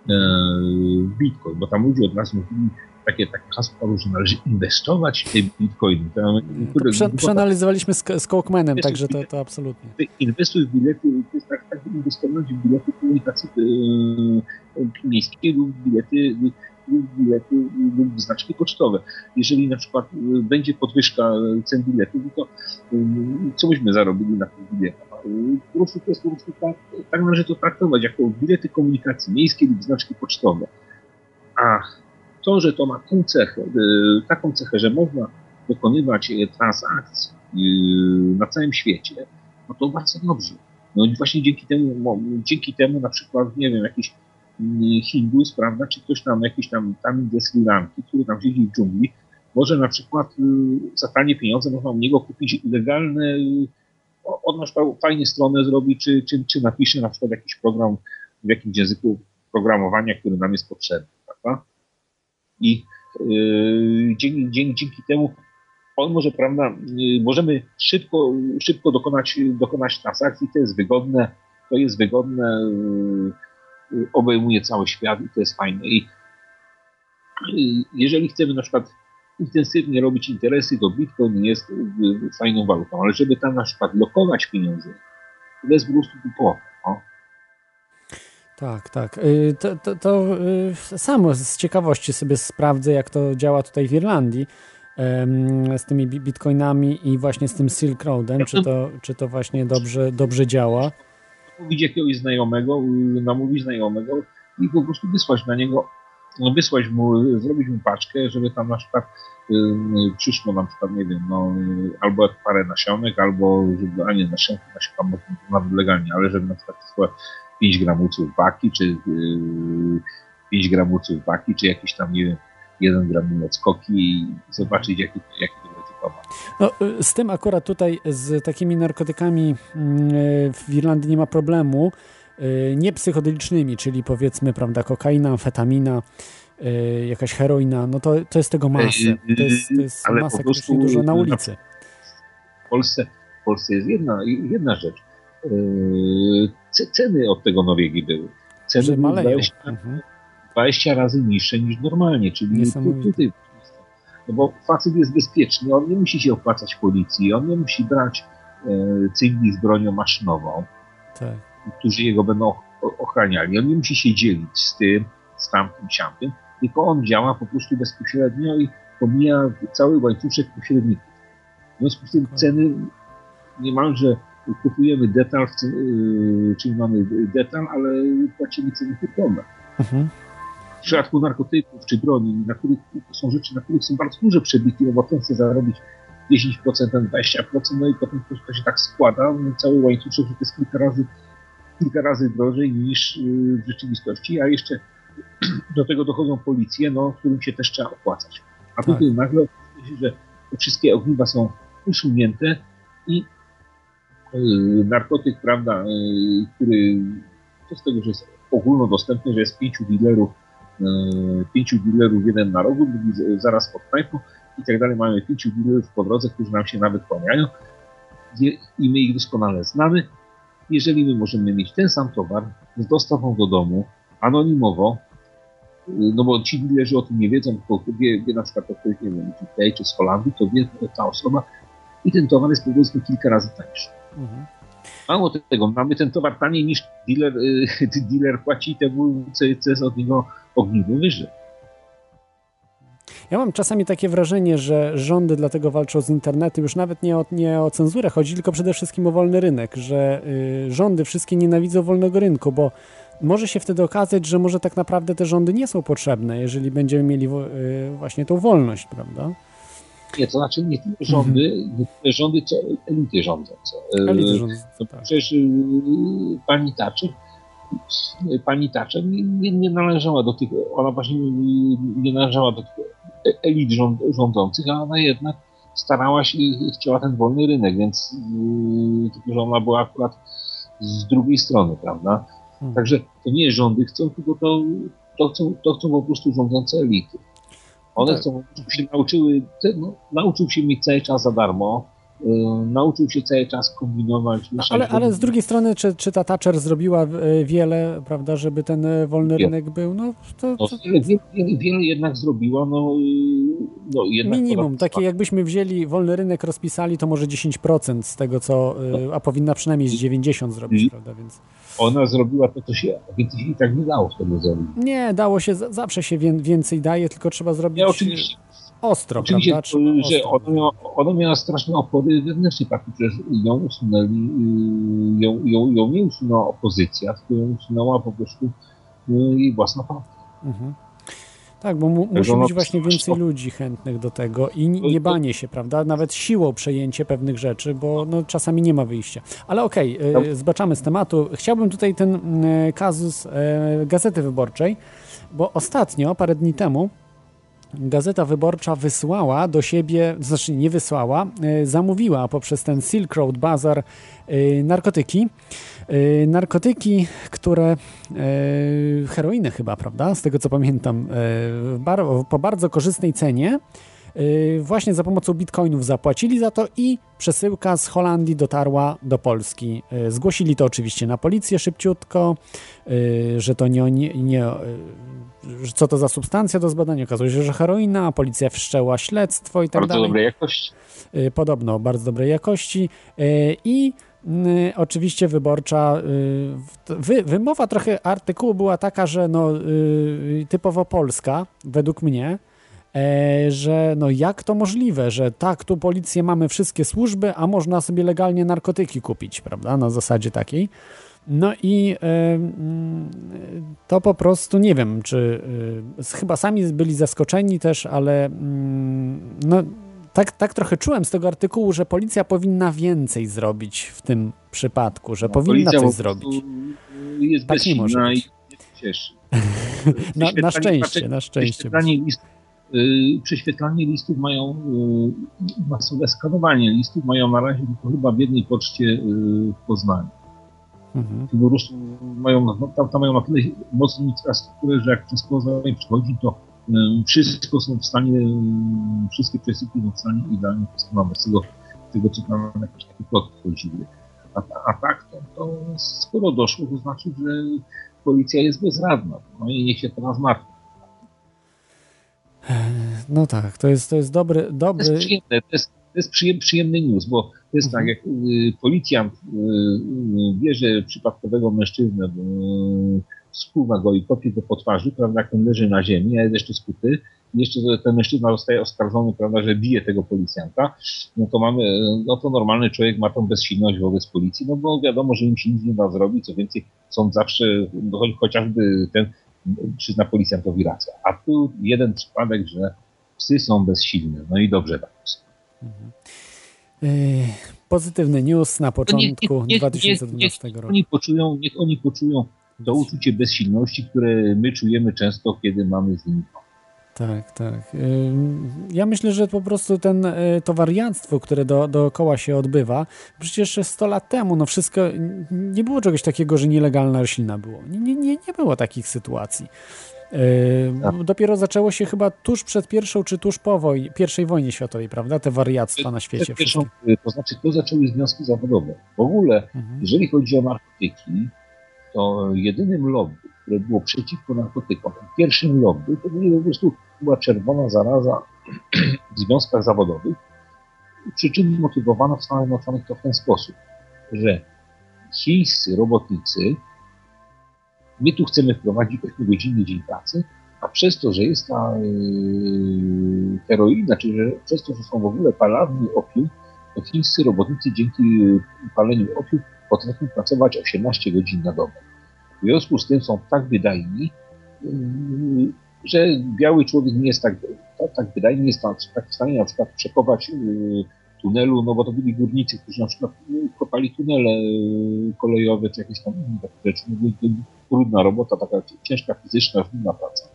w Bitcoin, bo tam ludzie od razu mówili takie, takie hasło, że należy inwestować w te Bitcoiny. Tam, które, Prze, przeanalizowaliśmy z, z Cockmanem, także to, to absolutnie. Inwestuj w bilety, to jest tak, tak inwestować w bilety komunikacji yy, miejskiej lub bilety, lub bilety lub znaczki pocztowe. Jeżeli na przykład yy, będzie podwyżka cen biletów, to yy, co byśmy zarobili na tych biletach? Yy, po prostu to jest po prostu tak, tak należy to traktować jako bilety komunikacji miejskiej lub znaczki pocztowe. A to, że to ma tą cechę, taką cechę, że można dokonywać transakcji na całym świecie, no to bardzo dobrze. No i właśnie dzięki temu, dzięki temu na przykład, nie wiem, jakiś Hindus, prawda, czy ktoś tam, jakiś tam tam ze Sri Lanki, który tam siedzi w dżungli, może na przykład za tanie pieniądze można u niego kupić legalne, on na przykład fajnie stronę zrobi, czy, czy, czy napisze na przykład jakiś program w jakimś języku programowania, który nam jest potrzebny, prawda? I yy, dzięki, dzięki, dzięki temu on może, prawda, yy, możemy szybko, szybko dokonać, dokonać transakcji, to jest wygodne, to jest wygodne, yy, obejmuje cały świat i to jest fajne. I yy, jeżeli chcemy na przykład intensywnie robić interesy, to Bitcoin jest yy, fajną walutą, ale żeby tam na przykład lokować pieniądze, to jest po prostu głupota. No. Tak, tak. To, to, to samo z ciekawości sobie sprawdzę, jak to działa tutaj w Irlandii. z tymi bitcoinami i właśnie z tym Silk Roadem, czy to, czy to właśnie dobrze, dobrze działa? Mówić jakiegoś znajomego, namówić znajomego i po prostu wysłać na niego, no wysłać mu, zrobić mu paczkę, żeby tam na przykład y, przyszło na przykład, nie wiem, no albo parę nasionek, albo żeby, a nie, nasionki, nasionka nawet legalnie, ale żeby na przykład wysłać pięć gramów baki, czy y, pięć gramów baki, czy jakiś tam, nie wiem, jeden gram odskoki i zobaczyć, jaki, jaki to będzie towar. No, z tym akurat tutaj, z takimi narkotykami w Irlandii nie ma problemu, nie psychodelicznymi, czyli powiedzmy, prawda, kokaina, amfetamina, jakaś heroina, no to, to jest tego masę. To jest, to jest ale masa, po prostu dużo na ulicy. W Polsce, w Polsce jest jedna, jedna rzecz. Ceny od tego nowiegi były. Ceny były dwadzieścia, mhm. dwadzieścia razy niższe niż normalnie, czyli tutaj. No bo facet jest bezpieczny, on nie musi się opłacać policji, on nie musi brać e, cywili z bronią maszynową, tak. którzy jego będą ochraniali. On nie musi się dzielić z tym, z tamtym, siamtym, tylko on działa po prostu bezpośrednio i pomija cały łańcuszek pośredników. W związku z tym ceny niemalże kupujemy detal, czyli mamy detal, ale płacimy ceny hurtowe. Mhm. W przypadku narkotyków czy broni, na których to są rzeczy, na których są bardzo duże przebity, no bo ten chce zarobić dziesięć procent, dwadzieścia procent, no i potem to się tak składa, no cały łańcuszek, że to jest kilka razy, kilka razy drożej niż w rzeczywistości, a jeszcze do tego dochodzą policje, no, którym się też trzeba opłacać. A tutaj tak. nagle okazuje się, że te wszystkie ogniwa są usunięte i yy, narkotyk, prawda, yy, który to z tego, że jest ogólnodostępny, że jest pięciu dealerów, yy, pięciu dealerów, jeden na rogu, drugi zaraz pod knajpą i tak dalej. Mamy pięciu dealerów po drodze, którzy nam się nawet kłaniają i my ich doskonale znamy. Jeżeli my możemy mieć ten sam towar z dostawą do domu, anonimowo, no bo ci dealerzy o tym nie wiedzą, tylko wie, wie na przykład to ktoś, nie wiem, tutaj czy z Holandii, to wie ta osoba i ten towar jest powiedzmy kilka razy tańszy. Mhm. Mało tego, mamy ten towar taniej niż dealer, dealer płaci temu, co jest od niego ogniwo wyżej. Ja mam czasami takie wrażenie, że rządy dlatego walczą z internetem, już nawet nie o, nie o cenzurę chodzi, tylko przede wszystkim o wolny rynek, że y, rządy wszystkie nienawidzą wolnego rynku, bo może się wtedy okazać, że może tak naprawdę te rządy nie są potrzebne, jeżeli będziemy mieli y, właśnie tą wolność, prawda? Nie, to znaczy nie tyle rządy, mm-hmm. nie tyle rządy, co elity rządzące. Elity rządzące, no, tak. Przecież y, pani Thatcher, pani Thatcher nie, nie, nie należała do tych, ona właśnie nie należała do tych elit rząd, rządzących, a ona jednak starała się i chciała ten wolny rynek, więc yy, tylko, że ona była akurat z drugiej strony, prawda? Hmm. Także to nie rządy chcą, tylko to, to, chcą, to chcą po prostu rządzące elity. One tak. chcą, żeby się nauczyły, te, no, nauczył się mieć cały czas za darmo, yy, nauczył się cały czas kombinować. No, ale, ale z drugiej strony, czy, czy ta Thatcher zrobiła wiele, prawda, żeby ten wolny wiele. rynek był? No, to, no, to... Wiele, wiele, wiele jednak zrobiła, no, no jednak minimum, takie jakbyśmy wzięli wolny rynek, rozpisali, to może dziesięć procent z tego, co, no. a powinna przynajmniej z dziewięćdziesiąt procent zrobić, I prawda, więc... Ona zrobiła to, co się, więcej się i tak nie dało wtedy zrobić. Nie, dało się, zawsze się więcej daje, tylko trzeba zrobić... Nie, oczywiście. Ostro, Oczywiście, prawda? To, że ona miała, ona miała straszne opory wewnętrzne partii, przecież ją usunęli, ją, ją, ją nie usunęła opozycja, tylko ją usunęła po prostu jej własna partia. Mhm. Tak, bo mu, musi być właśnie więcej ludzi chętnych do tego i nie banie się, prawda? Nawet siłą przejęcie pewnych rzeczy, bo no, czasami nie ma wyjścia. Ale okej, okay, zbaczamy z tematu. Chciałbym tutaj ten y, kazus y, Gazety Wyborczej, bo ostatnio, parę dni temu, Gazeta Wyborcza wysłała do siebie, to znaczy nie wysłała, y, zamówiła poprzez ten Silk Road Bazaar y, narkotyki. Y, narkotyki, które, y, heroinę chyba, prawda, z tego co pamiętam, y, bar, po bardzo korzystnej cenie, y, właśnie za pomocą bitcoinów zapłacili za to i przesyłka z Holandii dotarła do Polski. Y, zgłosili to oczywiście na policję szybciutko, y, że to nie, nie, nie y, co to za substancja do zbadania. Okazuje się, że heroina, policja wszczęła śledztwo i tak bardzo dalej. Bardzo dobrej jakości. Y, podobno bardzo dobrej jakości y, i Y, oczywiście Wyborcza, y, wy, wymowa trochę artykułu była taka, że no, y, typowo polska, według mnie, e, że no jak to możliwe, że tak, tu policję mamy wszystkie służby, a można sobie legalnie narkotyki kupić, prawda, na zasadzie takiej. No i e, to po prostu nie wiem, czy e, chyba sami byli zaskoczeni też, ale mm, no tak, tak trochę czułem z tego artykułu, że policja powinna więcej zrobić w tym przypadku, że no, powinna coś zrobić. Jest tak nie może być. I nie cieszy. na, na szczęście, na szczęście. Prześwietlanie, list, yy, prześwietlanie listów mają, yy, masowe skanowanie listów mają na razie tylko chyba w jednej poczcie yy, w Poznaniu. Mhm. Po prostu mają, tam, tam mają na tyle mocną infrastrukturę, że jak przez Poznań przychodzi, to yy, wszystko są w stanie, yy, wszystkie przesyłki są w stanie idealnie poskanować. Z tego, tego co tam na jakieś takie plotki chodziły. A, a tak, to, to skoro doszło, to znaczy, że policja jest bezradna. No i niech się teraz martwi. No tak, to jest, to jest dobry... dobry... To jest przyjemne, to jest, to jest przyjem, przyjemny news, bo to jest mhm. tak, jak y, policjant y, y, bierze przypadkowego mężczyznę, y, skówa go i kopie go po twarzy, prawda, jak on leży na ziemi, a jest jeszcze skuty, i jeszcze ten mężczyzna zostaje oskarżony, prawda, że bije tego policjanta, no to mamy, no to normalny człowiek ma tą bezsilność wobec policji, no bo wiadomo, że im się nic nie da zrobić, co więcej, sąd zawsze, no, chociażby ten przyzna policjantowi rację. A tu jeden przypadek, że psy są bezsilne, no i dobrze tak. Mhm. Yy, pozytywny news na początku niech, niech, dwa tysiące dwunastego niech, niech roku. Oni poczują, niech oni poczują to uczucie bezsilności, które my czujemy często, kiedy mamy z nimi. Tak, tak. Ja myślę, że po prostu ten, to wariactwo, które do, dookoła się odbywa, przecież sto lat temu, no wszystko, nie było czegoś takiego, że nielegalna roślina było. Nie, nie, nie było takich sytuacji. Tak. Dopiero zaczęło się chyba tuż przed pierwszą, czy tuż po woj- pierwszej wojnie światowej, prawda? Te wariactwa na świecie. Pierwszą, to znaczy, to zaczęły związki zawodowe. W ogóle, mhm. jeżeli chodzi o narkotyki, to jedynym lobby, które było przeciwko narkotykom, pierwszym lobby, to była po prostu była czerwona zaraza w związkach zawodowych, przy czym motywowana w Stanach Zjednoczonych to w ten sposób, że chińscy robotnicy, my tu chcemy wprowadzić ośmiogodzinny dzień pracy, a przez to, że jest ta yy, heroina, czyli że przez to, że są w ogóle palarni opium, to chińscy robotnicy dzięki paleniu opium potrafią pracować osiemnaście godzin na dobę. W związku z tym są tak wydajni, yy, że biały człowiek nie jest tak, tak, tak wydajny, nie jest tak w stanie na przykład przekopać yy, tunelu, no bo to byli górnicy, którzy na przykład yy, kopali tunele yy, kolejowe, czy jakieś tam inne takie rzeczy. No, to trudna robota, taka ciężka fizyczna, trudna praca.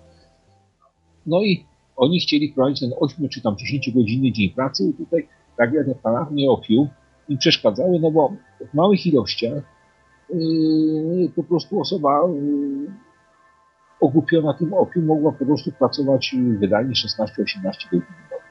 No i oni chcieli wprowadzić ten ośmiu czy tam dziesięciogodzinny dzień pracy i tutaj tak jak te palarnie opium im przeszkadzały, no bo w małych ilościach yy, po prostu osoba yy, ogłupiona tym opium mogła po prostu pracować wydajnie szesnaście osiemnaście godzin.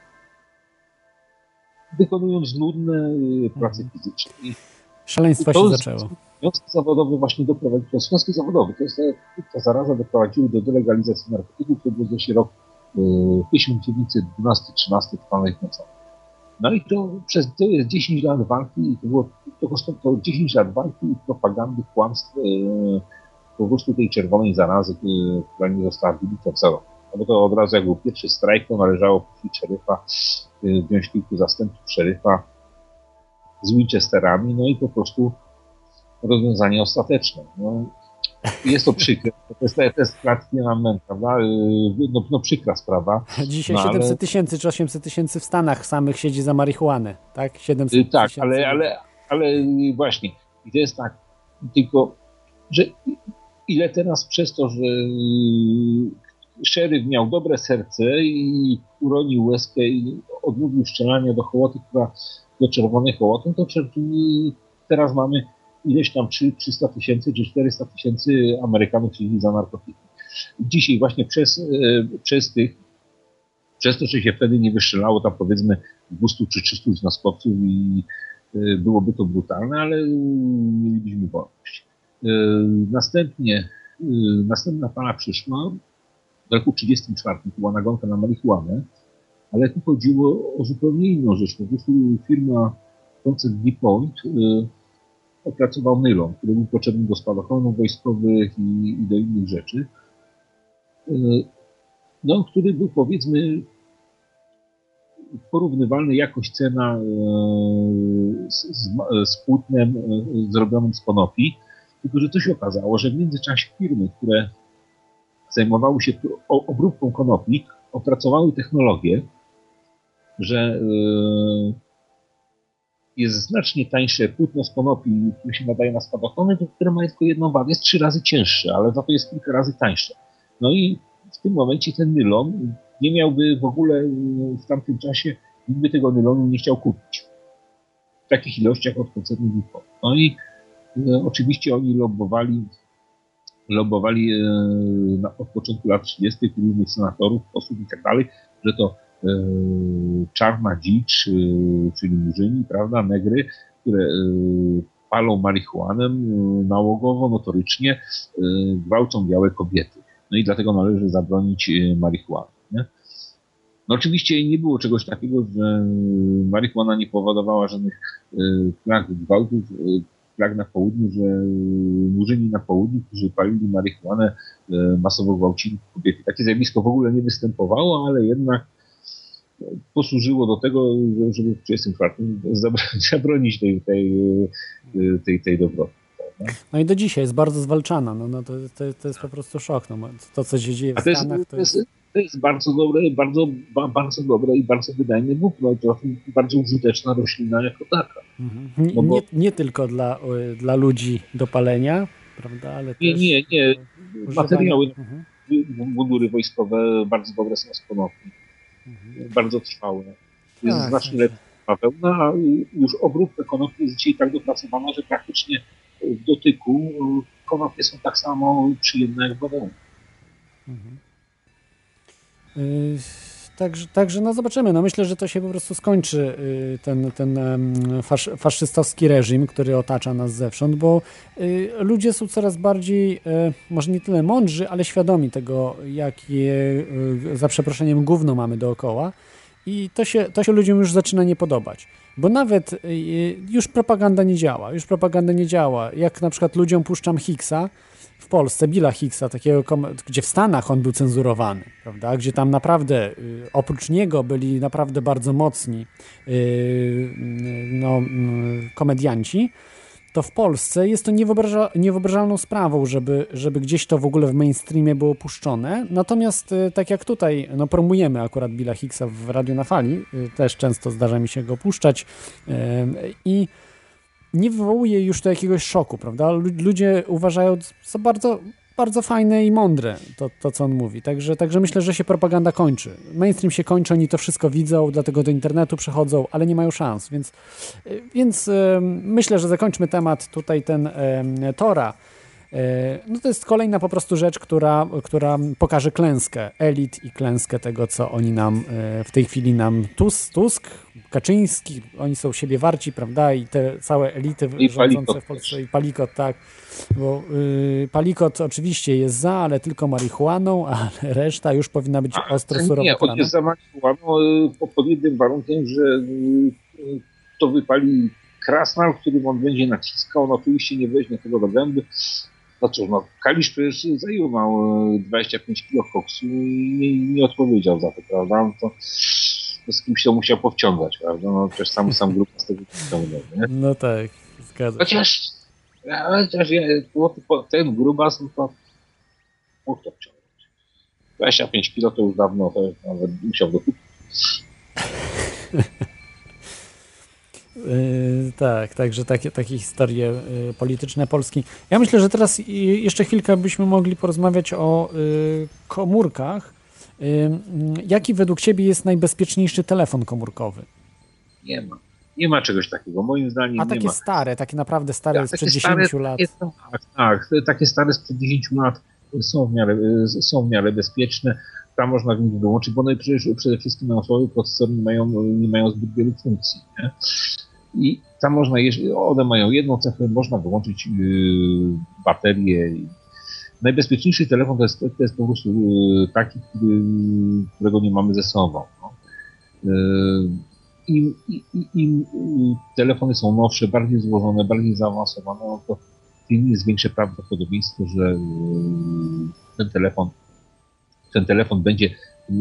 Wykonując nudne yy, prace fizyczne. I szaleństwo się zaczęło. Związki zawodowe właśnie doprowadziły, to związki zawodowe, to jest ta, ta zaraza doprowadziły do delegalizacji narkotyków, to był właśnie rok yy, tysiąc dziewięćset dwunasty trzynasty w Stanach Zjednoczonych. No i to przez to jest dziesięć lat walki i to było to, to, to dziesięć lat walki i propagandy, kłamstw yy, po prostu tej czerwonej zarazy, yy, która nie została wybita wzorem. No bo to od razu jak był pierwszy strajk, to należało puścić szeryfa, yy, wziąć kilku zastępców szeryfa z Winchesterami, no i po prostu rozwiązanie ostateczne. No, jest to przykre. To jest, to jest Tiananmen, prawda? No, no przykra sprawa. Dzisiaj no, siedemset tysięcy czy osiemset tysięcy w Stanach samych siedzi za marihuanę, tak? siedemset tak, ale, ale, ale właśnie. I to jest tak, tylko, że ile teraz przez to, że szeryf miał dobre serce i uronił łezkę i odmówił strzelania do hołoty, która do czerwonej hołoty, to teraz mamy ileś tam trzysta tysięcy czy czterysta tysięcy Amerykanów siedzi za narkotyki. Dzisiaj właśnie przez, przez tych, przez to, że się wtedy nie wystrzelało tam powiedzmy dwieście czy trzysta związkowców i byłoby to brutalne, ale mielibyśmy wolność. Następnie, następna fala przyszła w roku trzydziestym czwartym, to była nagonka na marihuanę, ale tu chodziło o zupełnie inną rzecz. Po prostu firma koncern DuPont opracował nylon, który był potrzebny do spadochronów wojskowych i, i do innych rzeczy. No, który był powiedzmy porównywalny jakość-cena z, z, z płótnem zrobionym z konopi, tylko że to się okazało, że w międzyczasie firmy, które zajmowały się obróbką konopi, opracowały technologię, że jest znacznie tańsze płótno z konopi, które się nadaje na spadochrony, które ma tylko jedną wadę, jest trzy razy cięższe, ale za to jest kilka razy tańsze. No i w tym momencie ten nylon nie miałby w ogóle w tamtym czasie, nikt by tego nylonu nie chciał kupić w takich ilościach od koncernu DuPont. No i e, oczywiście oni lobbowali, lobbowali e, na, od początku lat trzydziestych różnych senatorów, posłów i tak dalej, że to e, czarna dzicz, e, czyli murzyni, prawda, negry, które e, palą marihuanę e, nałogowo, notorycznie, e, gwałcą białe kobiety. No i dlatego należy zabronić e, marihuany. Nie? No oczywiście nie było czegoś takiego, że marihuana nie powodowała żadnych e, plag gwałtów, e, plag na południu, że murzyni na południu, którzy palili marihuanę, e, masowo gwałcili kobiety. Takie zjawisko w ogóle nie występowało, ale jednak posłużyło do tego, żeby w trzydziestym czwartym zabronić tej, tej, tej, tej dobroty. No i do dzisiaj jest bardzo zwalczana. No, no to, to, to jest po prostu szok. No, to, co się dzieje w A to jest, Stanach, to jest... To jest bardzo dobre, bardzo, bardzo dobre i bardzo wydajne włókno. To bardzo użyteczna roślina jako taka. Mhm. No bo... nie, nie tylko dla, dla ludzi do palenia, prawda, ale nie, też... Nie, nie, nie. Materiały, mhm. mundury wojskowe bardzo dobre są z konopi. Mhm. Bardzo trwałe. Jest tak, znacznie tak. lepsza wełna, a już obróbka konopi jest dzisiaj tak dopracowana, że praktycznie w dotyku konopie są tak samo przyjemne jak bawełna. Mhm. Yy, także, także no zobaczymy. No myślę, że to się po prostu skończy yy, ten, ten yy, fasz, faszystowski reżim, który otacza nas zewsząd, bo yy, ludzie są coraz bardziej, yy, może nie tyle mądrzy, ale świadomi tego, jakie yy, za przeproszeniem gówno mamy dookoła i to się, to się ludziom już zaczyna nie podobać. Bo nawet yy, już propaganda nie działa. Już propaganda nie działa. Jak na przykład ludziom puszczam Hicksa, w Polsce, Billa Hicksa, takiego, gdzie w Stanach on był cenzurowany, prawda? Gdzie tam naprawdę y, oprócz niego byli naprawdę bardzo mocni y, no, y, komedianci, to w Polsce jest to niewyobraża, niewyobrażalną sprawą, żeby, żeby gdzieś to w ogóle w mainstreamie było puszczone. Natomiast y, tak jak tutaj no, promujemy akurat Billa Hicksa w Radiu na Fali, y, też często zdarza mi się go puszczać y, i nie wywołuje już to jakiegoś szoku, prawda? Ludzie uważają za bardzo, bardzo fajne i mądre to, to, co on mówi. Także, także myślę, że się propaganda kończy. Mainstream się kończy, oni to wszystko widzą, dlatego do internetu przechodzą, ale nie mają szans. Więc, więc myślę, że zakończmy temat tutaj ten Tora. No to jest kolejna po prostu rzecz, która, która pokaże klęskę elit i klęskę tego, co oni nam w tej chwili nam Tusk, Tusk Kaczyński, oni są siebie warci, prawda, i te całe elity I rządzące Palikot w Polsce i Palikot, tak, bo y, Palikot oczywiście jest za, ale tylko marihuaną, ale reszta już powinna być ostro surowo Nie, on jest za marihuaną pod jednym warunkiem, że y, to wypali krasnal, którym on będzie naciskał, on oczywiście nie weźmie tego do gęby. No cóż, no, Kalisz przecież zajumał dwadzieścia pięć kilo koksu i nie, nie odpowiedział za to, prawda? No to, to z kimś to musiał powciągać, prawda? No przecież sam, sam grupa z tego wyciągnął, nie? No tak, zgadzam się. Chociaż, chociaż ja, ten grubas, no to mógł to wciągnąć. dwadzieścia pięć kilo to już dawno to nawet musiał dokupić. Yy, tak, także takie, takie historie yy, polityczne Polski. Ja myślę, że teraz y, jeszcze chwilkę byśmy mogli porozmawiać o y, komórkach. Y, y, jaki według Ciebie jest najbezpieczniejszy telefon komórkowy? Nie ma. Nie ma czegoś takiego, moim zdaniem. A takie nie ma. stare, takie naprawdę stare Ja, sprzed takie dziesięciu stare, lat. Takie, tak, tak, takie stare sprzed dziesięciu lat są w miarę, są w miarę bezpieczne. Tam można w nich wyłączyć, bo one przecież przede wszystkim na słaby procesor nie mają, nie mają zbyt wielu funkcji. Nie? I tam można, one mają jedną cechę, można wyłączyć yy, baterię. Najbezpieczniejszy telefon to jest, to jest po prostu yy, taki, który, którego nie mamy ze sobą. No. Yy, Im, im, im telefony są nowsze, bardziej złożone, bardziej zaawansowane, no to tym jest większe prawdopodobieństwo, że ten telefon, ten telefon będzie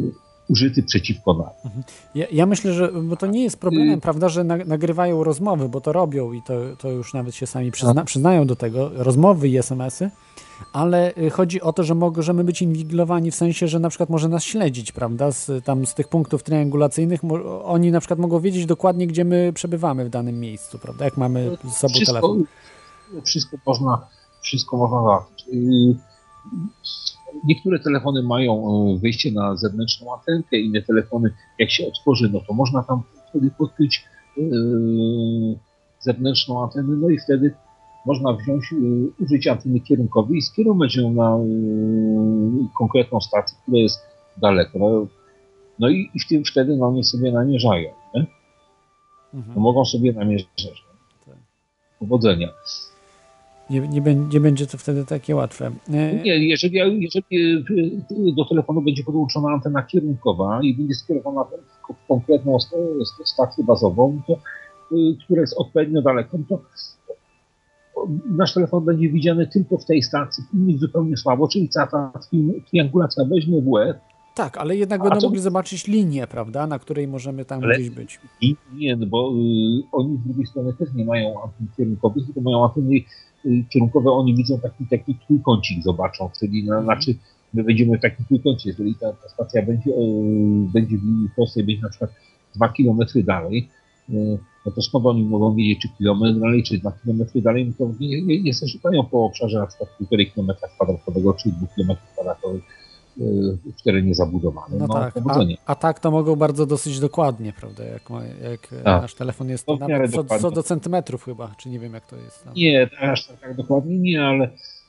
użyty przeciwko nam. Ja, ja myślę, że bo to nie jest problemem, y... prawda, że na, nagrywają rozmowy, bo to robią i to, to już nawet się sami przyzna, przyznają do tego, rozmowy i es em esy, ale chodzi o to, że możemy być inwigilowani w sensie, że na przykład może nas śledzić, prawda, z, tam z tych punktów triangulacyjnych, mo, oni na przykład mogą wiedzieć dokładnie, gdzie my przebywamy w danym miejscu, prawda, jak mamy z sobą wszystko, telefon. Wszystko można, wszystko można załatwić. Niektóre telefony mają wyjście na zewnętrzną antenkę, inne telefony, jak się otworzy, no to można tam wtedy podpiąć yy, zewnętrzną antenę, no i wtedy można wziąć, yy, użyć anteny kierunkowej i skierować ją na yy, konkretną stację, która jest daleko. No, no i, i w tym wtedy no, oni sobie namierzają. Nie? Mhm. No, mogą sobie namierzać. Powodzenia. Nie, nie, nie będzie to wtedy takie łatwe. Nie, jeżeli, jeżeli do telefonu będzie podłączona antena kierunkowa i będzie skierowana w konkretną stację bazową, to, która jest odpowiednio daleko, to nasz telefon będzie widziany tylko w tej stacji, innych zupełnie słabo, czyli cała ta triangulacja weźmie w łeb. Tak, ale jednak będą to... mogli zobaczyć linię, prawda, na której możemy tam ale... gdzieś być. I, nie, bo y, oni z drugiej strony też nie mają anten kierunkowych, tylko mają anteny kierunkowe, oni widzą taki, taki trójkącik, zobaczą, czyli na, znaczy my będziemy w takim trójkącie, jeżeli ta, ta stacja będzie, yy, będzie w linii prostej, będzie na przykład dwa kilometry dalej, yy, no to skąd oni mogą wiedzieć, czy kilometr dalej, czy dwa kilometry dalej, no to nie, nie, nie szukają po obszarze na przykład półtorej kilometra kwadratowego, czy dwóch kilometrów kwadratowych yy, w terenie zabudowanym. No, no tak, a, a tak to mogą bardzo dosyć dokładnie, prawda, jak, ma, jak nasz telefon jest to nawet co, co do centymetrów chyba, czy nie wiem jak to jest. Tam. Nie, aż tak, tak dokładnie nie, ale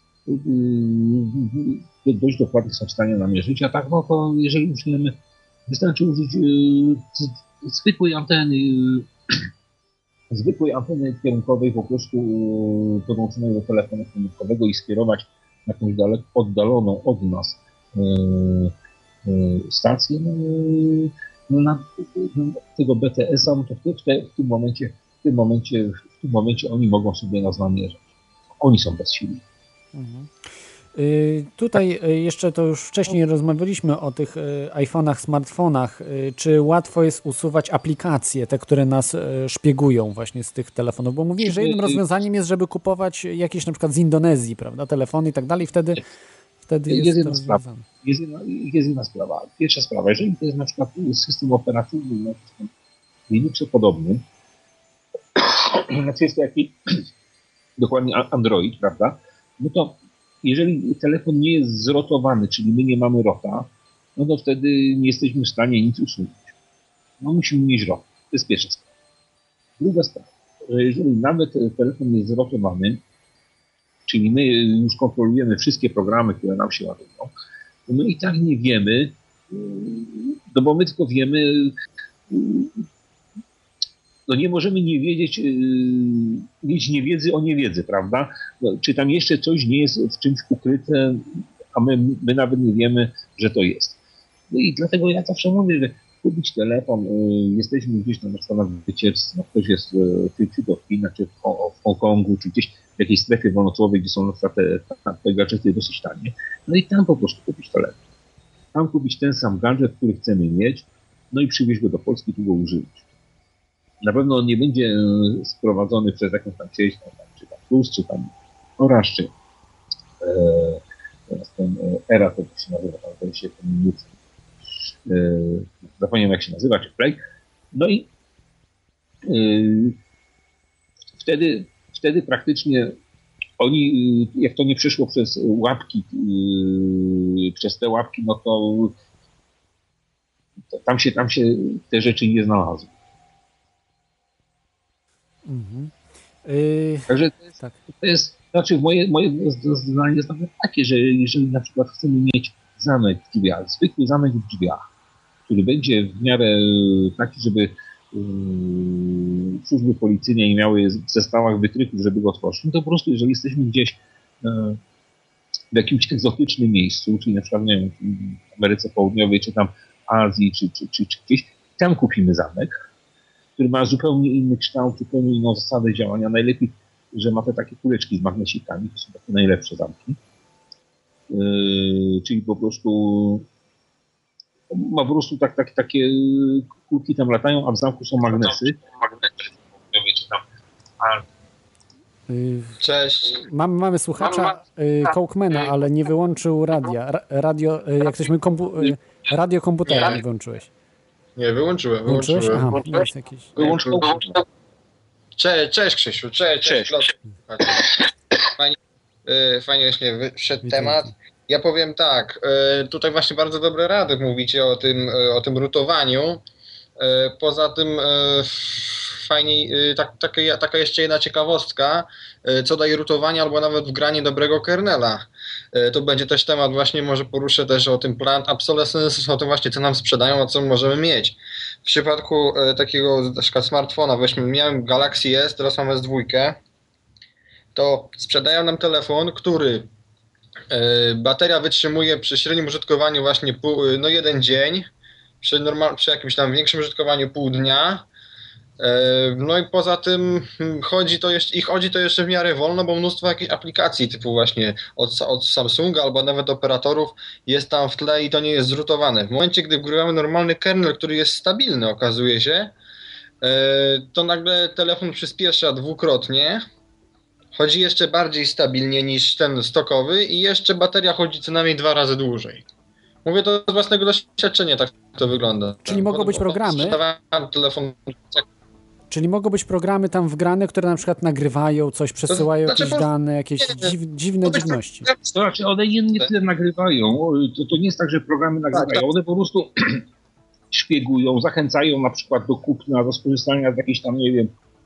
yy, dość dokładnie są w stanie namierzyć, a tak no to jeżeli użyjemy, wystarczy użyć yy, zwykłej anteny, yy, zwykłej anteny kierunkowej po prostu yy, podłączonej do telefonu komórkowego i skierować jakąś daleko oddaloną od nas yy, yy, stację yy, na tego B T S-a, no to w, te, w tym momencie w tym momencie w tym momencie oni mogą sobie nas namierzać. Oni są bezsilni. Mhm. Yy, tutaj jeszcze to już wcześniej rozmawialiśmy o tych iPhone'ach, smartfonach. Yy, czy łatwo jest usuwać aplikacje, te, które nas yy, szpiegują właśnie z tych telefonów? Bo mówili, że jednym rozwiązaniem jest, żeby kupować jakieś na przykład z Indonezji, prawda, telefony i tak dalej, wtedy, wtedy jest, jest to jedna sprawa. Jest jedna, jest jedna sprawa. Pierwsza sprawa, jeżeli to jest na przykład system operacyjny, no, system Linuxu podobny, znaczy jest to jakiś dokładnie Android, prawda, no to jeżeli telefon nie jest zrotowany, czyli my nie mamy rota, no to wtedy nie jesteśmy w stanie nic usunąć. No musimy mieć rot. To jest pierwsza sprawa. Druga sprawa, że jeżeli nawet telefon jest zrotowany, czyli my już kontrolujemy wszystkie programy, które nam się ładują, no my i tak nie wiemy, no bo my tylko wiemy, no nie możemy nie wiedzieć, yy, mieć niewiedzy o niewiedzy, prawda? No, czy tam jeszcze coś nie jest w czymś ukryte, a my, my nawet nie wiemy, że to jest. No i dlatego ja zawsze mówię, że kupić telefon, yy, jesteśmy gdzieś tam na przykład na wycieczce, no ktoś jest yy, czy to w Chinach, czy w, w Hongkongu, czy gdzieś w jakiejś strefie wolnocłowej, gdzie są na przykład te, te, te gadżety dosyć tanie. No i tam po prostu kupić telefon. Tam kupić ten sam gadżet, który chcemy mieć, no i przywieźć go do Polski, tu go użyć. Na pewno on nie będzie sprowadzony przez jakąś tam sieć, tam, czy tam Plus, czy tam Orange, czy e, teraz ten Era, to się nazywa, tam to się ten e, zapomniałem jak się nazywa, czy Play. No i e, wtedy, wtedy praktycznie oni, jak to nie przeszło przez łapki, e, przez te łapki, no to, to tam się, tam się te rzeczy nie znalazły. Mhm. Yy, Także to jest, tak. to jest znaczy moje, moje zdanie jest takie, że jeżeli na przykład chcemy mieć zamek w drzwiach, zwykły zamek w drzwiach, który będzie w miarę taki, żeby yy, służby policyjne nie miały w zestawach wytrychów, żeby go otworzyć, no to po prostu jeżeli jesteśmy gdzieś yy, w jakimś egzotycznym miejscu, czyli na przykład nie wiem, w Ameryce Południowej, czy tam Azji, czy, czy, czy, czy gdzieś, tam kupimy zamek, który ma zupełnie inny kształt, zupełnie inną zasadę działania. Najlepiej, że ma te takie kuleczki z magnesikami, to są takie najlepsze zamki. Yy, czyli po prostu ma po prostu tak, tak, takie kulki tam latają, a w zamku są magnesy. Cześć. Mamy, mamy słuchacza y, Cołkmana, ale nie wyłączył radia. Ra, radio, y, jak jesteśmy kompu, y, radio komputera nie wyłączyłeś. Nie, wyłączyłem, Wyłączyłeś? wyłączyłem. Aha, jest jakiś... Wyłączył. Cześć, cześć Krzysiu, cześć, cześć. Cześć. Fajnie, y, fajnie właśnie wyszedł Witam. temat. Ja powiem tak, y, tutaj właśnie bardzo dobre rady mówicie o tym, y, o tym rootowaniu. Y, Poza tym y, fajnie, y, tak, taka, taka jeszcze jedna ciekawostka, y, co daje rootowanie albo nawet wgranie dobrego kernela. Y, To będzie też temat właśnie, może poruszę też o tym planned obsolescence, o tym właśnie co nam sprzedają, a co możemy mieć. W przypadku y, takiego na przykład smartfona, weźmy, miałem Galaxy S, teraz mam S dwa, to sprzedają nam telefon, który y, bateria wytrzymuje przy średnim użytkowaniu właśnie pół, y, no jeden dzień, przy, normal, przy jakimś tam większym użytkowaniu pół dnia. No i poza tym chodzi to jeszcze, i chodzi to jeszcze w miarę wolno, bo mnóstwo jakichś aplikacji typu właśnie od, od Samsunga albo nawet operatorów jest tam w tle i to nie jest zrootowane. W momencie, gdy wgrywamy normalny kernel, który jest stabilny, okazuje się, to nagle telefon przyspiesza dwukrotnie, chodzi jeszcze bardziej stabilnie niż ten stokowy i jeszcze bateria chodzi co najmniej dwa razy dłużej. Mówię to z własnego doświadczenia, tak to wygląda. Czyli mogą być programy... Telefon... Czyli mogą być programy tam wgrane, które na przykład nagrywają coś, przesyłają znaczy, jakieś po... dane, jakieś dziw, dziwne dziwności. To znaczy one nie, nie tyle nagrywają, to, to nie jest tak, że programy nagrywają, one po prostu szpiegują, zachęcają na przykład do kupna, do skorzystania z jakiejś tam, nie wiem,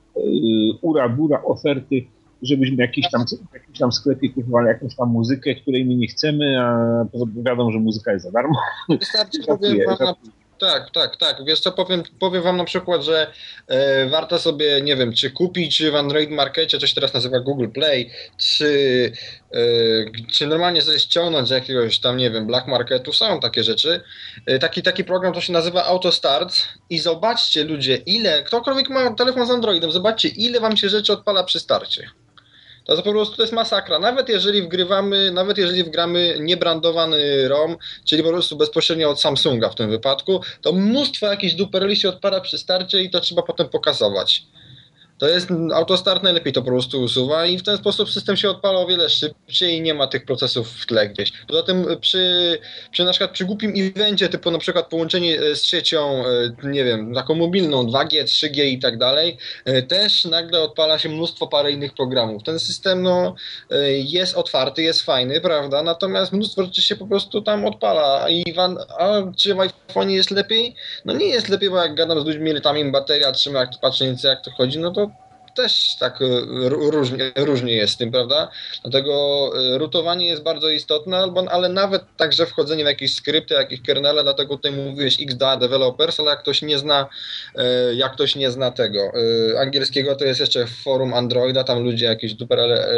ura, bura, oferty, żebyśmy jakiś tam, w jakimś tam sklepie kupowali jakąś tam muzykę, której my nie chcemy, a wiadomo, że muzyka jest za darmo. Wystarczy, powiem wam na... Tak, tak, tak. Wiesz co, powiem, powiem wam na przykład, że e, warto sobie, nie wiem, czy kupić w Android Markecie, to się teraz nazywa Google Play, czy, e, czy normalnie sobie ściągnąć z jakiegoś tam, nie wiem, Black Marketu, są takie rzeczy. E, taki, taki program to się nazywa AutoStart i zobaczcie ludzie, ile, ktokolwiek ma telefon z Androidem, zobaczcie, ile wam się rzeczy odpala przy starcie. To, to po prostu to jest masakra. Nawet jeżeli wgrywamy, nawet jeżeli wgramy niebrandowany ROM, czyli po prostu bezpośrednio od Samsunga w tym wypadku, to mnóstwo jakichś dupereli się odpala przy starcie i to trzeba potem pokazować. To jest AutoStart najlepiej to po prostu usuwa i w ten sposób system się odpala o wiele szybciej i nie ma tych procesów w tle gdzieś. Poza tym przy, przy na przykład przy głupim evencie typu na przykład połączenie z siecią, nie wiem, taką mobilną dwa G, trzy G i tak dalej, też nagle odpala się mnóstwo parę innych programów. Ten system no, jest otwarty, jest fajny, prawda? Natomiast mnóstwo rzeczy się po prostu tam odpala. I w, a czy w iPhone'ie jest lepiej? No nie jest lepiej, bo jak gadam z ludźmi, ile tam im bateria trzyma, jak to patrzę, jak to chodzi, no to też tak różnie, różnie jest z tym, prawda? Dlatego rootowanie jest bardzo istotne, albo, ale nawet także wchodzenie w jakieś skrypty, jakieś kernele, dlatego tutaj mówiłeś X D A Developers, ale jak ktoś nie zna, jak ktoś nie zna tego angielskiego, to jest jeszcze forum Androida, tam ludzie jakieś duperele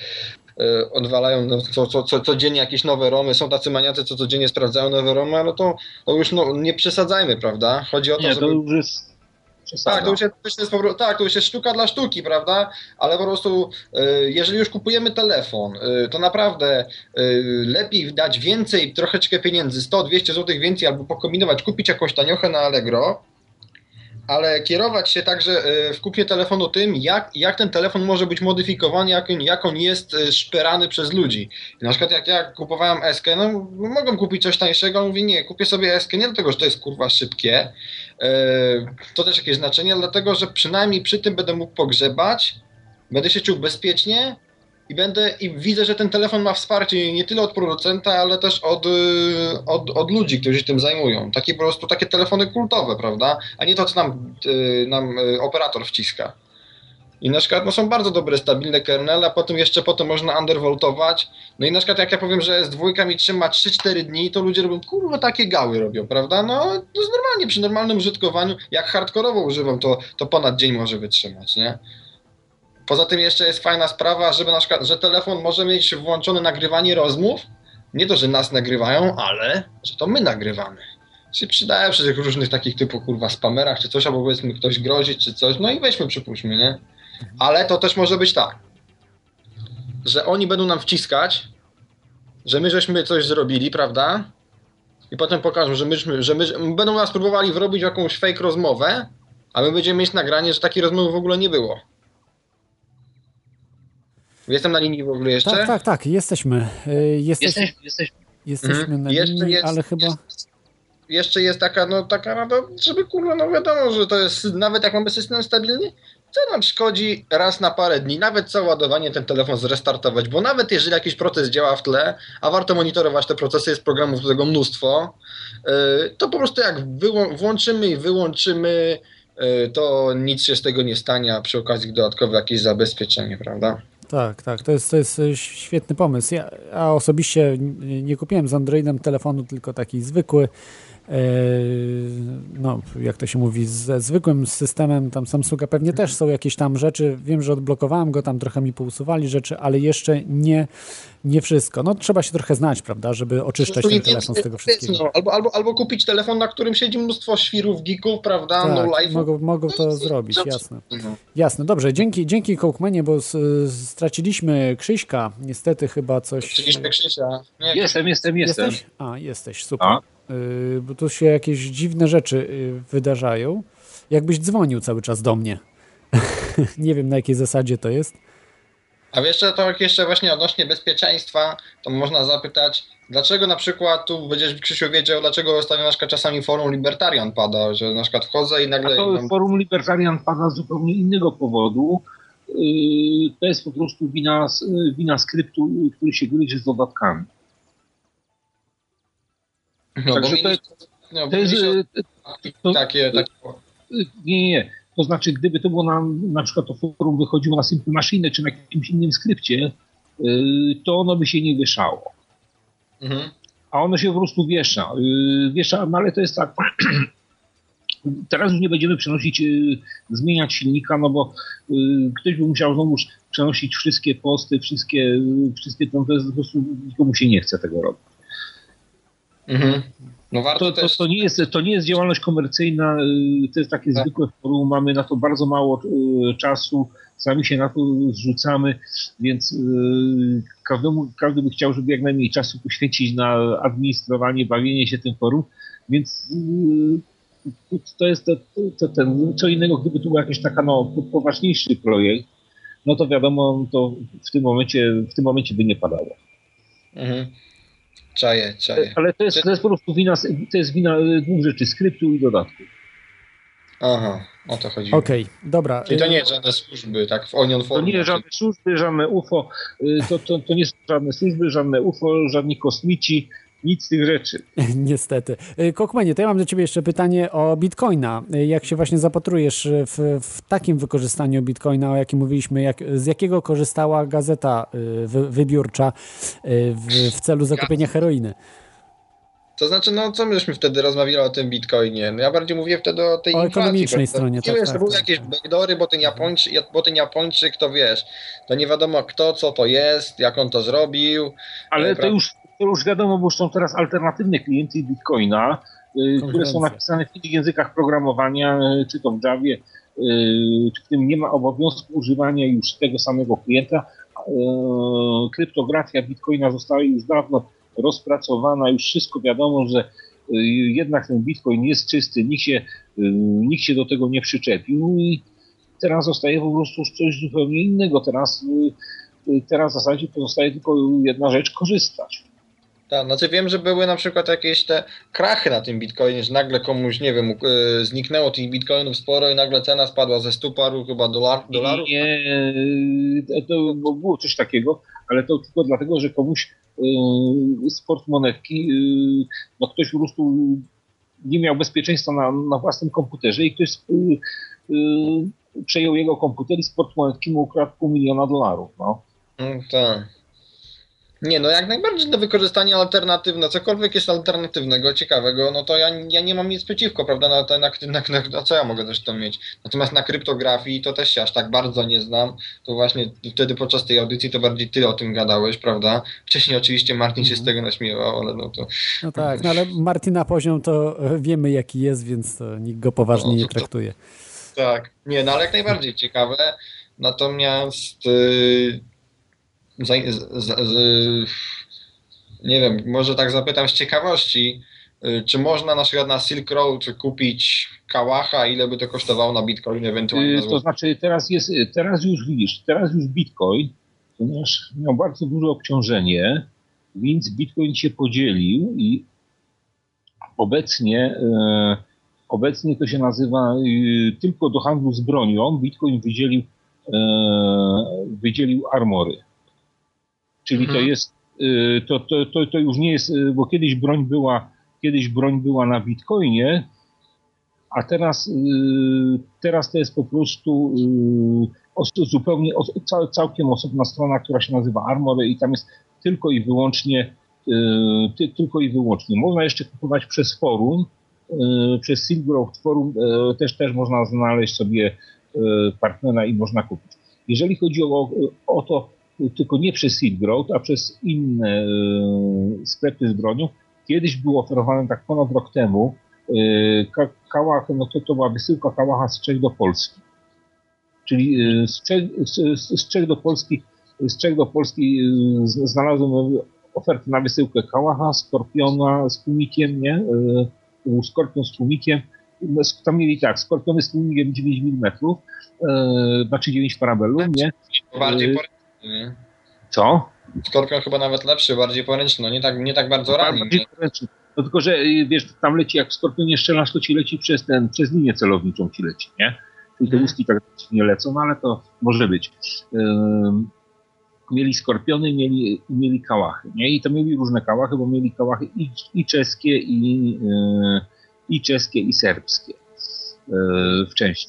odwalają no, co, co, co, codziennie jakieś nowe romy, są tacy maniacy, co codziennie sprawdzają nowe romy, ale to, to już no, nie przesadzajmy, prawda? Chodzi o to, nie, żeby... to już jest... Tak to, już jest, to już jest, tak, to już jest sztuka dla sztuki, prawda? Ale po prostu, jeżeli już kupujemy telefon, to naprawdę lepiej dać więcej, troszeczkę pieniędzy, sto dwieście złotych więcej, albo pokombinować, kupić jakąś taniochę na Allegro, ale kierować się także w kupnie telefonu tym, jak, jak ten telefon może być modyfikowany, jak, jak on jest szperany przez ludzi. Na przykład jak ja kupowałem S-kę, no mogłem kupić coś tańszego, ale mówię nie, kupię sobie S-kę nie dlatego, że to jest kurwa szybkie, to też jakieś znaczenie, dlatego, że przynajmniej przy tym będę mógł pogrzebać, będę się czuł bezpiecznie i będę i widzę, że ten telefon ma wsparcie nie tyle od producenta, ale też od, od, od ludzi, którzy się tym zajmują. Takie po prostu takie telefony kultowe, prawda? A nie to, co nam, nam operator wciska. I na przykład no, są bardzo dobre, stabilne kernele, a potem jeszcze potem można undervoltować. No i na przykład jak ja powiem, że S dwa mi trzyma trzy cztery dni, to ludzie robią, kurwa, takie gały robią, prawda? No to jest normalnie, przy normalnym użytkowaniu, jak hardkorowo używam, to, to ponad dzień może wytrzymać, nie? Poza tym jeszcze jest fajna sprawa, żeby na przykład, że telefon może mieć włączone nagrywanie rozmów. Nie to, że nas nagrywają, ale że to my nagrywamy. Się przydaje przy tych różnych takich typu kurwa spamerach czy coś, albo powiedzmy ktoś grozi czy coś, no i weźmy, przypuśćmy, nie? Ale to też może być tak, że oni będą nam wciskać, że my żeśmy coś zrobili, prawda? i potem pokażą, że myśmy, że my, będą nas próbowali wrobić w jakąś fake rozmowę, a my będziemy mieć nagranie, że takiej rozmowy w ogóle nie było. Jestem na linii w ogóle jeszcze? Tak, tak, tak, jesteśmy. Yy, jesteś, Jesteśmy, jesteśmy. jesteśmy Mhm. na Jeszcze linii, jest- ale chyba... jest- Jeszcze jest taka, no taka rada, żeby kurwa, no wiadomo, że to jest, nawet jak mamy system stabilny, co nam szkodzi raz na parę dni, nawet co ładowanie ten telefon zrestartować, bo nawet jeżeli jakiś proces działa w tle, a warto monitorować te procesy, jest programów do tego mnóstwo, yy, to po prostu jak wyłą- włączymy i wyłączymy, yy, to nic się z tego nie stanie, a przy okazji dodatkowe jakieś zabezpieczenie, prawda? Tak, tak, to jest, to jest e, świetny pomysł. Ja, ja osobiście nie nie kupiłem z Androidem telefonu, tylko taki zwykły, e, no jak to się mówi, ze zwykłym systemem, tam Samsunga pewnie też są jakieś tam rzeczy, wiem, że odblokowałem go, tam trochę mi pousuwali rzeczy, ale jeszcze nie, nie wszystko. No trzeba się trochę znać, prawda, żeby oczyszczać ten telefon z tego wszystkiego. No, albo, albo, albo kupić telefon, na którym siedzi mnóstwo świrów, geeków, prawda, Tak, no live. mogą, mogą to No, zrobić, dobrze. jasne. No. Jasne, dobrze, dzięki, dzięki Kołkmenie, bo s, straciliśmy Krzyśka, niestety chyba coś... Chcieliśmy Krzysia. Nie, Jestem, jestem, jestem. Jesteś? A, jesteś, super. A? Y, bo tu się jakieś dziwne rzeczy y, wydarzają. Jakbyś dzwonił cały czas do mnie. Nie wiem, na jakiej zasadzie to jest. A wiesz, to tak jeszcze właśnie odnośnie bezpieczeństwa, to można zapytać, dlaczego na przykład, tu będziesz Krzysiu wiedział, dlaczego ostatnio na przykład czasami forum Libertarian pada, że na przykład wchodzę i A nagle... to mam- forum Libertarian pada z zupełnie innego powodu. Yy, To jest po prostu wina, wina skryptu, który się gryzie z dodatkami. no, bo Także to, mieli- no, bo to jest... mieli się yy, to- takie, takie... Nie, nie, nie. To znaczy, gdyby to było na, na przykład to forum wychodziło na Simple Machine czy na jakimś innym skrypcie, yy, to ono by się nie wieszało. Mhm. A ono się po prostu wiesza. Yy, wiesza, no ale to jest tak. Teraz już nie będziemy przenosić, yy, zmieniać silnika, no bo yy, ktoś by musiał znowu przenosić wszystkie posty, wszystkie, yy, wszystkie to jest po prostu nikomu się nie chce tego robić. Mhm. No warto To, to, też... to, nie jest, to nie jest działalność komercyjna, yy, to jest takie Tak. zwykłe forum, mamy na to bardzo mało yy, czasu, sami się na to zrzucamy, więc yy, każdemu, każdy by chciał, żeby jak najmniej czasu poświęcić na administrowanie, bawienie się tym forum, więc yy, to jest to, to, ten, co innego, gdyby to był jakiś taka no, poważniejszy projekt, no to wiadomo, to w tym momencie, w tym momencie by nie padało. Mhm. Czaję, czaję. Ale to jest, to jest po prostu wina, to jest wina dwóch rzeczy, skryptu i dodatku. Aha, o to chodzi. Okej, dobra. Czyli to nie jest żadne służby, tak w Onion To Forum. nie żadne służby, żadne U F O, y, to, to, to nie są żadne służby, żadne U F O, żadni kosmici, nic z tych rzeczy. Niestety. Y, Kołkmenie, to ja mam do ciebie jeszcze pytanie o Bitcoina. Y, Jak się właśnie zapatrujesz w, w takim wykorzystaniu Bitcoina, o jakim mówiliśmy, jak, z jakiego korzystała gazeta y, wy, wybiórcza y, w, w celu zakupienia heroiny? To znaczy, no co myśmy wtedy rozmawiali o tym Bitcoinie? No ja bardziej mówię wtedy o tej O inflacji. ekonomicznej prawda? stronie, Nie tak, wiem, tak, że były tak, jakieś tak. backdoory, bo ten, Japończyk, bo ten Japończyk, to wiesz, to nie wiadomo kto, co to jest, jak on to zrobił. Ale E, to prawda? już, to już wiadomo, bo są teraz alternatywne klienty Bitcoina, y, które są Konkurencja. napisane w innych językach programowania, y, czy to w Javie, y, czy w tym nie ma obowiązku używania już tego samego klienta. Y, Kryptografia Bitcoina została już dawno rozpracowana, już wszystko wiadomo, że y, jednak ten Bitcoin jest czysty, nikt się, y, nikt się do tego nie przyczepił i teraz zostaje po prostu coś zupełnie innego. Teraz, y, y, teraz w zasadzie pozostaje tylko jedna rzecz, korzystać. Tak, znaczy wiem, że były na przykład jakieś te krachy na tym Bitcoinie, że nagle komuś, nie wiem, yy, zniknęło tych Bitcoinów sporo i nagle cena spadła ze stu paru chyba dolar, dolarów. Nie, to, to było coś takiego, ale to tylko dlatego, że komuś yy, z portmonetki, yy, no ktoś po prostu nie miał bezpieczeństwa na, na własnym komputerze i ktoś yy, yy, przejął jego komputer i z portmonetki mu ukradł pół miliona dolarów. No. Mm, tak. Nie, no jak najbardziej do wykorzystania alternatywne, cokolwiek jest alternatywnego, ciekawego, no to ja, ja nie mam nic przeciwko, prawda, na, na, na, na, na co ja mogę zresztą mieć. Natomiast na kryptografii to też się aż tak bardzo nie znam, to właśnie wtedy podczas tej audycji to bardziej ty o tym gadałeś, prawda. Wcześniej oczywiście Martin się z tego naśmiewał, ale no to... No tak, no ale Martina poziom to wiemy jaki jest, więc to nikt go poważnie No, nie to- traktuje. Tak, nie, no ale jak najbardziej ciekawe, natomiast... Yy... Z, z, z, nie wiem, może tak zapytam z ciekawości, czy można na przykład na Silk Road kupić kałacha, ile by to kosztowało na Bitcoin ewentualnie? To znaczy teraz jest, teraz już widzisz, teraz już Bitcoin, ponieważ miał bardzo duże obciążenie, więc Bitcoin się podzielił i obecnie, e, obecnie to się nazywa e, tylko do handlu z bronią Bitcoin wydzielił, e, wydzielił armory. Czyli mhm. to jest, e, to, to, to, to już nie jest, bo kiedyś broń była, kiedyś broń była na Bitcoinie, a teraz, e, teraz to jest po prostu e, zupełnie cał, całkiem osobna strona, która się nazywa Armory i tam jest tylko i wyłącznie Ty, tylko i wyłącznie. Można jeszcze kupować przez forum, przez Silk Road forum też, też można znaleźć sobie partnera i można kupić. Jeżeli chodzi o, o to, tylko nie przez Silk Road, a przez inne sklepy z bronią, kiedyś było oferowane tak ponad rok temu kałach, no to, to była wysyłka kałacha z Czech do Polski. Czyli z Czech, z, z Czech do Polski z Czech do Polski znalazłem ofertę na wysyłkę kałacha, skorpiona z tłumikiem, nie? Yy, skorpion z tłumikiem. Tam mieli tak, skorpiony z tłumikiem dziewięć milimetrów, yy, znaczy dziewięć parabellum, nie? Bardziej yy, poręczny, nie? Co? Skorpion chyba nawet lepszy, bardziej poręczny, no nie tak, nie tak bardzo rani. No tylko, że wiesz, tam leci, jak w skorpionie strzelasz, to ci leci przez ten, przez linię celowniczą ci leci, nie? Czyli te łuski tak nie lecą, no ale to może być. Yy, Mieli skorpiony, mieli, mieli kałachy, nie? I to mieli różne kałachy, bo mieli kałachy i, i czeskie, i, yy, i czeskie, i serbskie yy, w części.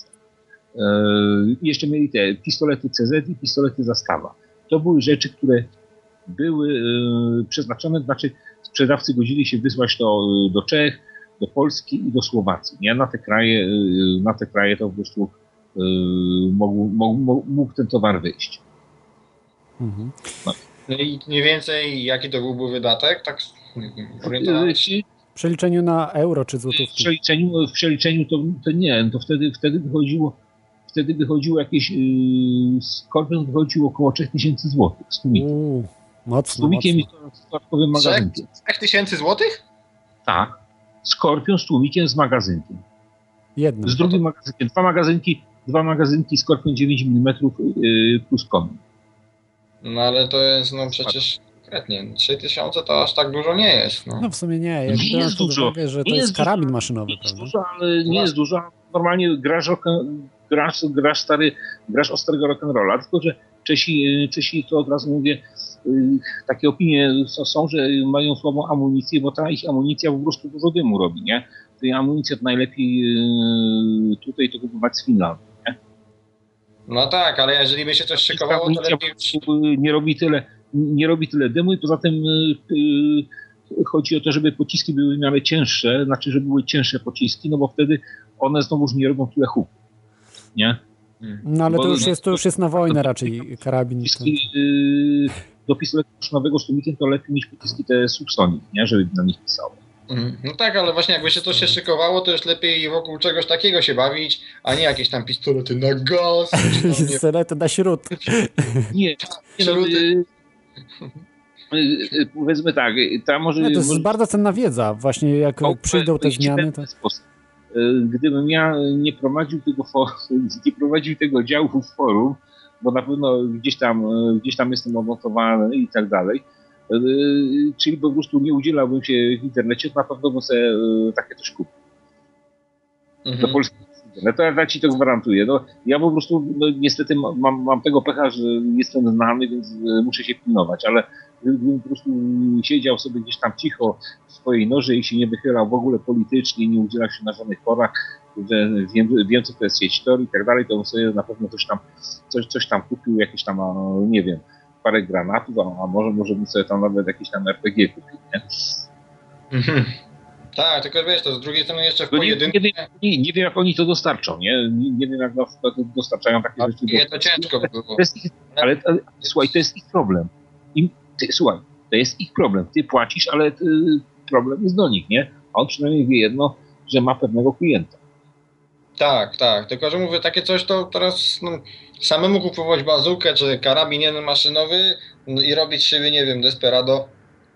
Yy, jeszcze mieli te pistolety C Z i pistolety Zastawa. To były rzeczy, które były yy, przeznaczone, znaczy sprzedawcy godzili się wysłać to do Czech, do Polski i do Słowacji, nie? Na te kraje, yy, na te kraje to po prostu yy, mógł, mógł, mógł ten towar wyjść. Mhm. No. No i mniej więcej jaki to byłby wydatek? Tak w przeliczeniu na euro czy złotówki? W przeliczeniu, w przeliczeniu to, to nie, to wtedy, wtedy wychodziło wtedy wychodziło jakieś yy, Skorpion wychodziło około trzy tysiące złotych z tłumikiem. Uuu, mocno, z tłumikiem mocno. i z dodatkowym magazynkiem. trzech tysięcy złotych? Tak. Skorpion z tłumikiem z magazynkiem. Jednym. Z drugim magazynkiem. Dwa magazynki, dwa magazynki Skorpion dziewięć milimetrów yy, plus komin. No ale to jest, no przecież konkretnie, trzy tysiące to aż tak dużo nie jest. No, no w sumie nie. Jak nie jest dużo. Uwagę, że to nie jest, jest karabin dużo, maszynowy, nie prawda? Jest dużo, ale nie jest dużo. Normalnie grasz, grasz, grasz stary, grasz ostrego rock'n'rolla, tylko że Czesi, Czesi to od razu mówię, takie opinie są, że mają słabą amunicję, bo ta ich amunicja po prostu dużo dymu robi, nie? Tej amunicję to najlepiej tutaj to kupować z Finlandii, nie? No tak, ale jeżeli by się coś szykowało, to lepiej... Nie robi tyle, nie robi tyle dymu i poza tym yy, chodzi o to, żeby pociski były w miarę cięższe, znaczy, żeby były cięższe pociski, no bo wtedy one znowuż nie robią tyle huku, nie? No ale bo, to już, no, jest, to już jest na wojnę raczej karabin. Pociski, yy, do pistoletu maszynowego z tłumikiem to lepiej mieć pociski te Subsonic, nie? Żeby na nich pisało. No tak, ale właśnie jakby się to się szykowało, to już lepiej wokół czegoś takiego się bawić, a nie jakieś tam pistolety na gaz. Pistolety na śród. Nie, nie no, y, y, powiedzmy tak, ta może... No, to jest może, bardzo cenna wiedza, właśnie jak o, przyjdą te zmiany. To... Gdybym ja nie prowadził tego forum, nie prowadził tego działu w forum, bo na pewno gdzieś tam, gdzieś tam jestem odnotowany i tak dalej, czyli po prostu nie udzielałbym się w internecie, to na pewno bym sobie takie coś kupił. Mhm. Do Polski. No to ja ci to gwarantuję. No, ja po prostu no, niestety mam, mam tego pecha, że jestem znany, więc muszę się pilnować, ale gdybym po prostu siedział sobie gdzieś tam cicho w swojej noży i się nie wychylał w ogóle politycznie, nie udzielał się na żadnych porach, że wiem, wiem co to jest sieć Tor i tak dalej, to bym sobie na pewno coś tam, coś, coś tam kupił, jakieś tam, nie wiem, parę granatów, a, a może, może bym sobie tam nawet jakieś tam R P G kupił, nie? Mhm. Tak, tylko wiesz, to z drugiej strony jeszcze w pojedynku... Nie, nie, nie, nie wiem, jak oni to dostarczą, nie? Nie, nie wiem, jak na przykład dostarczają takie a rzeczy. Nie, to ciężko by było. To jest ich, ale, ale słuchaj, to jest ich problem. Im, ty, słuchaj, to jest ich problem. Ty płacisz, ale ty, problem jest do nich, nie? A on przynajmniej wie jedno, że ma pewnego klienta. Tak, tak, tylko że mówię, takie coś to teraz no, samemu kupować bazukę czy karabin jeden maszynowy no, i robić siebie, nie wiem, desperado,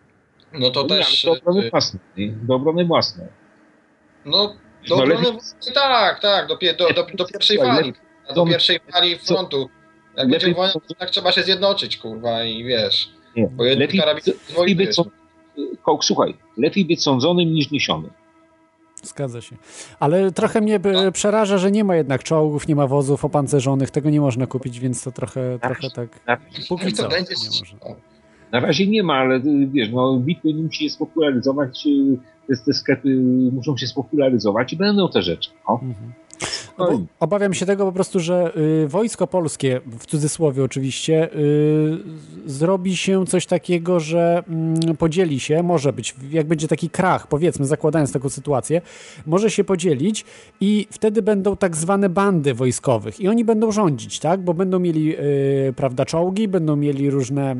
No to no, też... Do obrony własnej. Do obrony własnej. No, do no, obrony własnej, tak, tak, do, do, do, do pierwszej fali. Do pierwszej fali frontu. Jak będzie wojna, to tak trzeba się zjednoczyć, kurwa, i wiesz. Nie. Bo lepiej, lepiej być, Kołk, słuchaj, lepiej być sądzonym niż niesionym. Zgadza się. Ale trochę mnie no. przeraża, że nie ma jednak czołgów, nie ma wozów opancerzonych, tego nie można kupić, więc to trochę, na trochę tak... Na, póki co będzie nie można. Na razie nie ma, ale wiesz, no bitwy musi się spopularyzować, te, te sklepy muszą się spopularyzować i będą te rzeczy. No. Mhm. No obawiam się tego po prostu, że y, wojsko polskie, w cudzysłowie oczywiście, y, zrobi się coś takiego, że y, podzieli się, może być, jak będzie taki krach, powiedzmy, zakładając taką sytuację, może się podzielić i wtedy będą tak zwane bandy wojskowych i oni będą rządzić, tak, bo będą mieli, y, prawda, czołgi, będą mieli różne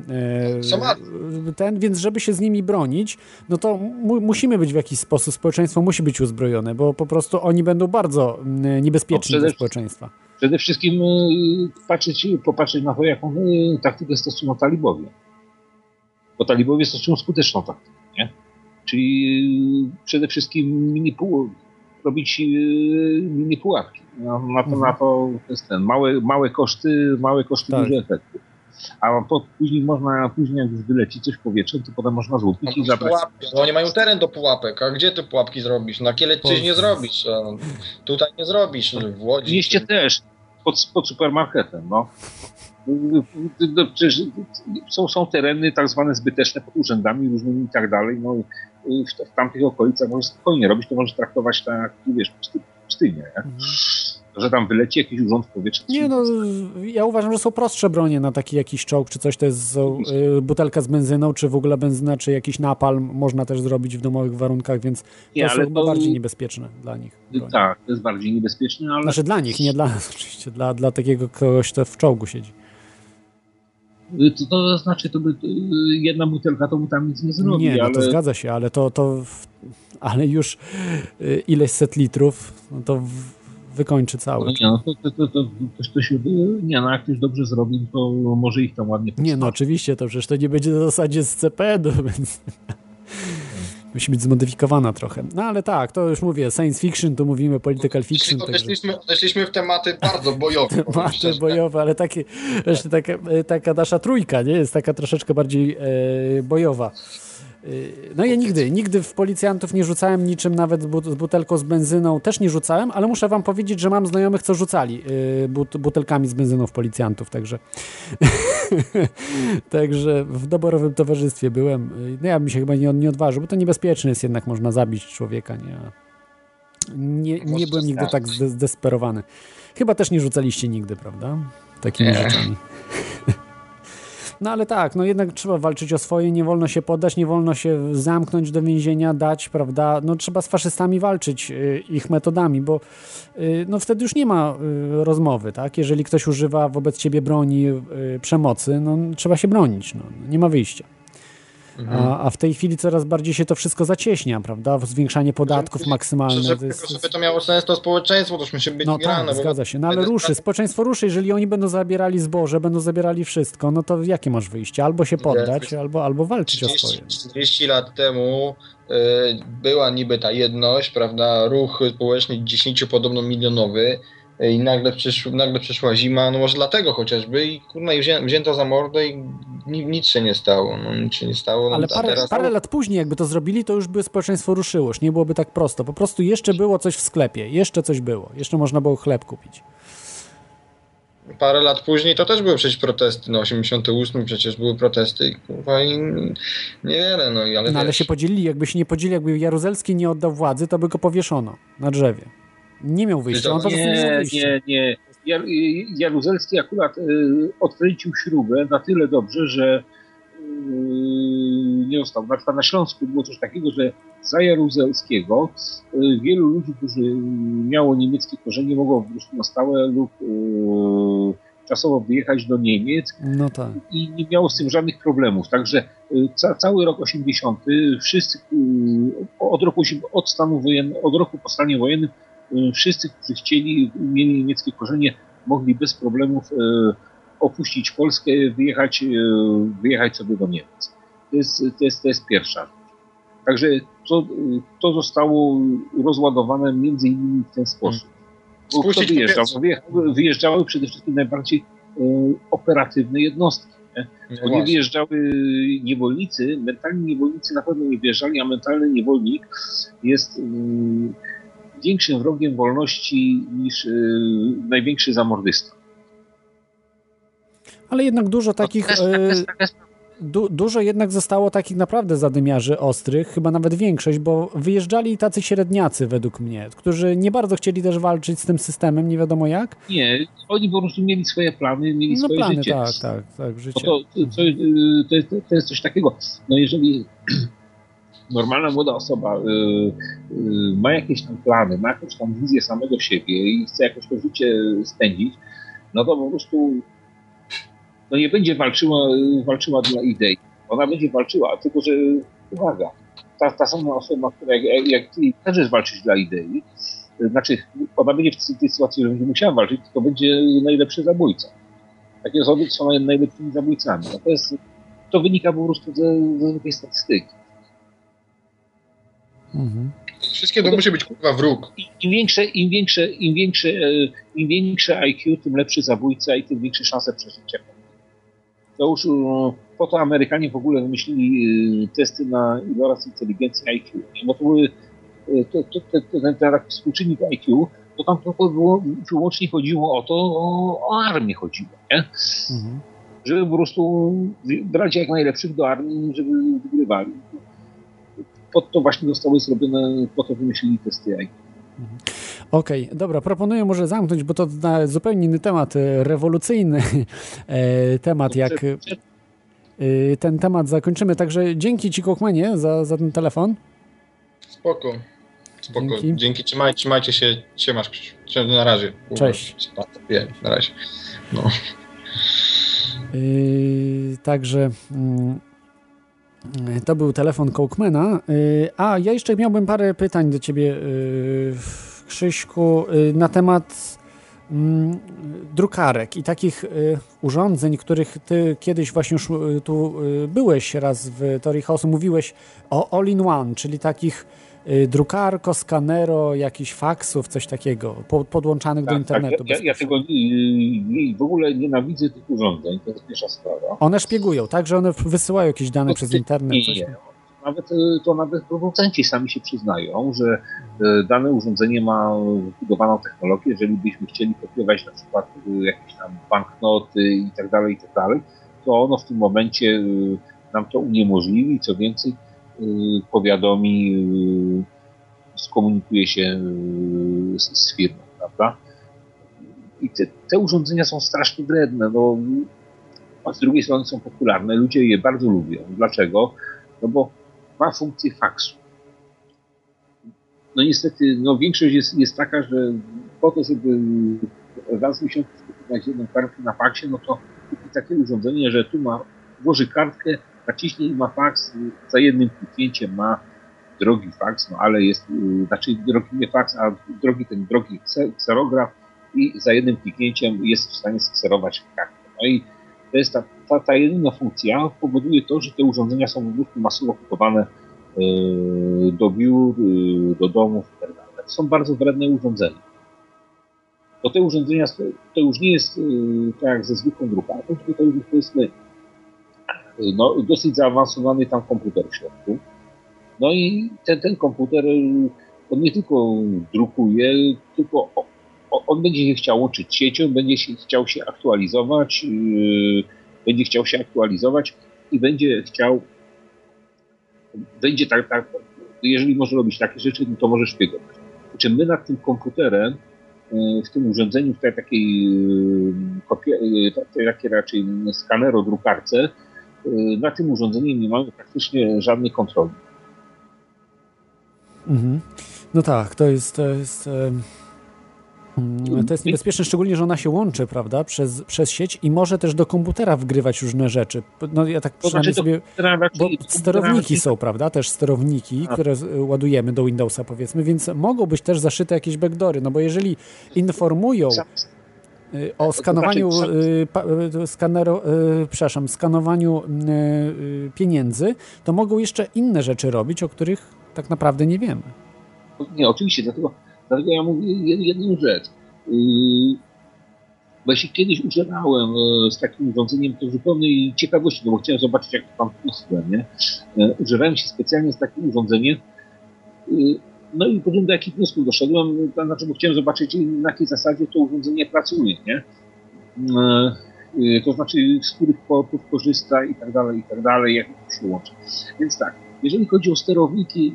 y, ten, więc żeby się z nimi bronić, no to mu, musimy być w jakiś sposób, społeczeństwo musi być uzbrojone, bo po prostu oni będą bardzo y, niebezpieczni no, dla społeczeństwa. Przede wszystkim patrzeć, popatrzeć na to, jaką taktykę stosują talibowie. Bo talibowie stosują skuteczną taktykę, nie? Czyli przede wszystkim mini pół, robić mini pułapki. No, na to, mhm. na to jest ten, małe, małe koszty, małe koszty, tak. duże efekty. A po, później można, później jak już wyleci coś powietrzem, to potem można złupić no, i zabrać. Pułapki. No, oni mają teren do pułapek, a gdzie ty pułapki zrobisz? Na Kielecczyźnie nie zrobisz, a tutaj nie zrobisz, w Łodzi. W mieście czy... też, pod, pod supermarketem, no. Przecież są, są tereny tak zwane zbyteczne pod urzędami różnymi i tak dalej, no w, w tamtych okolicach możesz spokojnie robić, to możesz traktować tak, wiesz, pustynię, nie? Mhm. Że tam wyleci jakiś urząd w powietrzu. Nie, no ja uważam, że są prostsze bronie na taki jakiś czołg, czy coś, to jest y, butelka z benzyną, czy w ogóle benzyna, czy jakiś napalm można też zrobić w domowych warunkach, więc to nie, jest chyba to... bardziej niebezpieczne dla nich. Bronie. Tak, to jest bardziej niebezpieczne, ale... Znaczy dla nich, nie dla nas oczywiście, dla, dla takiego kogoś, kto w czołgu siedzi. To, to znaczy, to by to jedna butelka to by tam nic nie zrobi. Nie, no ale... to zgadza się, ale to, to ale już y, ileś set litrów, no to w, wykończy cały. No nie, no to, to, to, to, to, to się, nie, no jak ktoś dobrze zrobi, to może ich tam ładnie postawić. Nie, no oczywiście, to przecież to nie będzie na zasadzie z C P N-u, więc musi być zmodyfikowana trochę. No ale tak, to już mówię, science fiction, tu mówimy political fiction. Odeszliśmy, także... odeszliśmy w tematy bardzo bojowe. Tematy bojowe, ale takie, właśnie taka, taka nasza trójka, nie? Jest taka troszeczkę bardziej e, bojowa. No ja nigdy, nigdy w policjantów nie rzucałem niczym, nawet z butelką z benzyną też nie rzucałem, ale muszę wam powiedzieć, że mam znajomych, co rzucali but, butelkami z benzyną w policjantów, także także w doborowym towarzystwie byłem. No ja bym się chyba nie, nie odważył, bo to niebezpieczne jest, jednak można zabić człowieka, nie? Nie, nie byłem nigdy tak zdesperowany. Chyba też nie rzucaliście nigdy, prawda? Takimi rzeczami. No ale tak, no jednak trzeba walczyć o swoje, nie wolno się poddać, nie wolno się zamknąć do więzienia, dać, prawda, no trzeba z faszystami walczyć y, ich metodami, bo y, no wtedy już nie ma y, rozmowy, tak, jeżeli ktoś używa wobec ciebie broni, y, przemocy, no trzeba się bronić, no, nie ma wyjścia. Mhm. A, a w tej chwili coraz bardziej się to wszystko zacieśnia, prawda? Zwiększanie podatków żeby, maksymalne. Żeby, jest... żeby to miało sens, to społeczeństwo to musi być no grane. Tak, zgadza się. No ale ruszy, społeczeństwo ruszy, jeżeli oni będą zabierali zboże, będą zabierali wszystko, no to jakie masz wyjście? Albo się poddać, albo, albo walczyć trzydzieści, o swoje. czterdzieści lat temu y, była niby ta jedność, prawda? Ruch społeczny dziesięciu podobno milionowy. I nagle, przyszł, nagle przyszła zima, no może dlatego chociażby i kurna, i wzię, wzięto za mordę i nic się nie stało, no nic się nie stało. No, ale parę, teraz... parę lat później jakby to zrobili, to już by społeczeństwo ruszyło, już nie byłoby tak prosto, po prostu jeszcze było coś w sklepie, jeszcze coś było, jeszcze można było chleb kupić. Parę lat później to też były przecież protesty, no osiemdziesiąty ósmy przecież były protesty i kurwa i niewiele, no i ale No ale się podzielili, jakby się nie podzielili, jakby Jaruzelski nie oddał władzy, to by go powieszono na drzewie. Nie miał wyjścia, on po prostu nie miał wyjścia. Nie, nie. Jar, Jaruzelski akurat y, odkręcił śrubę na tyle dobrze, że y, nie został. Na przykład na Śląsku było coś takiego, że za Jaruzelskiego y, wielu ludzi, którzy miało niemieckie korzenie, mogło po prostu na stałe lub y, czasowo wyjechać do Niemiec no tak. I nie miało z tym żadnych problemów. Także y, ca, cały rok osiemdziesiąty wszyscy y, od roku od stanu wojennego, od roku po stanie wojennym wszyscy, którzy chcieli, mieli niemieckie korzenie, mogli bez problemów e, opuścić Polskę, wyjechać, e, wyjechać sobie do Niemiec. To jest, to jest, to jest pierwsza rzecz. Także to, to zostało rozładowane między innymi w ten sposób. Bo kto wyjeżdżał? Wyjeżdżały przede wszystkim najbardziej e, operatywne jednostki. Nie? Bo nie wyjeżdżały niewolnicy, mentalni niewolnicy na pewno nie wyjeżdżali, a mentalny niewolnik jest e, większym wrogiem wolności niż e, największy zamordysta. Ale jednak dużo takich... To jest, to jest, to jest, Du, dużo jednak zostało takich naprawdę zadymiarzy ostrych, chyba nawet większość, bo wyjeżdżali tacy średniacy według mnie, którzy nie bardzo chcieli też walczyć z tym systemem, nie wiadomo jak. Nie, oni po prostu mieli swoje plany, mieli no, swoje plany, życie. tak, tak, tak, życie. To, to, to, to, jest, to jest coś takiego, no jeżeli normalna młoda osoba y, y, ma jakieś tam plany, ma jakąś tam wizję samego siebie i chce jakoś to życie spędzić, no to po prostu no nie będzie walczyła, walczyła dla idei. Ona będzie walczyła, tylko że uwaga, ta, ta sama osoba, która jak, jak ty każesz walczyć dla idei, znaczy ona będzie w tej sytuacji, że będzie musiała walczyć, to będzie najlepszy zabójca. Takie osoby są najlepszymi zabójcami. No to, jest, to wynika po prostu ze, ze zwykłej statystyki. Mhm. Wszystkie to musi być kurwa wróg. Im większe, im większe, im większe, im większe I Q, tym lepszy zabójca i tym większe szanse przeżycia. To już po to Amerykanie w ogóle wymyślili testy na iloraz inteligencji I Q. Bo to były to, to, to, to, ten taki współczynnik I Q, to tam to było, wyłącznie chodziło o to, o, o armię chodziło, nie? Mhm. Żeby po prostu brać jak najlepszych do armii, żeby wygrywali. Po to właśnie zostały zrobione, po to wymyślili testy I Q. Okej, okay, dobra, proponuję może zamknąć, bo to na zupełnie inny temat, rewolucyjny temat, jak ten temat zakończymy. Także dzięki Ci, Kochmanie, za, za ten telefon. Spoko, spoko. Dzięki, dzięki. Trzymaj, trzymajcie się, trzymasz, na razie. Cześć. Nie, na razie. No. Yy, także... Mm, to był telefon Kołkmana. A ja jeszcze miałbym parę pytań do Ciebie, Krzyśku, na temat drukarek i takich urządzeń, których Ty kiedyś właśnie już tu byłeś raz w Teorii Chaosu, mówiłeś o all-in-one, czyli takich drukarko, skanero, jakichś faksów, coś takiego, podłączanych tak, do internetu. Tak, ja, ja tego nie, w ogóle nienawidzę tych urządzeń, to jest pierwsza sprawa. One szpiegują, tak? Że one wysyłają jakieś dane to przez internet? Nie, coś? nie. Nawet, to nawet producenci sami się przyznają, że dane urządzenie ma wybudowaną technologię. Jeżeli byśmy chcieli kopiować na przykład jakieś tam banknoty i tak dalej, i tak dalej, to ono w tym momencie nam to uniemożliwi. Co więcej, powiadomi, skomunikuje się z, z firmą, prawda? I te, te urządzenia są strasznie wredne, no, a z drugiej strony są popularne, ludzie je bardzo lubią. Dlaczego? No bo ma funkcję faksu. No niestety, no większość jest, jest taka, że po to, żeby raz w miesiącu skupić jedną kartkę na faksie, no to kupi takie urządzenie, że tu ma, włoży kartkę, naciśnie i ma faks, za jednym kliknięciem ma drogi faks, no ale jest, znaczy drogi nie faks, a drogi ten drogi kserograf i za jednym kliknięciem jest w stanie skserować kartkę. No i to jest ta, ta, ta jedyna funkcja powoduje to, że te urządzenia są po prostu masowo kupowane yy, do biur, yy, do domów i tak dalej. To są bardzo wredne urządzenia. Bo te urządzenia, to już nie jest yy, tak jak ze zwykłą drukarką, tylko to już powiedzmy no, dosyć zaawansowany tam komputer w środku. No i ten, ten komputer, on nie tylko drukuje, tylko on będzie się chciał łączyć siecią, będzie się chciał się aktualizować, yy, będzie chciał się aktualizować i będzie chciał, będzie tak, tak, jeżeli może robić takie rzeczy, to może szpiegować. Znaczy my nad tym komputerem, yy, w tym urządzeniu, w tej takiej, yy, kopie, yy, tej, takiej raczej skanero, drukarce, na tym urządzeniu nie mamy praktycznie żadnej kontroli. Mhm. No tak, to jest, to jest, to jest niebezpieczne, szczególnie, że ona się łączy, prawda, przez, przez sieć i może też do komputera wgrywać różne rzeczy. No ja tak przynajmniej sobie, bo sterowniki są, prawda, też sterowniki, które ładujemy do Windowsa, powiedzmy, więc mogą być też zaszyte jakieś backdoory, no bo jeżeli informują O skanowaniu, to znaczy, pa, skanero, przepraszam, skanowaniu pieniędzy, to mogą jeszcze inne rzeczy robić, o których tak naprawdę nie wiemy. Nie, oczywiście, dlatego, dlatego ja mówię jedną rzecz. Bo jeśli kiedyś używałem z takim urządzeniem, to zupełnej ciekawości, no bo chciałem zobaczyć, jak to tam funkcjonuje, nie? Używałem się specjalnie z takim urządzeniem. No i potem do jakich wniosków doszedłem, to znaczy, bo chciałem zobaczyć, na jakiej zasadzie to urządzenie pracuje, nie? To znaczy, z których portów korzysta i tak dalej, i tak dalej, jak to się łączy. Więc tak, jeżeli chodzi o sterowniki,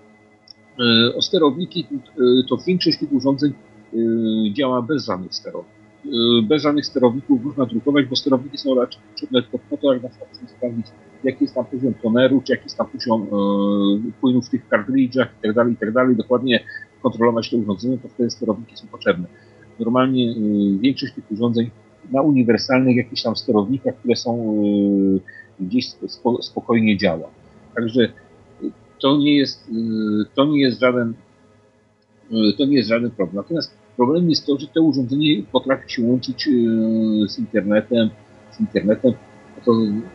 o sterowniki, to większość tych urządzeń działa bez żadnych sterowników. Bez żadnych sterowników można drukować, bo sterowniki są raczej potrzebne tylko po to, jak na przykład sprawdzić, jaki jest tam poziom toneru, czy jaki jest tam poziom e, płynów w tych kartridżach i tak dalej, i tak dalej. Dokładnie kontrolować to urządzenie, to wtedy sterowniki są potrzebne. Normalnie e, większość tych urządzeń na uniwersalnych jakichś tam sterownikach, które są e, gdzieś spo, spokojnie działa. Także to nie jest, e, to nie jest żaden e, to nie jest żaden problem. Natomiast problemem jest to, że to urządzenie potrafi się łączyć e, z internetem, z internetem. To,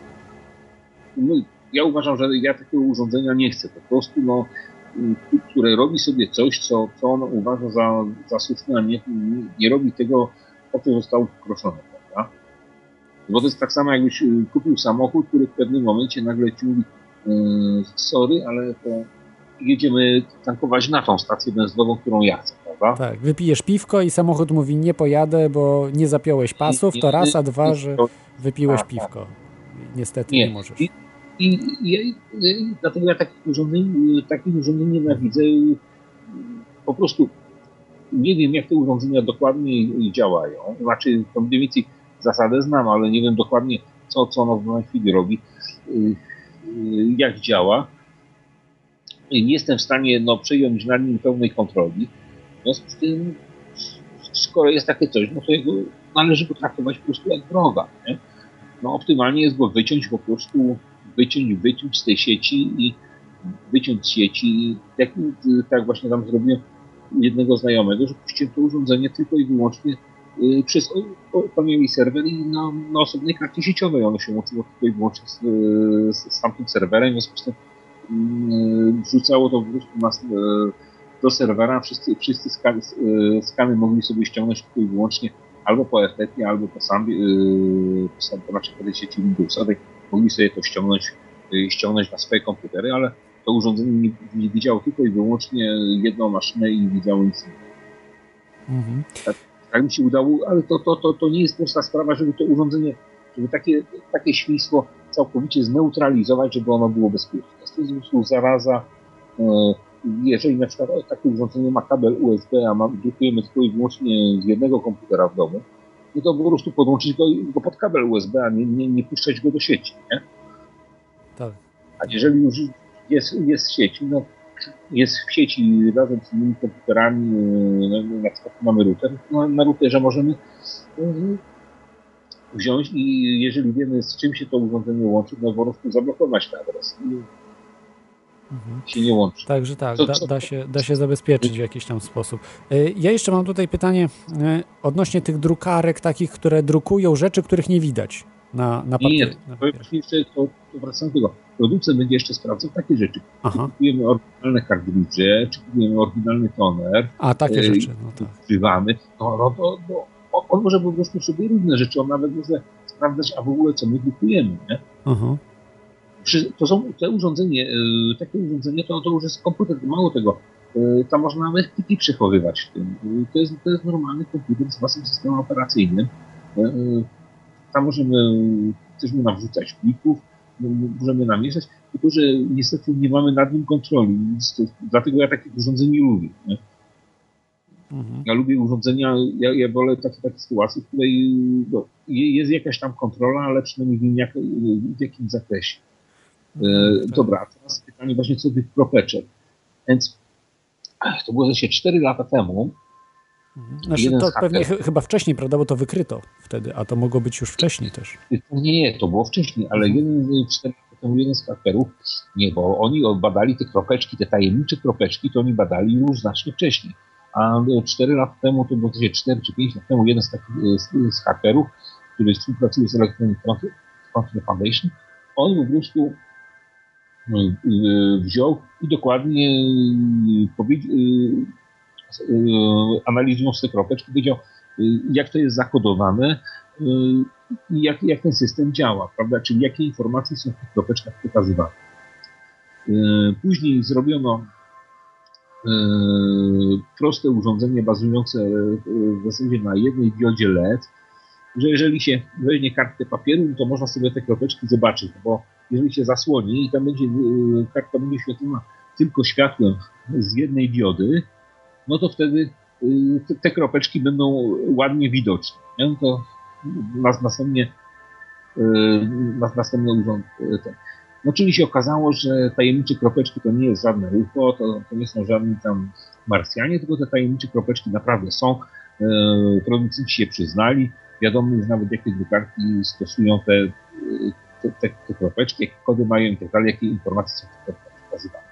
no, ja uważam, że ja takiego urządzenia nie chcę. Po prostu, no, które robi sobie coś, co, co on uważa za, za słuszne, a nie, nie robi tego, po co został wkroczony, prawda? Bo to jest tak samo, jakbyś kupił samochód, który w pewnym momencie nagle ci mówi, yy, sorry, ale to jedziemy tankować na tą stację benzynową, którą ja chcę, prawda? Tak, wypijesz piwko i samochód mówi, nie pojadę, bo nie zapiąłeś pasów, to raz, a dwa, że wypiłeś piwko. Niestety nie, nie możesz. I, i, i, i dlatego ja takich urządzeń, takich urządzeń nienawidzę. Po prostu nie wiem, jak te urządzenia dokładnie działają. Znaczy, to mniej więcej zasadę znam, ale nie wiem dokładnie, co, co ono w danej chwili robi, jak działa. Nie jestem w stanie no, przejąć nad nim pełnej kontroli. W związku z tym, skoro jest takie coś, no to jego należy go traktować po prostu jak wroga. Nie? No optymalnie jest go wyciąć po prostu, wyciąć, wyciąć z tej sieci i wyciąć z sieci. Tak, tak właśnie tam zrobiłem jednego znajomego, że puściłem to urządzenie tylko i wyłącznie y, przez paneli serwer i na, na osobnej karcie sieciowej ono się łączyło tylko i wyłącznie z, z, z tamtym serwerem, w związku z tym y, wrzucało to po prostu na, y, do serwera, wszyscy, wszyscy skany, y, skany mogli sobie ściągnąć tylko i wyłącznie albo po F T P, albo po sam, yy, po, sam, po naszej sieci Windowsowej mogli sobie to ściągnąć, yy, ściągnąć na swoje komputery, ale to urządzenie nie, nie widziało tylko i wyłącznie jedną maszynę i nie widziało nic innego. Mhm. Tak, tak mi się udało, ale to, to, to, to nie jest prosta sprawa, żeby to urządzenie, żeby takie, takie świństwo całkowicie zneutralizować, żeby ono było bezpieczne. To jest po prostu zaraza. Yy, Jeżeli na przykład takie urządzenie ma kabel U S B, a ma, drukujemy tylko i wyłącznie z jednego komputera w domu, no to po prostu podłączyć go, go pod kabel U S B, a nie, nie, nie puszczać go do sieci, nie? Tak. A jeżeli już jest, jest w sieci, no jest w sieci razem z innymi komputerami, na przykład mamy router, no, na routerze możemy wziąć i jeżeli wiemy, z czym się to urządzenie łączy, no po prostu zablokować ten adres. Mhm. Się nie łączy. Także tak, da, da, się, da się zabezpieczyć w jakiś tam sposób. Ja jeszcze mam tutaj pytanie odnośnie tych drukarek takich, które drukują rzeczy, których nie widać na, na papierze. Nie, nie, to, to wracam do tego. Producent będzie jeszcze sprawdzał takie rzeczy. Czy kupujemy oryginalne kartridże, czy kupujemy oryginalny toner. A, takie rzeczy. No tak. Używamy. No, no, to, no, on może po prostu sobie różne rzeczy, on nawet może sprawdzać, a w ogóle co my drukujemy, nie? Aha. To są te urządzenie, takie urządzenie, to, to już jest komputer, mało tego, tam można nawet pliki przechowywać w tym. To jest, to jest normalny komputer z własnym systemem operacyjnym. Tam możemy, chcemy nawrzucać plików, możemy namieszać, tylko że niestety nie mamy nad nim kontroli, to, dlatego ja takich urządzeń nie lubię. Nie? Mhm. Ja lubię urządzenia, ja, ja wolę takie, takie sytuacje, w której no, jest jakaś tam kontrola, ale przynajmniej wiem jak, w jakim zakresie. E, tak. Dobra, teraz pytanie właśnie co tych kropeczek. Więc ach, to było się cztery lata temu. Znaczy to pewnie ch- chyba wcześniej, prawda, bo to wykryto wtedy, a to mogło być już wcześniej też. Nie, nie, to było wcześniej, ale mhm. jeden, cztery lata temu jeden z hakerów, nie, bo oni badali te kropeczki, te tajemnicze kropeczki, to oni badali już znacznie wcześniej. A cztery lata temu, to było cztery czy pięć lat temu, jeden z takich z, z hakerów, który współpracuje z Electronic Frontier Foundation, on po prostu wziął i dokładnie powiedział, analizując te kropeczki, powiedział, jak to jest zakodowane i jak, jak ten system działa, prawda? Czyli jakie informacje są w tych kropeczkach pokazywane. Później zrobiono proste urządzenie bazujące w zasadzie na jednej diodzie L E D, że jeżeli się weźmie kartkę papieru, to można sobie te kropeczki zobaczyć, bo jeżeli się zasłoni i tam będzie kartka będzie świetlona tylko światłem z jednej diody, no to wtedy te, te kropeczki będą ładnie widoczne. Nie? To nas, następnie nas, następny urząd ten. No czyli się okazało, że tajemnicze kropeczki to nie jest żadne U F O, to, to nie są żadni tam Marsjanie, tylko te tajemnicze kropeczki naprawdę są. Producenci się przyznali, wiadomo już nawet jakie drukarki stosują te, te, te, te kropeczki, jakie kody mają i tak dalej, jakie informacje są w tych kropkach przekazywane.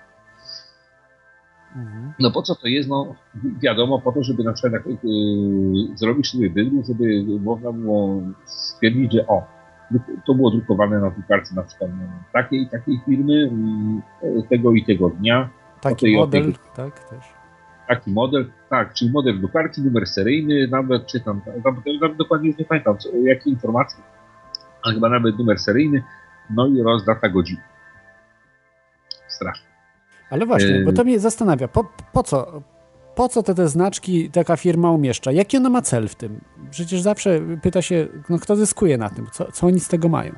No po co to jest? No wiadomo, po to, żeby na przykład jak, yy, zrobić sobie wydruk, żeby można było stwierdzić, że o, to było drukowane na drukarce na przykład takiej i takiej firmy, yy, tego i tego dnia. Taki model, tej, tak też. Taki model, tak, czyli model drukarki, numer seryjny, nawet czy tam, nawet dokładnie już nie pamiętam, co, jakie informacje, ale chyba nawet numer seryjny, no i roz data godziny. Strasznie. Ale właśnie, bo to mnie zastanawia, po, po co, po co te, te znaczki taka firma umieszcza? Jaki ona ma cel w tym? Przecież zawsze pyta się, no kto zyskuje na tym, co, co oni z tego mają?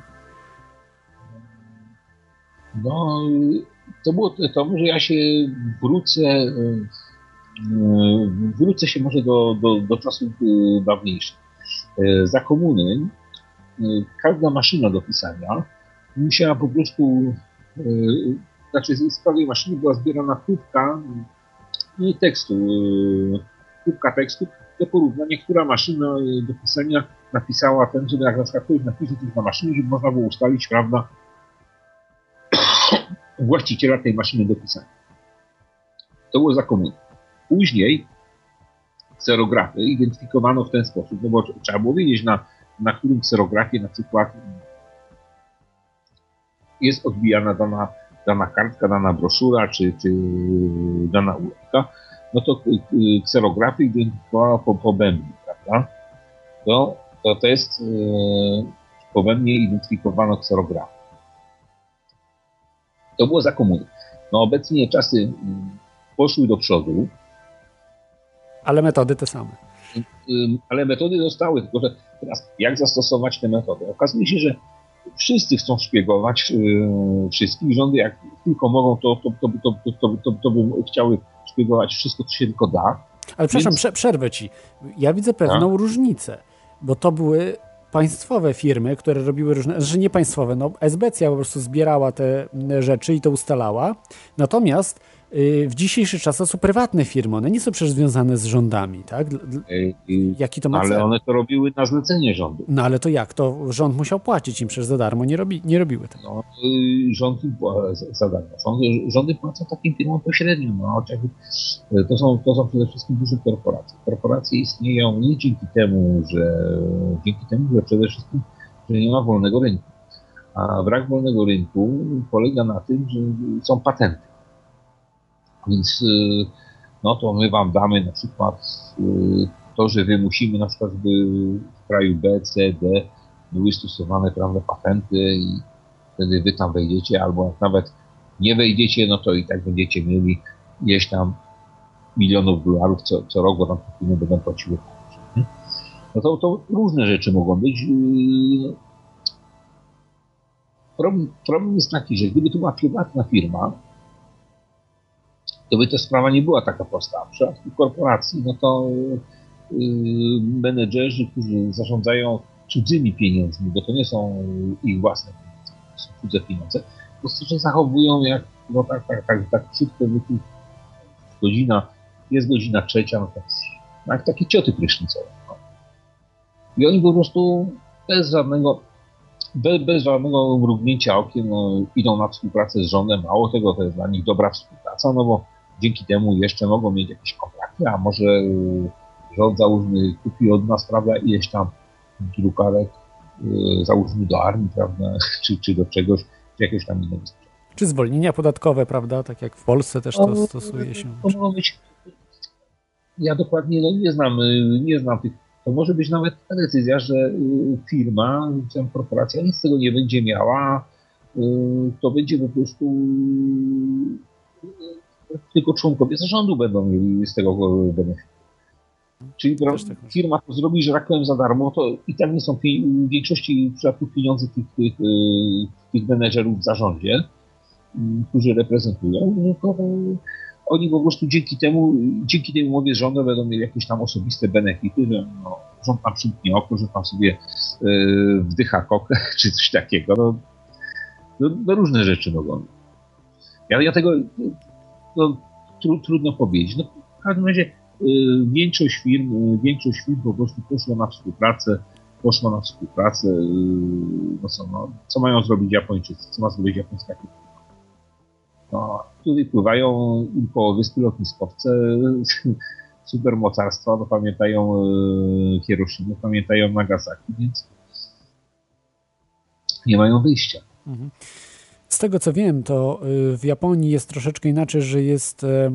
No, to było to, może ja się wrócę, wrócę się może do, do, do czasów dawniejszych. Za komuny każda maszyna do pisania musiała po prostu, znaczy z każdej maszyny była zbierana próbka tekstu, próbka tekstu do porównania, która maszyna do pisania napisała ten, żeby jak na przykład ktoś napisał coś na maszynie, żeby można było ustalić, prawda, właściciela tej maszyny do pisania. To było za komuny. Później kserografy identyfikowano w ten sposób, no bo trzeba było wiedzieć, na, na którym kserografie na przykład jest odbijana dana, dana kartka, dana broszura, czy, czy dana ulotka, no to kserografy identyfikowano po, po bębni, prawda? To, to, to jest yy, po bębnie identyfikowano kserografy. To było za komuny. No obecnie czasy yy, poszły do przodu. Ale metody te same. Yy, ale metody zostały, tylko że teraz jak zastosować te metody? Okazuje się, że wszyscy chcą szpiegować yy, wszystkich. Rządy jak tylko mogą, to, to, to, to, to, to, to, to by chciały szpiegować wszystko, co się tylko da. Ale przepraszam, Więc... przerwę ci. Ja widzę pewną A? różnicę, bo to były państwowe firmy, które robiły różne, że nie państwowe, no Esbecja po prostu zbierała te rzeczy i to ustalała. Natomiast w dzisiejszych czasach są prywatne firmy, one nie są przecież związane z rządami, tak? Jaki to ma ale cel? One to robiły na zlecenie rządu. No ale to jak? To rząd musiał płacić im przecież za darmo, nie, robi, nie robiły tego. No, rząd im za darmo. Rządy, rządy płacą takim firmom pośrednio. No, to, są, to są przede wszystkim duże korporacje. Korporacje istnieją nie dzięki temu, że dzięki temu, że przede wszystkim, że nie ma wolnego rynku. A brak wolnego rynku polega na tym, że są patenty. Więc no to my wam damy na przykład to, że wymusimy na przykład, żeby w kraju B, C, D były stosowane prawne patenty i wtedy wy tam wejdziecie, albo jak nawet nie wejdziecie, no to i tak będziecie mieli gdzieś tam milionów dolarów co, co rok, bo tam firmy będą płaciły. No to, to różne rzeczy mogą być. Problem, problem jest taki, że gdyby to była prywatna firma, to by ta sprawa nie była taka prosta. W przypadku korporacji, no to yy, menedżerzy, którzy zarządzają cudzymi pieniędzmi, bo to nie są ich własne pieniądze, to są cudze pieniądze, po prostu się zachowują jak, no tak, tak, tak, tak szybko, godzina, jest godzina trzecia, no to jak takie cioty prysznicowe. No. I oni po prostu bez żadnego, bez, bez żadnego mrugnięcia okiem no, idą na współpracę z rządem. Mało tego, to jest dla nich dobra współpraca, no bo dzięki temu jeszcze mogą mieć jakieś kontrakty a może rząd, załóżmy, kupi od nas, prawda, ileś tam drukarek, załóżmy do armii, prawda, czy, czy do czegoś, czy jakiegoś tam innego. Czy zwolnienia podatkowe, prawda, tak jak w Polsce też to no, stosuje się. To mogą być, ja dokładnie no, nie znam, nie znam tych, to może być nawet ta decyzja, że firma, czy korporacja nic z tego nie będzie miała, to będzie po prostu tylko członkowie zarządu będą mieli z tego benefit. Czyli tak firma to zrobi, że tak powiem, za darmo, to i tak nie są w większości przypadków pieniądze tych, tych, tych menedżerów w zarządzie, którzy reprezentują, no to oni po prostu dzięki temu, dzięki tej umowie z rządem będą mieli jakieś tam osobiste benefity, że no, rząd tam przymknie oko, że tam sobie yy, wdycha kokę, czy coś takiego. No, no, no różne rzeczy mogą. Ja, ja tego no, tru, trudno powiedzieć. No, w każdym razie yy, większość firm, yy, większość firm po prostu poszła na współpracę, poszła na współpracę, yy, no co, no, co mają zrobić Japończycy, co ma zrobić japońska firma. No, tutaj pływają im po wyspy lotniskowce supermocarstwa, no pamiętają e, Hiroshima, pamiętają Nagasaki, więc nie mają wyjścia. Z tego co wiem, to w Japonii jest troszeczkę inaczej, że jest e,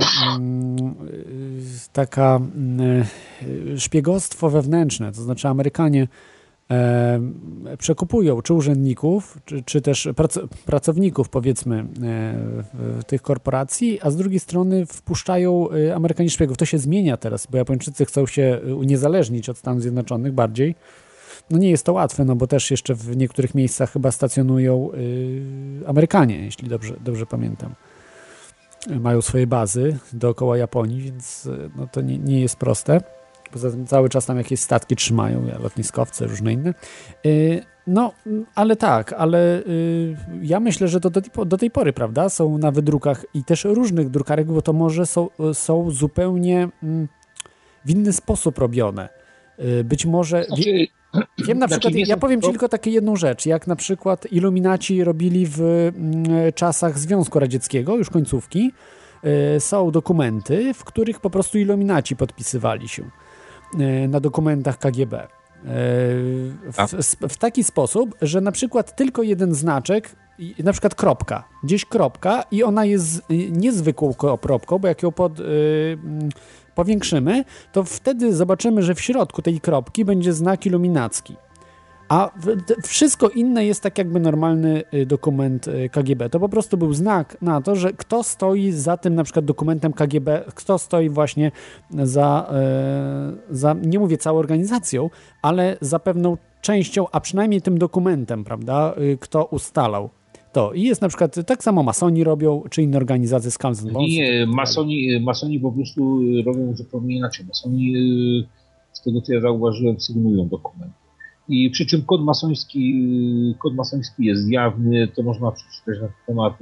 taka e, szpiegostwo wewnętrzne, to znaczy Amerykanie E, przekupują czy urzędników, czy, czy też prac, pracowników, powiedzmy, e, w, tych korporacji, a z drugiej strony wpuszczają e, Amerykanie szpiegów. To się zmienia teraz, bo Japończycy chcą się uniezależnić od Stanów Zjednoczonych bardziej. No nie jest to łatwe, no bo też jeszcze w niektórych miejscach chyba stacjonują e, Amerykanie, jeśli dobrze, dobrze pamiętam. Mają swoje bazy dookoła Japonii, więc no to nie, nie jest proste. Poza tym cały czas tam jakieś statki trzymają, lotniskowce, różne inne. No, ale tak, ale ja myślę, że to do tej, do tej pory, prawda, są na wydrukach i też różnych drukarek, bo to może są, są zupełnie w inny sposób robione. Być może... Wie, wiem na przykład, ja powiem ci tylko taką jedną rzecz, jak na przykład iluminaci robili w czasach Związku Radzieckiego, już końcówki, są dokumenty, w których po prostu iluminaci podpisywali się na dokumentach K G B. W, w taki sposób, że na przykład tylko jeden znaczek, na przykład kropka, gdzieś kropka i ona jest niezwykłą kropką, bo jak ją pod, yy, powiększymy, to wtedy zobaczymy, że w środku tej kropki będzie znak iluminacki. A wszystko inne jest tak jakby normalny dokument K G B. To po prostu był znak na to, że kto stoi za tym na przykład dokumentem K G B, kto stoi właśnie za, za nie mówię całą organizacją, ale za pewną częścią, a przynajmniej tym dokumentem, prawda, kto ustalał to. I jest na przykład, tak samo masoni robią, czy inne organizacje, Skulls and Bones. Nie, masoni, masoni po prostu robią zupełnie inaczej. Masoni, z tego co ja zauważyłem, sygnują dokument. I przy czym kod masoński, kod masoński jest jawny, to można przeczytać na ten temat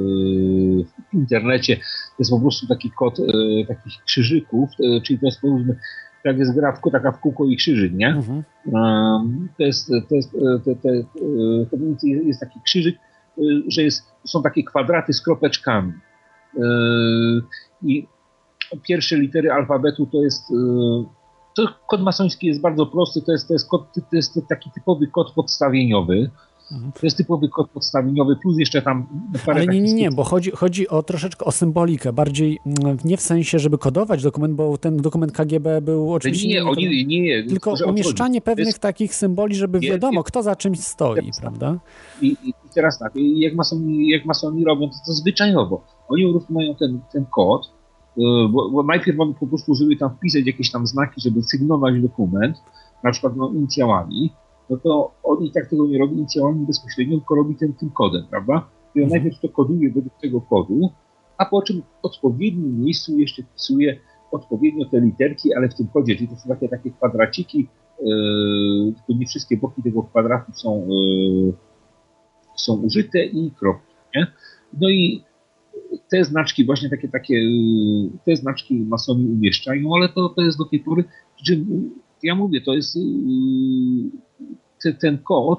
w internecie. To jest po prostu taki kod takich krzyżyków, czyli to jest powiedzmy, jak jest gra w, taka w kółko i krzyżyk, nie? Mhm. To jest, to jest, to, to, to jest taki krzyżyk, że jest, są takie kwadraty z kropeczkami. I pierwsze litery alfabetu to jest... To kod masoński jest bardzo prosty, to jest, to jest, kod, to jest taki typowy kod podstawieniowy. Mhm. To jest typowy kod podstawieniowy, plus jeszcze tam parę... Ale nie, nie, nie, bo chodzi, chodzi o troszeczkę o symbolikę, bardziej nie w sensie, żeby kodować dokument, bo ten dokument K G B był oczywiście... Nie, nie, oni, nie, nie, tylko umieszczanie pewnych jest, takich symboli, żeby jest, wiadomo, jest, kto za czymś stoi, jest, prawda? I, i, I teraz tak, jak masoni, jak masoni robią, to, to zwyczajowo. Oni po prostu mają ten, ten kod, Bo, bo najpierw oni po prostu żeby tam wpisać jakieś tam znaki, żeby sygnować dokument, na przykład no, inicjałami, no to on i tak tego nie robi inicjałami bezpośrednio, tylko robi tym, tym kodem, prawda? I on mhm. najpierw to koduje według tego kodu, a po czym w odpowiednim miejscu jeszcze wpisuje odpowiednio te literki, ale w tym kodzie, czyli to są takie, takie kwadraciki, yy, tylko nie wszystkie boki tego kwadratu są, yy, są użyte i kropki, nie? No i te znaczki, właśnie takie, takie te znaczki masoni umieszczają, ale to, to jest do tej pory, ja mówię, to jest ten, ten kod,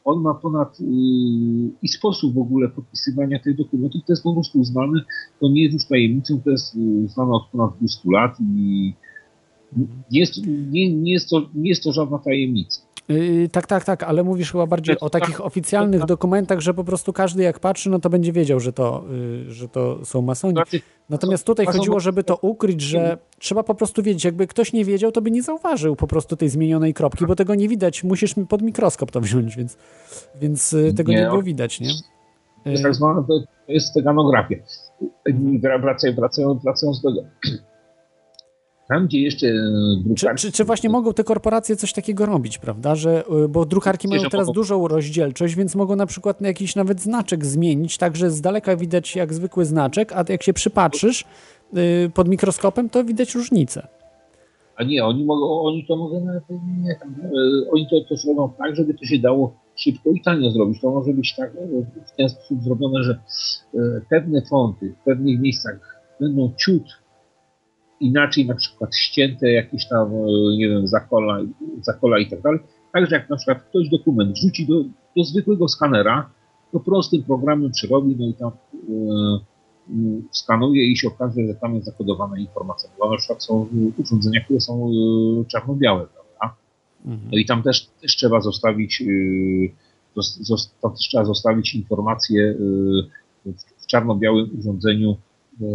on ma ponad yy, i sposób w ogóle podpisywania tych dokumentów, to jest po prostu znane, to nie jest już tajemnicą, to jest yy, znane od ponad dwieście lat i nie jest, nie, nie, jest to, nie jest to żadna tajemnica. Yy, tak, tak, tak, ale mówisz chyba bardziej o takich oficjalnych dokumentach, że po prostu każdy jak patrzy, no to będzie wiedział, że to, yy, że to są masoni. Natomiast tutaj chodziło, żeby to ukryć, że trzeba po prostu wiedzieć, jakby ktoś nie wiedział, to by nie zauważył po prostu tej zmienionej kropki, bo tego nie widać, musisz pod mikroskop to wziąć, więc, więc tego nie, nie było widać, nie? To jest tak zwana, to jest steganografia. Wracając, wracając, wracając do tego. Tam, gdzie jeszcze drukarki... Czy, czy, czy właśnie mogą te korporacje coś takiego robić, prawda? Że, bo drukarki mają teraz dużą rozdzielczość, więc mogą na przykład jakiś nawet znaczek zmienić, tak że z daleka widać jak zwykły znaczek, a jak się przypatrzysz pod mikroskopem, to widać różnicę. A nie, oni mogą, oni to mogą nawet nie, tam, oni to też robią tak, żeby to się dało szybko i tanio zrobić. To może być tak w ten sposób zrobione, że pewne fonty w pewnych miejscach będą ciut inaczej na przykład ścięte jakieś tam, nie wiem, zakola, zakola i tak dalej. Także jak na przykład ktoś dokument wrzuci do, do zwykłego skanera, to prostym programem przerobi, no i tam yy, skanuje i się okaże, że tam jest zakodowana informacja. Bo na przykład są urządzenia, które są yy, czarno-białe, prawda? Mhm. No i tam też, też trzeba zostawić yy, zos, tam też trzeba zostawić informację yy, w, w czarno-białym urządzeniu yy,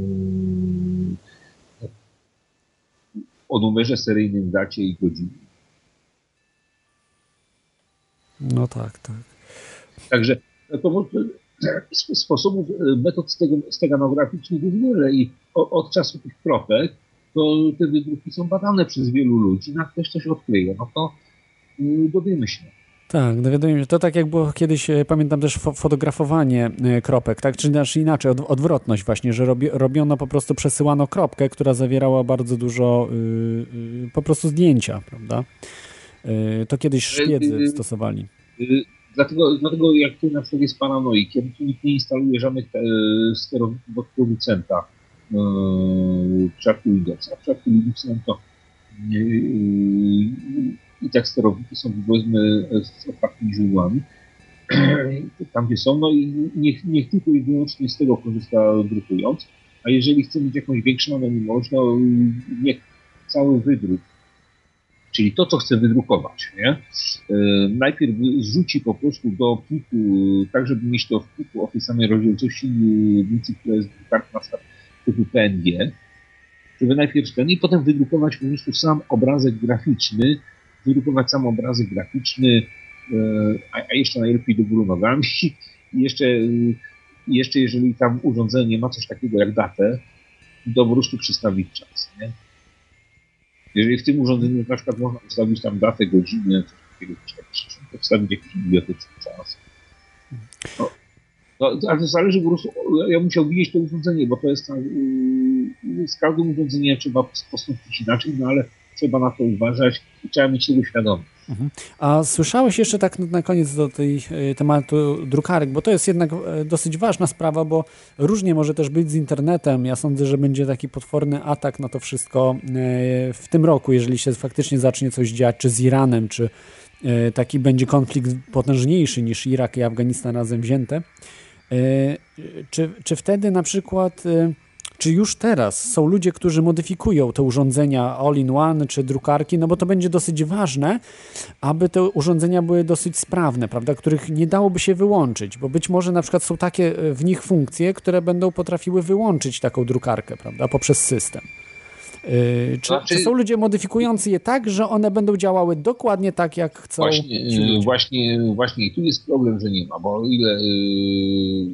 o numerze seryjnym, dacie i godzinie. No tak, tak. Także to, sposobów, metod steganograficznych jest wiele i od czasu tych kropek to te wydruki są badane przez wielu ludzi. Jak ktoś coś odkryje, no to dowiemy się. Tak, dowiadujemy się. To tak jak było kiedyś, pamiętam też fotografowanie kropek, tak? Czy znaczy inaczej, odwrotność właśnie, że robi, robiono po prostu, przesyłano kropkę, która zawierała bardzo dużo yy, yy, po prostu zdjęcia, prawda? Yy, to kiedyś szpiedzy yy, stosowali. Yy, dlatego, dlatego jak ty na przykład jest paranoikiem, to nikt nie instaluje żadnych yy, sterowników od producenta yy, w przypadku Windowsa. W przypadku Linuxa to yy, yy, i tak sterowniki są, powiedzmy, z otwartymi źródłami, tam gdzie są, no i niech, niech tylko i wyłącznie z tego korzysta drukując, a jeżeli chce mieć jakąś większą anonimowość, no niech cały wydruk, czyli to, co chce wydrukować, nie? Yy, najpierw zrzuci po prostu do pliku, tak żeby mieć to w pliku o tej samej rozdzielczości, która jest drukarka na przykład typu P N G, żeby najpierw ten i potem wydrukować po prostu sam obrazek graficzny, wydrukować sam obrazek graficzny, a, a jeszcze najlepiej do góry nogami. I jeszcze, jeszcze jeżeli tam urządzenie ma coś takiego jak datę, to po prostu przestawić czas. Nie? Jeżeli w tym urządzeniu na przykład można ustawić tam datę, godzinę, coś takiego, to wstawić jakiś biblioteczny czas. No, no, ale to zależy po prostu, ja musiał widzieć to urządzenie, bo to jest tam, z każdym urządzeniem trzeba postąpić inaczej, no ale trzeba na to uważać i trzeba mieć tego świadomość. Mhm. A słyszałeś jeszcze tak na koniec do tej tematu drukarek, bo to jest jednak dosyć ważna sprawa, bo różnie może też być z internetem. Ja sądzę, że będzie taki potworny atak na to wszystko w tym roku, jeżeli się faktycznie zacznie coś dziać, czy z Iranem, czy taki będzie konflikt potężniejszy niż Irak i Afganistan razem wzięte. Czy, czy wtedy na przykład... Czy już teraz są ludzie, którzy modyfikują te urządzenia all-in-one czy drukarki, no bo to będzie dosyć ważne, aby te urządzenia były dosyć sprawne, prawda, których nie dałoby się wyłączyć, bo być może na przykład są takie w nich funkcje, które będą potrafiły wyłączyć taką drukarkę, prawda, poprzez system. Yy, czy, znaczy, czy są ludzie modyfikujący je tak, że one będą działały dokładnie tak, jak chcą? Właśnie, właśnie, właśnie i tu jest problem, że nie ma, bo o ile yy...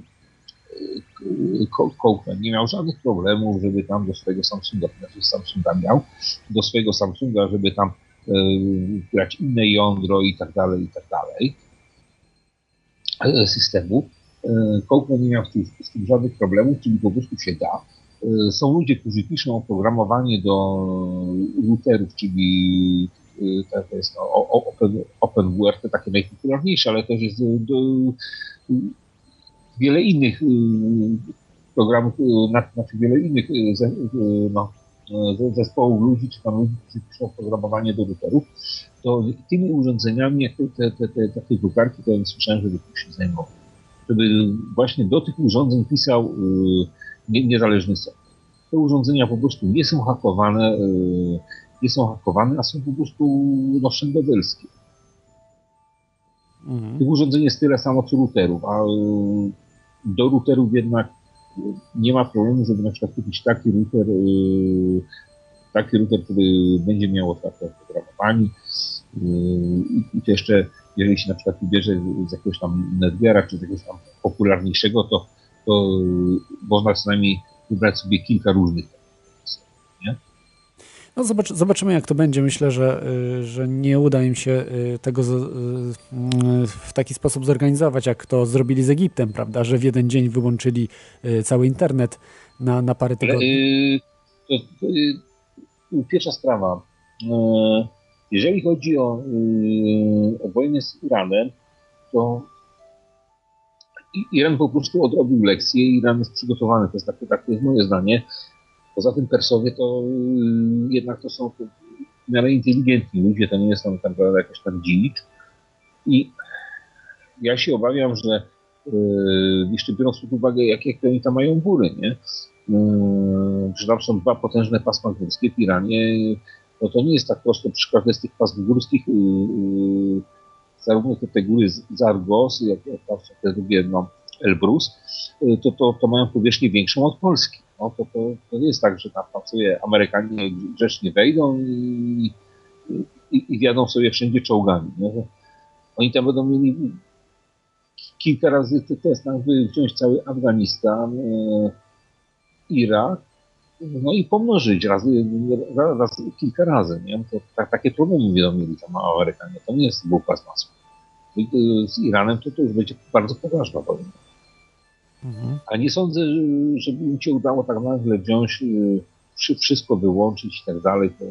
Coke nie miał żadnych problemów, żeby tam do swojego Samsunga, znaczy Samsunga miał, do swojego Samsunga, żeby tam e, grać inne jądro i tak dalej, i tak dalej e, systemu. E, Coke nie miał z tym, z tym żadnych problemów, czyli po prostu się da. E, są ludzie, którzy piszą oprogramowanie do routerów, czyli e, to jest no, Open, OpenWrt, te takie najpopularniejsze, ale też jest do, do wiele innych programów, znaczy wiele innych no, zespołów ludzi, czy tam ludzi, którzy piszą programowanie do routerów, to tymi urządzeniami, jak te, te, te, takie drukarki, to ja słyszałem, żeby tu się zajmował. Żeby właśnie do tych urządzeń pisał nie, niezależny software. Te urządzenia po prostu nie są hakowane, nie są hakowane, a są po prostu no, wszędobylskie. Mhm. Tych urządzeń jest tyle samo co routerów, a do routerów jednak nie ma problemu, żeby na przykład kupić taki router, taki router, który będzie miał otwarte oprogramowanie i to jeszcze, jeżeli się na przykład wybierze z jakiegoś tam Netgeara, czy z jakiegoś tam popularniejszego, to, to można co najmniej wybrać sobie kilka różnych. Nie? No zobacz, zobaczymy, jak to będzie. Myślę, że, że nie uda im się tego w taki sposób zorganizować, jak to zrobili z Egiptem, prawda? Że w jeden dzień wyłączyli cały internet na, na parę tygodni. To, to, to, pierwsza sprawa. Jeżeli chodzi o, o wojnę z Iranem, to Iran po prostu odrobił lekcję i Iran jest przygotowany. To jest takie, takie jest moje zdanie. Poza tym Persowie to jednak to są w miarę inteligentni ludzie, to nie jest tam tak jakaś tam dzicz. I ja się obawiam, że yy, jeszcze biorąc pod uwagę, jakie jak oni tam mają góry, nie? Yy, że tam są dwa potężne pasma górskie w Iranie, no to nie jest tak prosto przy każdej z tych pasm górskich, yy, yy, zarówno te, te góry Zargos, jak, jak tam są te drugie, no, Elbrus, yy, to, to, to mają powierzchnię większą od Polski. No to, to, to nie jest tak, że tam sobie Amerykanie grzecznie wejdą i, i, i wjadą sobie wszędzie czołgami. Nie? Oni tam będą mieli kilka razy te test, by wziąć cały Afganistan, e, Irak, no i pomnożyć razy, raz, raz, kilka razy. Nie? To, tak, takie problemy będą mieli tam Amerykanie. To nie jest bułka z masłem. Z Iranem to, to już będzie bardzo poważna wojna. Mhm. A nie sądzę, żeby im się udało tak nagle wziąć, wszystko wyłączyć i tak dalej. To...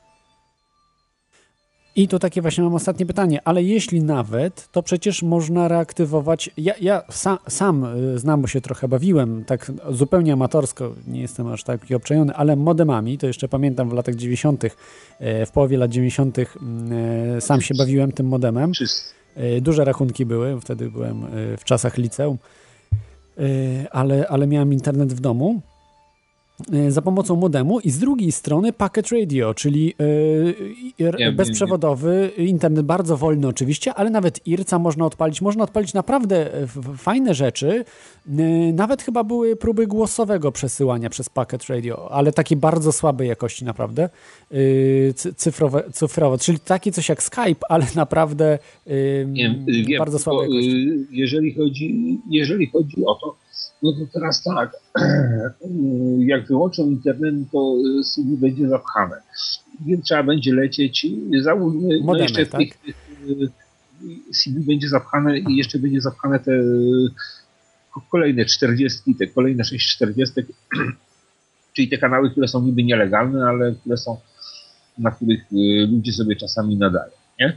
I to takie właśnie mam ostatnie pytanie, ale jeśli nawet, to przecież można reaktywować, ja, ja sam, sam znam, bo się trochę bawiłem, tak zupełnie amatorsko, nie jestem aż taki obczajony, ale modemami, to jeszcze pamiętam w latach dziewięćdziesiątych, w połowie lat dziewięćdziesiątych sam się bawiłem tym modemem. Duże rachunki były, wtedy byłem w czasach liceum. Ale, ale miałem internet w domu za pomocą modemu i z drugiej strony packet radio, czyli yy, bezprzewodowy internet, bardzo wolny oczywiście, ale nawet I R C A można odpalić. Można odpalić naprawdę fajne rzeczy. Yy, nawet chyba były próby głosowego przesyłania przez packet radio, ale takiej bardzo słabej jakości naprawdę. Yy, cyfrowe, cyfrowe, czyli takie coś jak Skype, ale naprawdę yy, wiem, wiem, bardzo słabej jakości. Jeżeli chodzi, jeżeli chodzi o to, no to teraz tak, jak wyłączą internet, to C D będzie zapchane. Więc trzeba będzie lecieć, załóżmy, no jeszcze w tych, tych C D będzie zapchane i jeszcze będzie zapchane te kolejne czterdziestki, te kolejne sześć czterdziestek, czyli te kanały, które są niby nielegalne, ale które są, na których ludzie sobie czasami nadają, nie?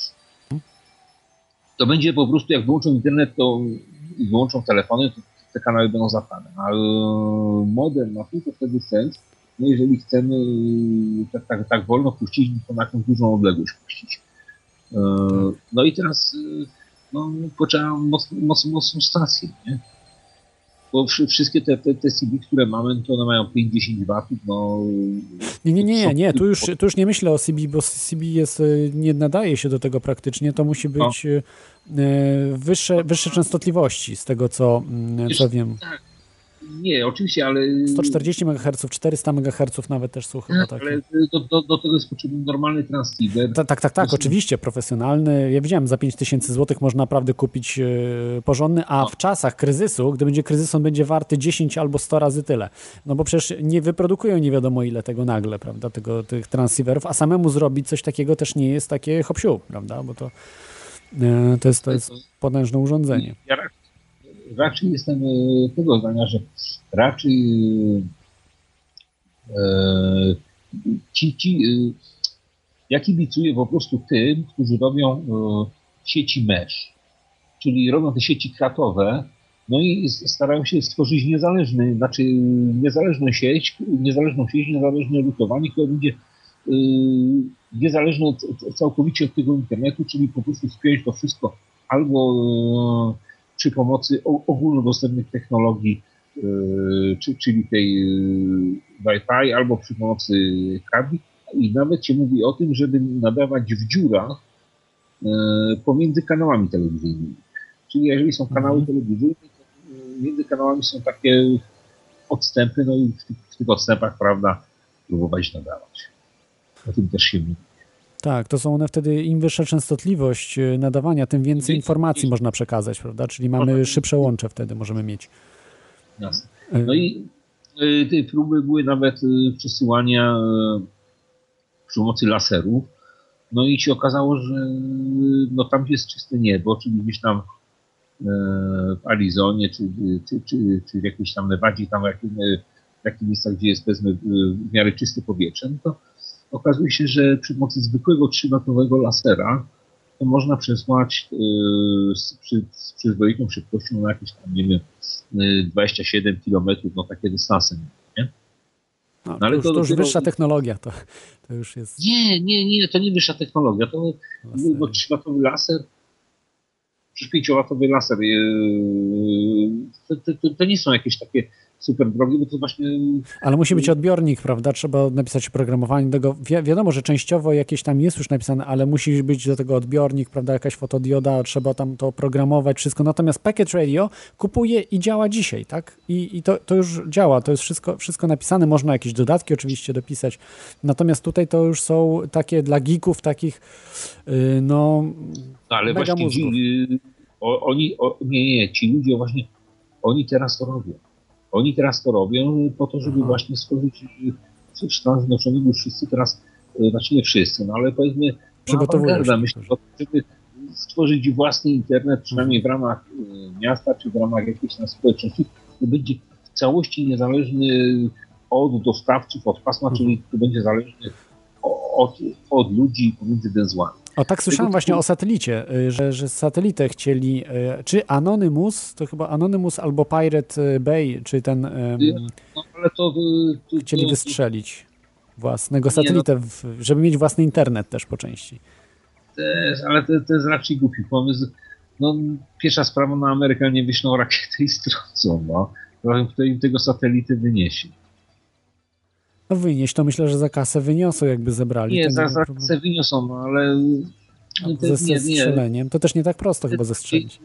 To będzie po prostu, jak wyłączą internet, to i wyłączą telefony, to te kanały będą zapchane. Ale modem ma tylko wtedy sens, no jeżeli chcemy tak, tak, tak wolno puścić, to na jakąś dużą odległość puścić. No i teraz no, potrzeba mocną, mocną, mocną stację, nie? Bo wszystkie te, te, te C D, które mamy, to one mają pięć do dziesięciu watów. No, nie, nie, nie, nie. Tu już, tu już nie myślę o C B, bo C B jest, nie nadaje się do tego praktycznie. To musi być no. wyższe, wyższe częstotliwości, z tego co, co wiem. Tak. Nie, oczywiście, ale... sto czterdzieści megaherców, czterysta megaherców nawet też są chyba takie. Ale do, do, do tego jest potrzebny normalny transceiver. Ta, tak, tak, tak, to oczywiście, profesjonalny. Ja wiedziałem, za pięć tysięcy złotych można naprawdę kupić yy, porządny, a no. w czasach kryzysu, gdy będzie kryzys, on będzie warty dziesięć albo sto razy tyle. No bo przecież nie wyprodukują nie wiadomo ile tego nagle, prawda, tego, tych transceiverów, a samemu zrobić coś takiego też nie jest takie hop-siu, prawda, bo to, yy, to, jest, to jest potężne urządzenie. Ja raczej jestem tego zdania, że raczej e, ci, ci e, ja kibicuję po prostu tym, którzy robią e, sieci mesh, czyli robią te sieci kratowe No i starają się stworzyć niezależny, znaczy niezależną sieć, niezależną sieć, niezależne rutowanie, które będzie yy, niezależne całkowicie od tego internetu, czyli po prostu spiąć to wszystko albo yy, przy pomocy ogólnodostępnych technologii, yy, czy, czyli tej yy, Wi-Fi, albo przy pomocy kabli. I nawet się mówi o tym, żeby nadawać w dziurach yy, pomiędzy kanałami telewizyjnymi. Czyli jeżeli są kanały mhm. telewizyjne, między kanałami są takie odstępy, no i w tych, w tych odstępach, prawda, próbować nadawać. O tym też się mówi. Tak, to są one wtedy, im wyższa częstotliwość nadawania, tym więcej Więc, informacji można przekazać, prawda? Czyli mamy szybsze łącze wtedy możemy mieć. Jasne. No i te próby były nawet przesyłania przy pomocy laserów. No i się okazało, że no tam jest czyste niebo, czyli gdzieś tam w Arizonie, czy, czy, czy, czy w jakiejś tam Nevadzie, tam w jakim, w jakich miejscach, gdzie jest powiedzmy w miarę czyste powietrze, no to okazuje się, że przy pomocy zwykłego trzywattowego lasera to można przesłać yy, z, przy, z przyzwoitą szybkością na jakieś tam, nie wiem, dwadzieścia siedem kilometrów, no takie dystanse, nie? No, no, ale to, już, to, to już wyższa technologia, to, to już jest... Nie, nie, nie, to nie wyższa technologia, to bo trzywattowy laser, pięciowattowy laser, yy, to, to, to nie są jakieś takie super drogi, bo to właśnie... Ale musi być odbiornik, prawda? Trzeba napisać oprogramowanie do tego. Wi- wiadomo, że częściowo jakieś tam jest już napisane, ale musi być do tego odbiornik, prawda? Jakaś fotodioda, trzeba tam to oprogramować, wszystko. Natomiast Packet Radio kupuje i działa dzisiaj, tak? I, i to, to już działa, to jest wszystko, wszystko napisane, można jakieś dodatki oczywiście dopisać. Natomiast tutaj to już są takie dla geeków, takich yy, no... Ale mega właśnie ci, o, oni, o, nie, nie, ci ludzie właśnie, oni teraz to robią. Oni teraz to robią po to, żeby Aha. właśnie stworzyć w Stanach Zjednoczonych już wszyscy teraz, znaczy nie wszyscy, no ale powiedzmy awangarda, myślę, żeby stworzyć własny internet, przynajmniej w ramach miasta, czy w ramach jakiejś tam społeczności, to będzie w całości niezależny od dostawców, od pasma, mhm. czyli to będzie zależny od, od ludzi pomiędzy węzłami. O tak słyszałem właśnie o satelicie, że, że satelitę chcieli, czy Anonymous, to chyba Anonymous albo Pirate Bay, czy ten, no, ale to, to, chcieli to, wystrzelić własnego satelitę, no, żeby mieć własny internet też po części. Też, ale to, to jest raczej głupi pomysł. No, pierwsza sprawa, no Amerykanie wyślą rakietę i stracą, no. Kto im tego satelity wyniesie. No wynieść, to myślę, że za kasę wyniosą, jakby zebrali. Nie, za, za kasę wyniosą, no ale... No, to ze nie, strzeleniem, to też nie tak prosto chyba zestrzelić.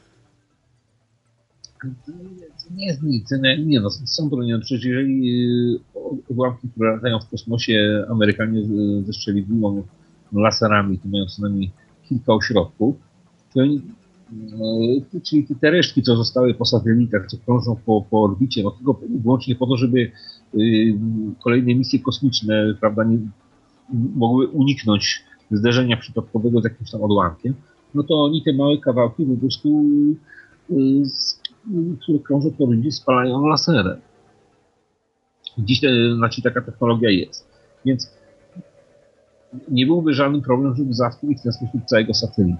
Nie, nie, nie, nie no, są to nie, przecież jeżeli odłamki, które latają w kosmosie, Amerykanie zestrzeliwują laserami, to mają co najmniej kilka ośrodków, to oni, no, czyli te resztki, co zostały po satelitach, co krążą po, po orbicie, no tylko wyłącznie po to, żeby y, kolejne misje kosmiczne, prawda, nie, mogły uniknąć zderzenia przypadkowego z jakimś tam odłamkiem, no to oni te małe kawałki po prostu, y, y, które krążą po orbicie, spalają laserem. Dziś te, znaczy taka technologia jest. Więc nie byłby żaden problem, żeby zatknąć w ten sposób całego satelity.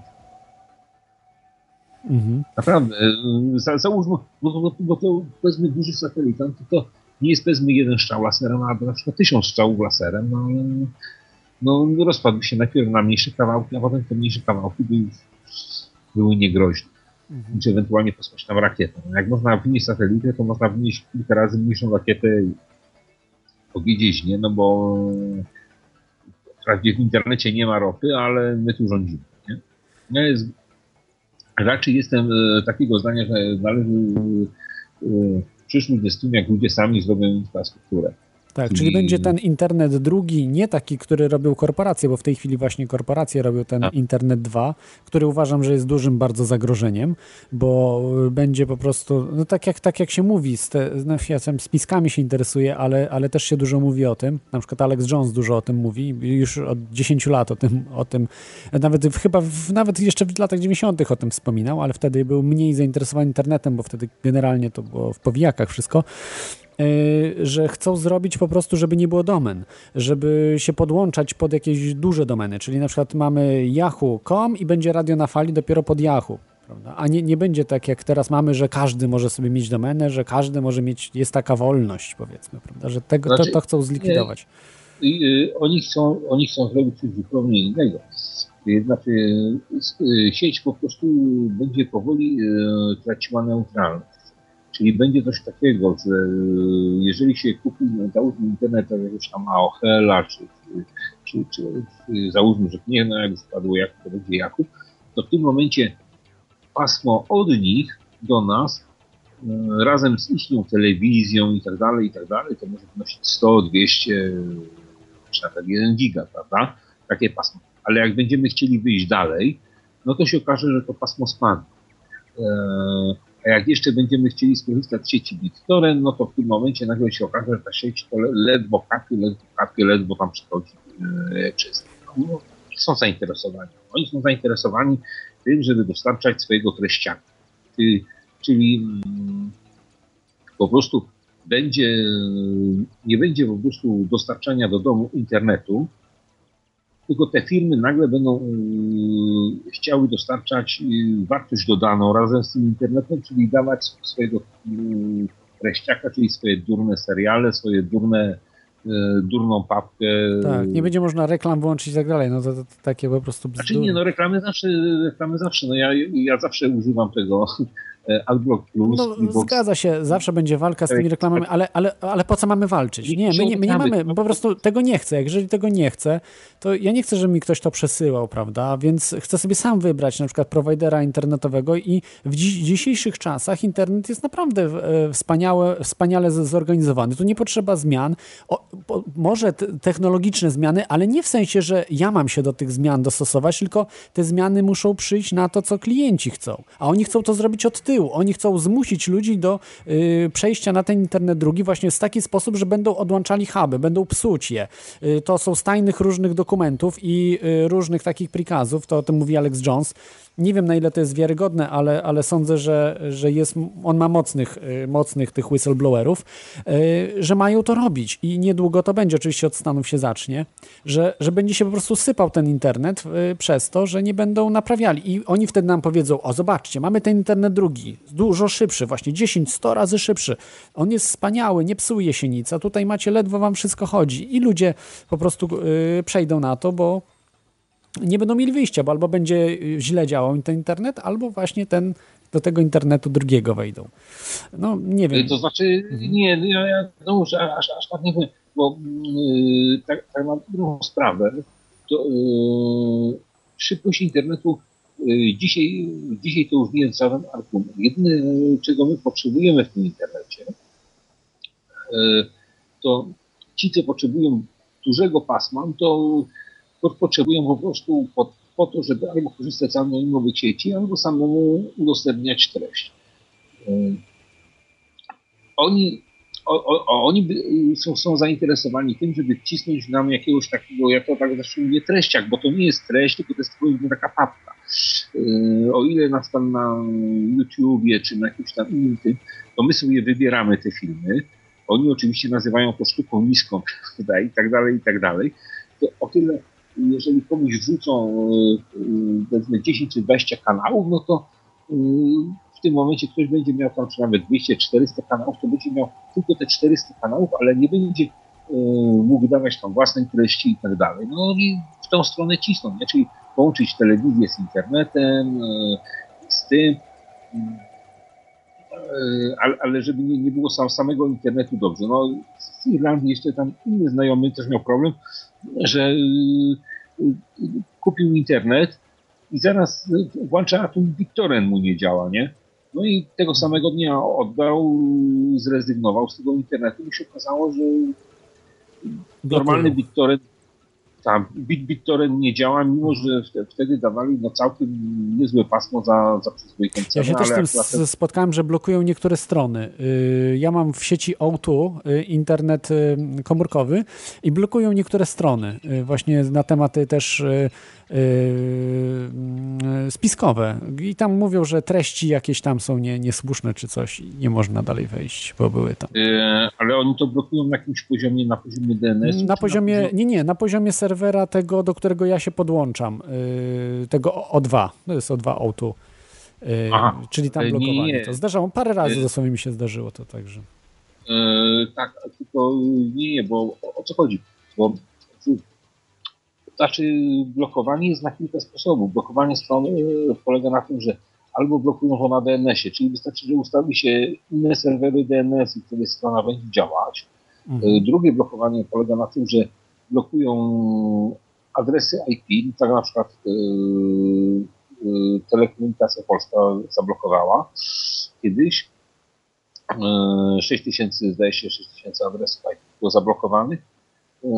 Mhm. Naprawdę. Załóżmy, bo, bo, bo to powiedzmy duży satelita, to, to nie jest powiedzmy jeden strzał laserem, albo na przykład tysiąc strzałów laserem, no, no rozpadł się najpierw na mniejsze kawałki, a potem te mniejsze kawałki były, były niegroźne. Mhm. Czy ewentualnie posłać tam rakietę. No, jak można wynieść satelitę, to można wynieść kilka razy mniejszą rakietę i powiedzieć, nie? No bo wprawdzie w internecie nie ma ropy, ale my tu rządzimy, nie? Ja jest, raczej jestem e, takiego zdania, że należy e, przyszłych destyn, jak ludzie sami zrobią infrastrukturę. Tak, czyli... czyli będzie ten internet drugi, nie taki, który robią korporacje, bo w tej chwili właśnie korporacje robią ten A. internet dwa, który uważam, że jest dużym bardzo zagrożeniem, bo będzie po prostu, no tak jak, tak jak się mówi, z te, no ja sam spiskami się interesuję, ale, ale też się dużo mówi o tym, na przykład Alex Jones dużo o tym mówi, już od dziesięciu lat o tym, o tym nawet w, chyba w, nawet jeszcze w latach dziewięćdziesiątych o tym wspominał, ale wtedy był mniej zainteresowany internetem, bo wtedy generalnie to było w powijakach wszystko. Że chcą zrobić po prostu, żeby nie było domen, żeby się podłączać pod jakieś duże domeny, czyli na przykład mamy yahoo kropka com i będzie radio na fali dopiero pod Yahoo. prawda? A nie, nie będzie tak, jak teraz mamy, że każdy może sobie mieć domenę, że każdy może mieć, jest taka wolność, powiedzmy, prawda? Że tego, znaczy, to, to chcą zlikwidować. Nie, y, oni, chcą, oni chcą zrobić coś zupełnie innego. Znaczy, sieć po prostu będzie powoli y, traciła neutralność. Czyli będzie coś takiego, że jeżeli się kupi, załóżmy internet jakiegoś tam Aohela, czy, czy, czy, czy załóżmy, że nie, no jak już padło Jakub, to będzie Jakub, to w tym momencie pasmo od nich do nas razem z istnią telewizją i tak dalej, i tak dalej, to może wynosić sto, dwieście, czy nawet jeden giga, prawda? Takie pasmo. Ale jak będziemy chcieli wyjść dalej, no to się okaże, że to pasmo spadnie. A jak jeszcze będziemy chcieli skorzystać z sieci BitTorrent, no to w tym momencie nagle się okaże, że ta sieć to ledwo kapie, ledwo kapie, ledwo tam przechodzi e, przez. No, są zainteresowani. Oni są zainteresowani tym, żeby dostarczać swojego treściaka. Czyli, czyli mm, po prostu będzie, nie będzie po prostu dostarczania do domu internetu, tylko te firmy nagle będą y, chciały dostarczać y, wartość dodaną razem z tym internetem, czyli dawać swojego y, treściaka, czyli swoje durne seriale, swoje durne, y, durną papkę. Tak, nie będzie można reklam włączyć i tak dalej, no to, to, to takie po prostu bzdury. Znaczy nie, no reklamy zawsze, reklamy zawsze, no ja, ja zawsze używam tego Adblock Plus. No, zgadza się, zawsze będzie walka z tymi reklamami, ale, ale, ale po co mamy walczyć? Nie, my nie, my nie mamy, po prostu tego nie chcę. Jeżeli tego nie chcę, to ja nie chcę, żeby mi ktoś to przesyłał, prawda? Więc chcę sobie sam wybrać na przykład prowajdera internetowego i w dziś, dzisiejszych czasach internet jest naprawdę wspaniałe, wspaniale zorganizowany. Tu nie potrzeba zmian, o, po, może te, technologiczne zmiany, ale nie w sensie, że ja mam się do tych zmian dostosować, tylko te zmiany muszą przyjść na to, co klienci chcą. A oni chcą to zrobić od tyłu. Oni chcą zmusić ludzi do y, przejścia na ten internet drugi właśnie w taki sposób, że będą odłączali huby, będą psuć je. Y, to są z tajnych różnych dokumentów i y, różnych takich prikazów, to o tym mówi Alex Jones. Nie wiem, na ile to jest wiarygodne, ale, ale sądzę, że, że jest, on ma mocnych, mocnych tych whistleblowerów, że mają to robić i niedługo to będzie, oczywiście od Stanów się zacznie, że, że będzie się po prostu sypał ten internet przez to, że nie będą naprawiali i oni wtedy nam powiedzą, o zobaczcie, mamy ten internet drugi, dużo szybszy, właśnie dziesięć, sto razy szybszy, on jest wspaniały, nie psuje się nic, a tutaj macie, ledwo wam wszystko chodzi i ludzie po prostu yy, przejdą na to, bo nie będą mieli wyjścia, bo albo będzie źle działał ten internet, albo właśnie ten, do tego internetu drugiego wejdą. No, nie wiem. To znaczy, nie, ja, ja no już aż, aż tak nie powiem, bo yy, tak, tak na drugą sprawę, to yy, szybkość internetu yy, dzisiaj, dzisiaj to już nie jest żaden argument. Jedyne, czego my potrzebujemy w tym internecie, yy, to ci, co potrzebują dużego pasma, to potrzebują po prostu po, po to, żeby albo korzystać z anonimowych sieci, albo samemu udostępniać treść. Oni, o, o, oni są, są zainteresowani tym, żeby wcisnąć nam jakiegoś takiego, ja to tak zawsze mówię, treściak, bo to nie jest treść, tylko to jest tylko taka papka. O ile na przykład na YouTubie, czy na jakimś tam innym tym, to my sobie wybieramy te filmy. Oni oczywiście nazywają to sztuką niską, i tak dalej, i tak dalej. To o tyle, jeżeli komuś wrzucą powiedzmy dziesięć czy dwadzieścia kanałów, no to w tym momencie ktoś będzie miał tam przynajmniej dwieście czterysta kanałów, to będzie miał tylko te czterysta kanałów, ale nie będzie mógł dawać tam własnej treści i tak dalej. No i w tą stronę cisną, nie? Czyli połączyć telewizję z internetem, z tym, ale, ale żeby nie, nie było sam, samego internetu dobrze. No z Irlandii jeszcze tam inny znajomy też miał problem, że kupił internet i zaraz włącza, a tu BitTorrent mu nie działa, nie? No i tego samego dnia oddał, zrezygnował z tego internetu i się okazało, że normalny BitTorrent, tam BitTorrent nie działa, mimo że wtedy dawali no całkiem niezłe pasmo za, za przyzwoitą cenę. Ja się też ale z tym spotkałem, że blokują niektóre strony. Ja mam w sieci O dwa internet komórkowy i blokują niektóre strony właśnie na tematy też spiskowe. I tam mówią, że treści jakieś tam są nie, niesłuszne czy coś i nie można dalej wejść, bo były tam. Ale oni to blokują na jakimś poziomie, na poziomie D N S? Na poziomie, na poziomie... nie, nie, na poziomie serwera tego, do którego ja się podłączam, tego O dwa, to jest O dwa O dwa. Aha. czyli tam Nie, blokowanie. nie. To zdarzało, parę razy dosłownie mi się zdarzyło to także. Yy, tak, tylko nie, nie, bo o, o co chodzi? Bo znaczy blokowanie jest na kilka sposobów. Blokowanie strony polega na tym, że albo blokują to na D N S-ie, czyli wystarczy, że ustawi się inne serwery D N S i wtedy strona będzie działać. Mhm. Drugie blokowanie polega na tym, że blokują adresy I P, tak na przykład yy, yy, Telekomunikacja Polska zablokowała kiedyś. Yy, sześć tysięcy, zdaje się, sześć tysięcy adresów I P było zablokowanych. Yy,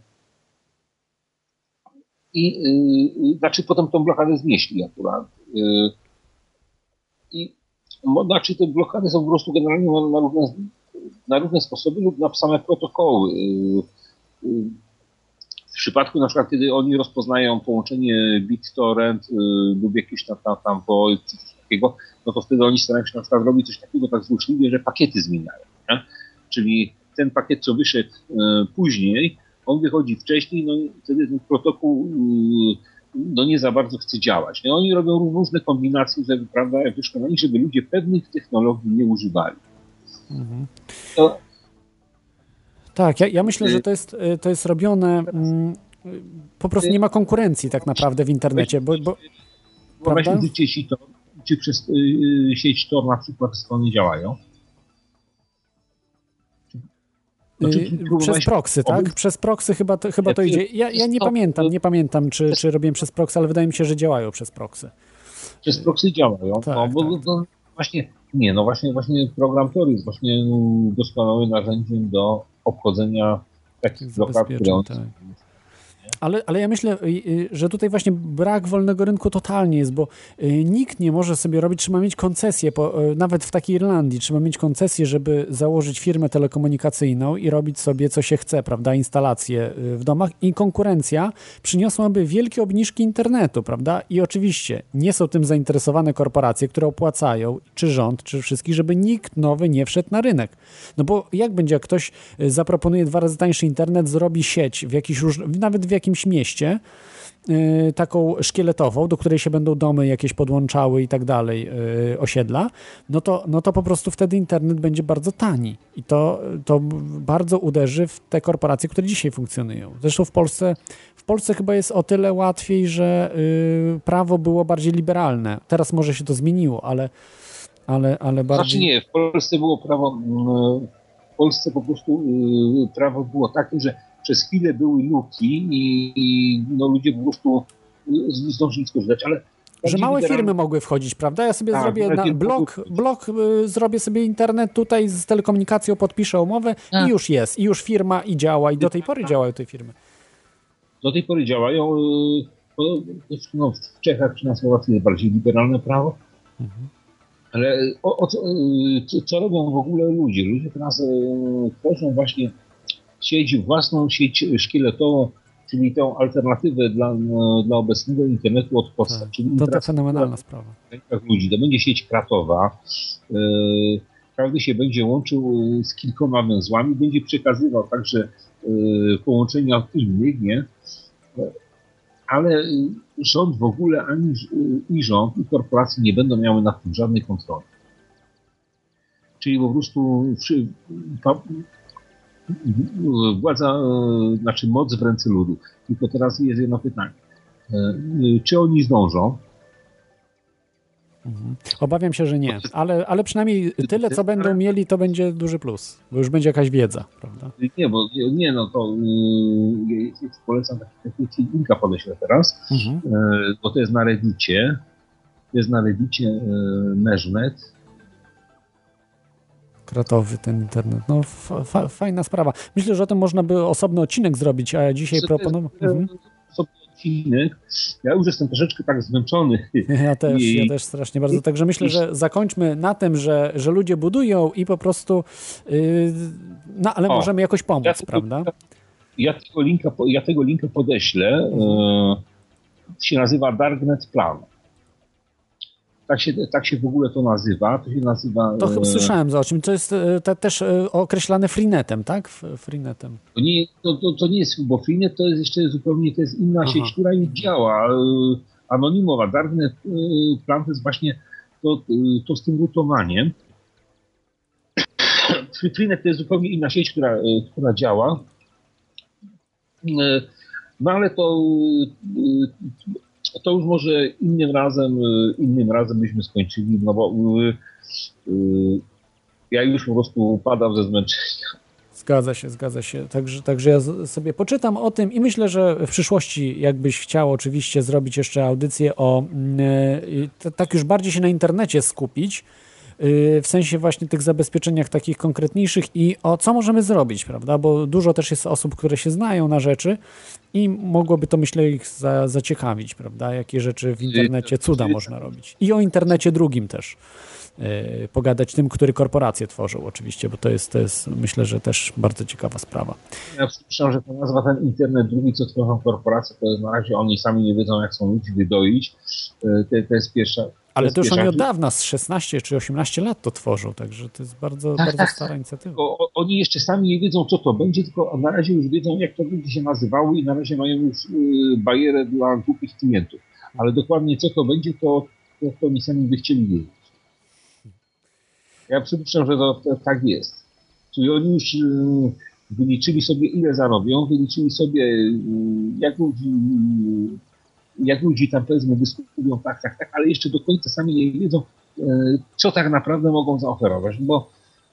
I yy, znaczy potem tą blokadę znieśli akurat. Yy, I znaczy te blokady są po prostu generalnie na, na, różne, na różne sposoby lub na same protokoły. Yy, yy, w przypadku na przykład, kiedy oni rozpoznają połączenie BitTorrent yy, lub jakieś tam, tam, tam Void czy coś takiego, no to wtedy oni starają się na przykład robić coś takiego tak złośliwie, że pakiety zmieniają. Nie? Czyli ten pakiet, co wyszedł yy, później, on wychodzi wcześniej, no i wtedy ten protokół yy, no nie za bardzo chce działać. No, oni robią różne kombinacje, żeby, prawda, wyszkoleni, żeby ludzie pewnych technologii nie używali. Mhm. To... Tak, ja, ja myślę, że to jest, to jest robione, mm, po prostu nie ma konkurencji tak naprawdę w internecie, bo... bo bo właśnie sieci Tor, czy przez y, sieć Tor na przykład strony działają? Znaczy, przez proxy, tak? Przez proxy chyba to, chyba to idzie. Ja, ja nie pamiętam, nie pamiętam, czy, czy robiłem przez proxy, ale wydaje mi się, że działają przez proxy. Przez proxy działają, tak, no bo tak. No, właśnie, nie, no właśnie, właśnie program Tor jest właśnie doskonałym narzędziem do obchodzenia takich blokad, które on... Tak. Ale, ale ja myślę, że tutaj właśnie brak wolnego rynku totalnie jest, bo nikt nie może sobie robić, trzeba mieć koncesję, po, nawet w takiej Irlandii, trzeba mieć koncesję, żeby założyć firmę telekomunikacyjną i robić sobie co się chce, prawda, instalacje w domach i konkurencja przyniosłaby wielkie obniżki internetu, prawda, i oczywiście nie są tym zainteresowane korporacje, które opłacają, czy rząd, czy wszystkich, żeby nikt nowy nie wszedł na rynek. No bo jak będzie, jak ktoś zaproponuje dwa razy tańszy internet, zrobi sieć w jakiś róż... nawet w jakimś mieście, yy, taką szkieletową, do której się będą domy jakieś podłączały i tak dalej, yy, osiedla, no to, no to po prostu wtedy internet będzie bardzo tani i to, to bardzo uderzy w te korporacje, które dzisiaj funkcjonują. Zresztą w Polsce, w Polsce chyba jest o tyle łatwiej, że yy, prawo było bardziej liberalne. Teraz może się to zmieniło, ale, ale, ale bardziej... Znaczy nie, w Polsce było prawo, w Polsce po prostu yy, prawo było takie, że przez chwilę były luki i, i no, ludzie po prostu zdążyli skorzystać, ale... Że małe liberalne... firmy mogły wchodzić, prawda? Ja sobie tak, zrobię na blok, blok y, zrobię sobie internet tutaj z telekomunikacją, podpiszę umowę A. i już jest. I już firma i działa. I do tej pory działają te firmy. Do tej pory działają. No, w Czechach czy na Słowacji jest bardziej liberalne prawo. Mhm. Ale o, o co, co robią w ogóle ludzie? Ludzie teraz tworzą właśnie sieć, własną sieć szkieletową, czyli tą alternatywę dla, dla obecnego internetu od podstaw. Tak, czyli to to fenomenalna sprawa. Ludzi. To będzie sieć kratowa. Yy, każdy się będzie łączył z kilkoma węzłami, będzie przekazywał także yy, połączenia od innych, nie? Ale rząd w ogóle, ani i rząd, i korporacje nie będą miały nad tym żadnej kontroli. Czyli po prostu przy, pa, władza, znaczy moc w ręce ludu. Tylko teraz jest jedno pytanie. Czy oni zdążą? Mhm. Obawiam się, że nie, ale, ale przynajmniej tyle, co będą mieli, to będzie duży plus, bo już będzie jakaś wiedza, prawda? Nie, bo nie, no to yy, polecam taki linka podeślę teraz, mhm. yy, bo to jest na Reddicie, to jest na Reddicie yy, Meżnet. Kratowy ten internet, no fa, fajna sprawa. Myślę, że o tym można by osobny odcinek zrobić, a ja dzisiaj proponuję... Mhm. Odcinek. Ja już jestem troszeczkę tak zmęczony. Ja też, I... ja też strasznie bardzo. Także myślę, że zakończmy na tym, że, że ludzie budują i po prostu yy, no ale o, możemy jakoś pomóc, ja tego, prawda? Ja tego linka, ja tego linka podeślę. Mhm. Yy, się nazywa Darknet Plan. Tak się, tak się w ogóle to nazywa. To się nazywa... To chyba słyszałem za o czym. To jest to też określane Freenetem, tak? Freenetem. To nie, to, to, to nie jest, bo Freenet to jest jeszcze zupełnie, to jest inna Aha. sieć, która już działa. Anonimowa. Darknet Plan to jest właśnie to, to z tym rutowaniem. Freenet to jest zupełnie inna sieć, która, która działa. No ale to, to już może innym razem, innym razem byśmy skończyli, no bo ja już po prostu padam ze zmęczenia. Zgadza się, zgadza się. Także, także ja sobie poczytam o tym i myślę, że w przyszłości, jakbyś chciał oczywiście zrobić jeszcze audycję o, yy, tak już bardziej się na internecie skupić, yy, w sensie właśnie tych zabezpieczeniach takich konkretniejszych i o co możemy zrobić, prawda? Bo dużo też jest osób, które się znają na rzeczy i mogłoby to, myślę, ich za, zaciekawić, prawda? Jakie rzeczy w internecie cuda można robić. I o internecie drugim też. Pogadać tym, który korporacje tworzą oczywiście, bo to jest, to jest myślę, że też bardzo ciekawa sprawa. Ja słyszałem, że to nazwa ten internet drugi, co tworzą korporacje, to jest na razie oni sami nie wiedzą, jak są ludzi wydoić. To, to jest pierwsza. To Ale jest to już pierwsza... oni od dawna, z szesnaście czy osiemnaście lat to tworzą, także to jest bardzo, tak, bardzo tak, stara tak. inicjatywa. O, oni jeszcze sami nie wiedzą, co to będzie, tylko na razie już wiedzą, jak to będzie się nazywało i na razie mają już y, barierę dla głupich klientów. Ale dokładnie co to będzie, to, to, to oni sami by chcieli wiedzieć. Ja przypuszczam, że to, to tak jest. Czyli oni już y, wyliczyli sobie, ile zarobią, wyliczyli sobie, y, jak ludzi, y, jak ludzi tam powiedzmy dyskutują, tak, tak, tak, ale jeszcze do końca sami nie wiedzą, y, co tak naprawdę mogą zaoferować, bo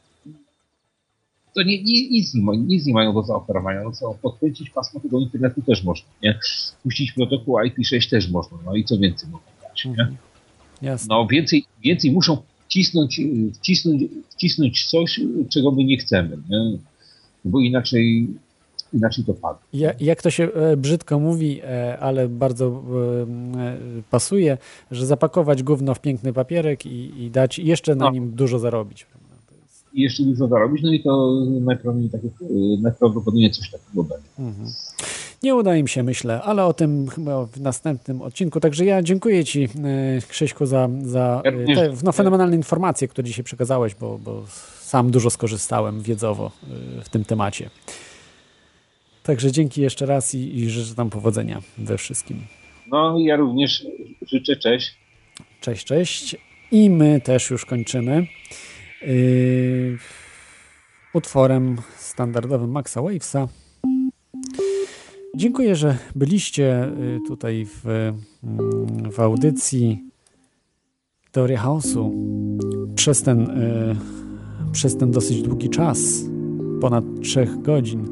to nie, nie, nic, nie, nic nie mają do zaoferowania. No co, podkręcić pasmo tego internetu też można, nie? Puścić protokół I P sześć też można, no i co więcej mogą dać, nie? Jasne. No więcej, więcej muszą Wcisnąć, wcisnąć, wcisnąć coś, czego my nie chcemy, nie? Bo inaczej, inaczej to padnie. Ja, jak to się e, brzydko mówi, e, ale bardzo e, pasuje, że zapakować gówno w piękny papierek i, i dać i jeszcze na no. nim dużo zarobić. To jest... I jeszcze dużo zarobić, no i to najprawdopodobniej, tak, najprawdopodobniej coś takiego będzie. Mhm. Nie uda im się, myślę, ale o tym chyba w następnym odcinku. Także ja dziękuję Ci, Krzyśku, za, za te no, fenomenalne informacje, które dzisiaj przekazałeś, bo, bo sam dużo skorzystałem wiedzowo w tym temacie. Także dzięki jeszcze raz i, i życzę tam powodzenia we wszystkim. No ja również życzę, cześć. Cześć, cześć. I my też już kończymy yy, utworem standardowym Maxa Wavesa. Dziękuję, że byliście tutaj w, w audycji Teoria Chaosu przez ten, przez ten dosyć długi czas, ponad trzech godzin.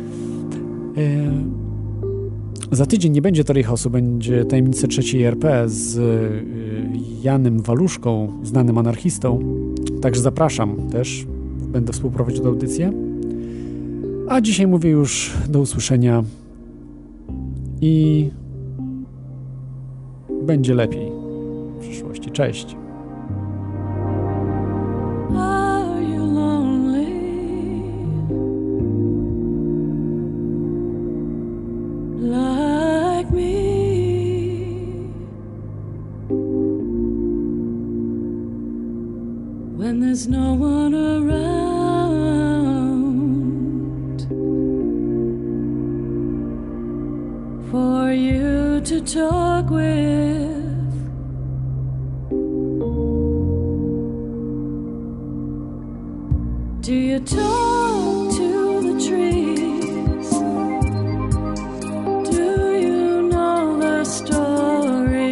Za tydzień nie będzie Teorii Chaosu, będzie Tajemnice trzeciej R P z Janem Waluszką, znanym anarchistą. Także zapraszam też, będę współprowadził tę audycję. A dzisiaj mówię już do usłyszenia i będzie lepiej w przyszłości. Cześć. Are you lonely? Like me? When there's no one around for you to talk with. Do you talk to the trees? Do you know the story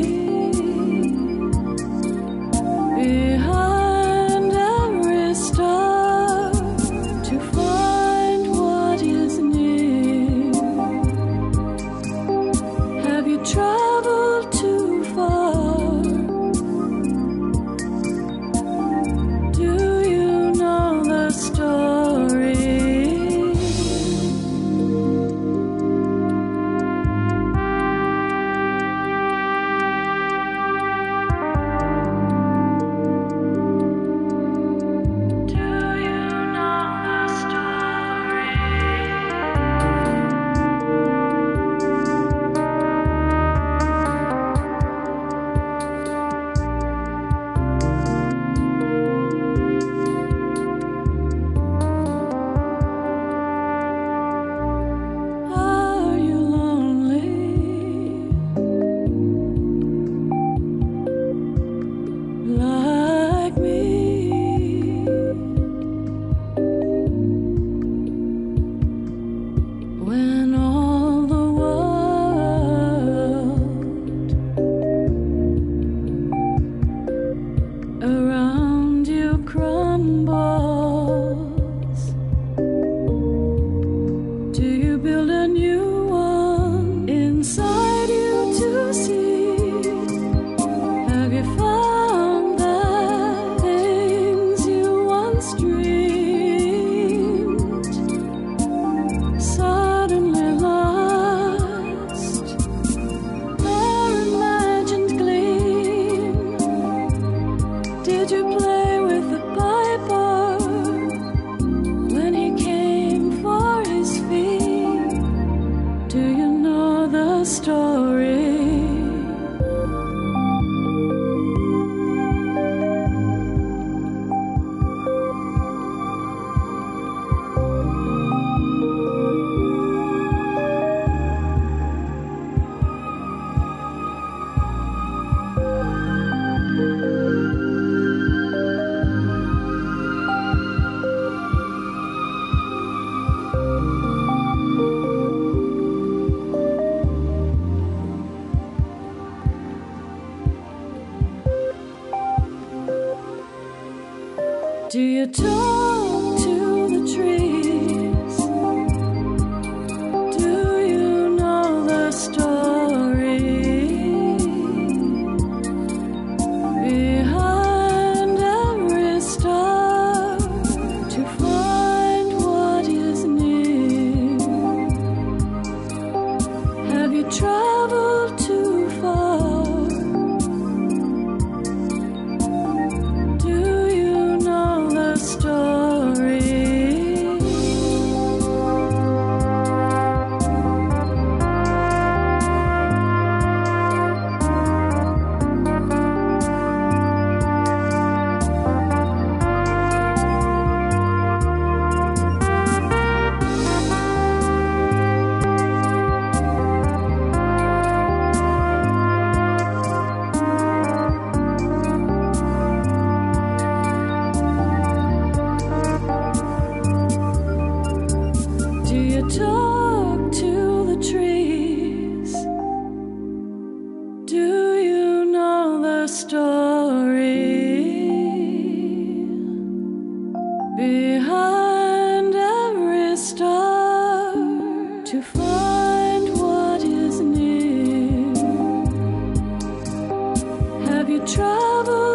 behind every star to find what is near? Have you traveled too far? Do you know the story? talk to the trees? Do you know the story behind every star? To find what is near, have you traveled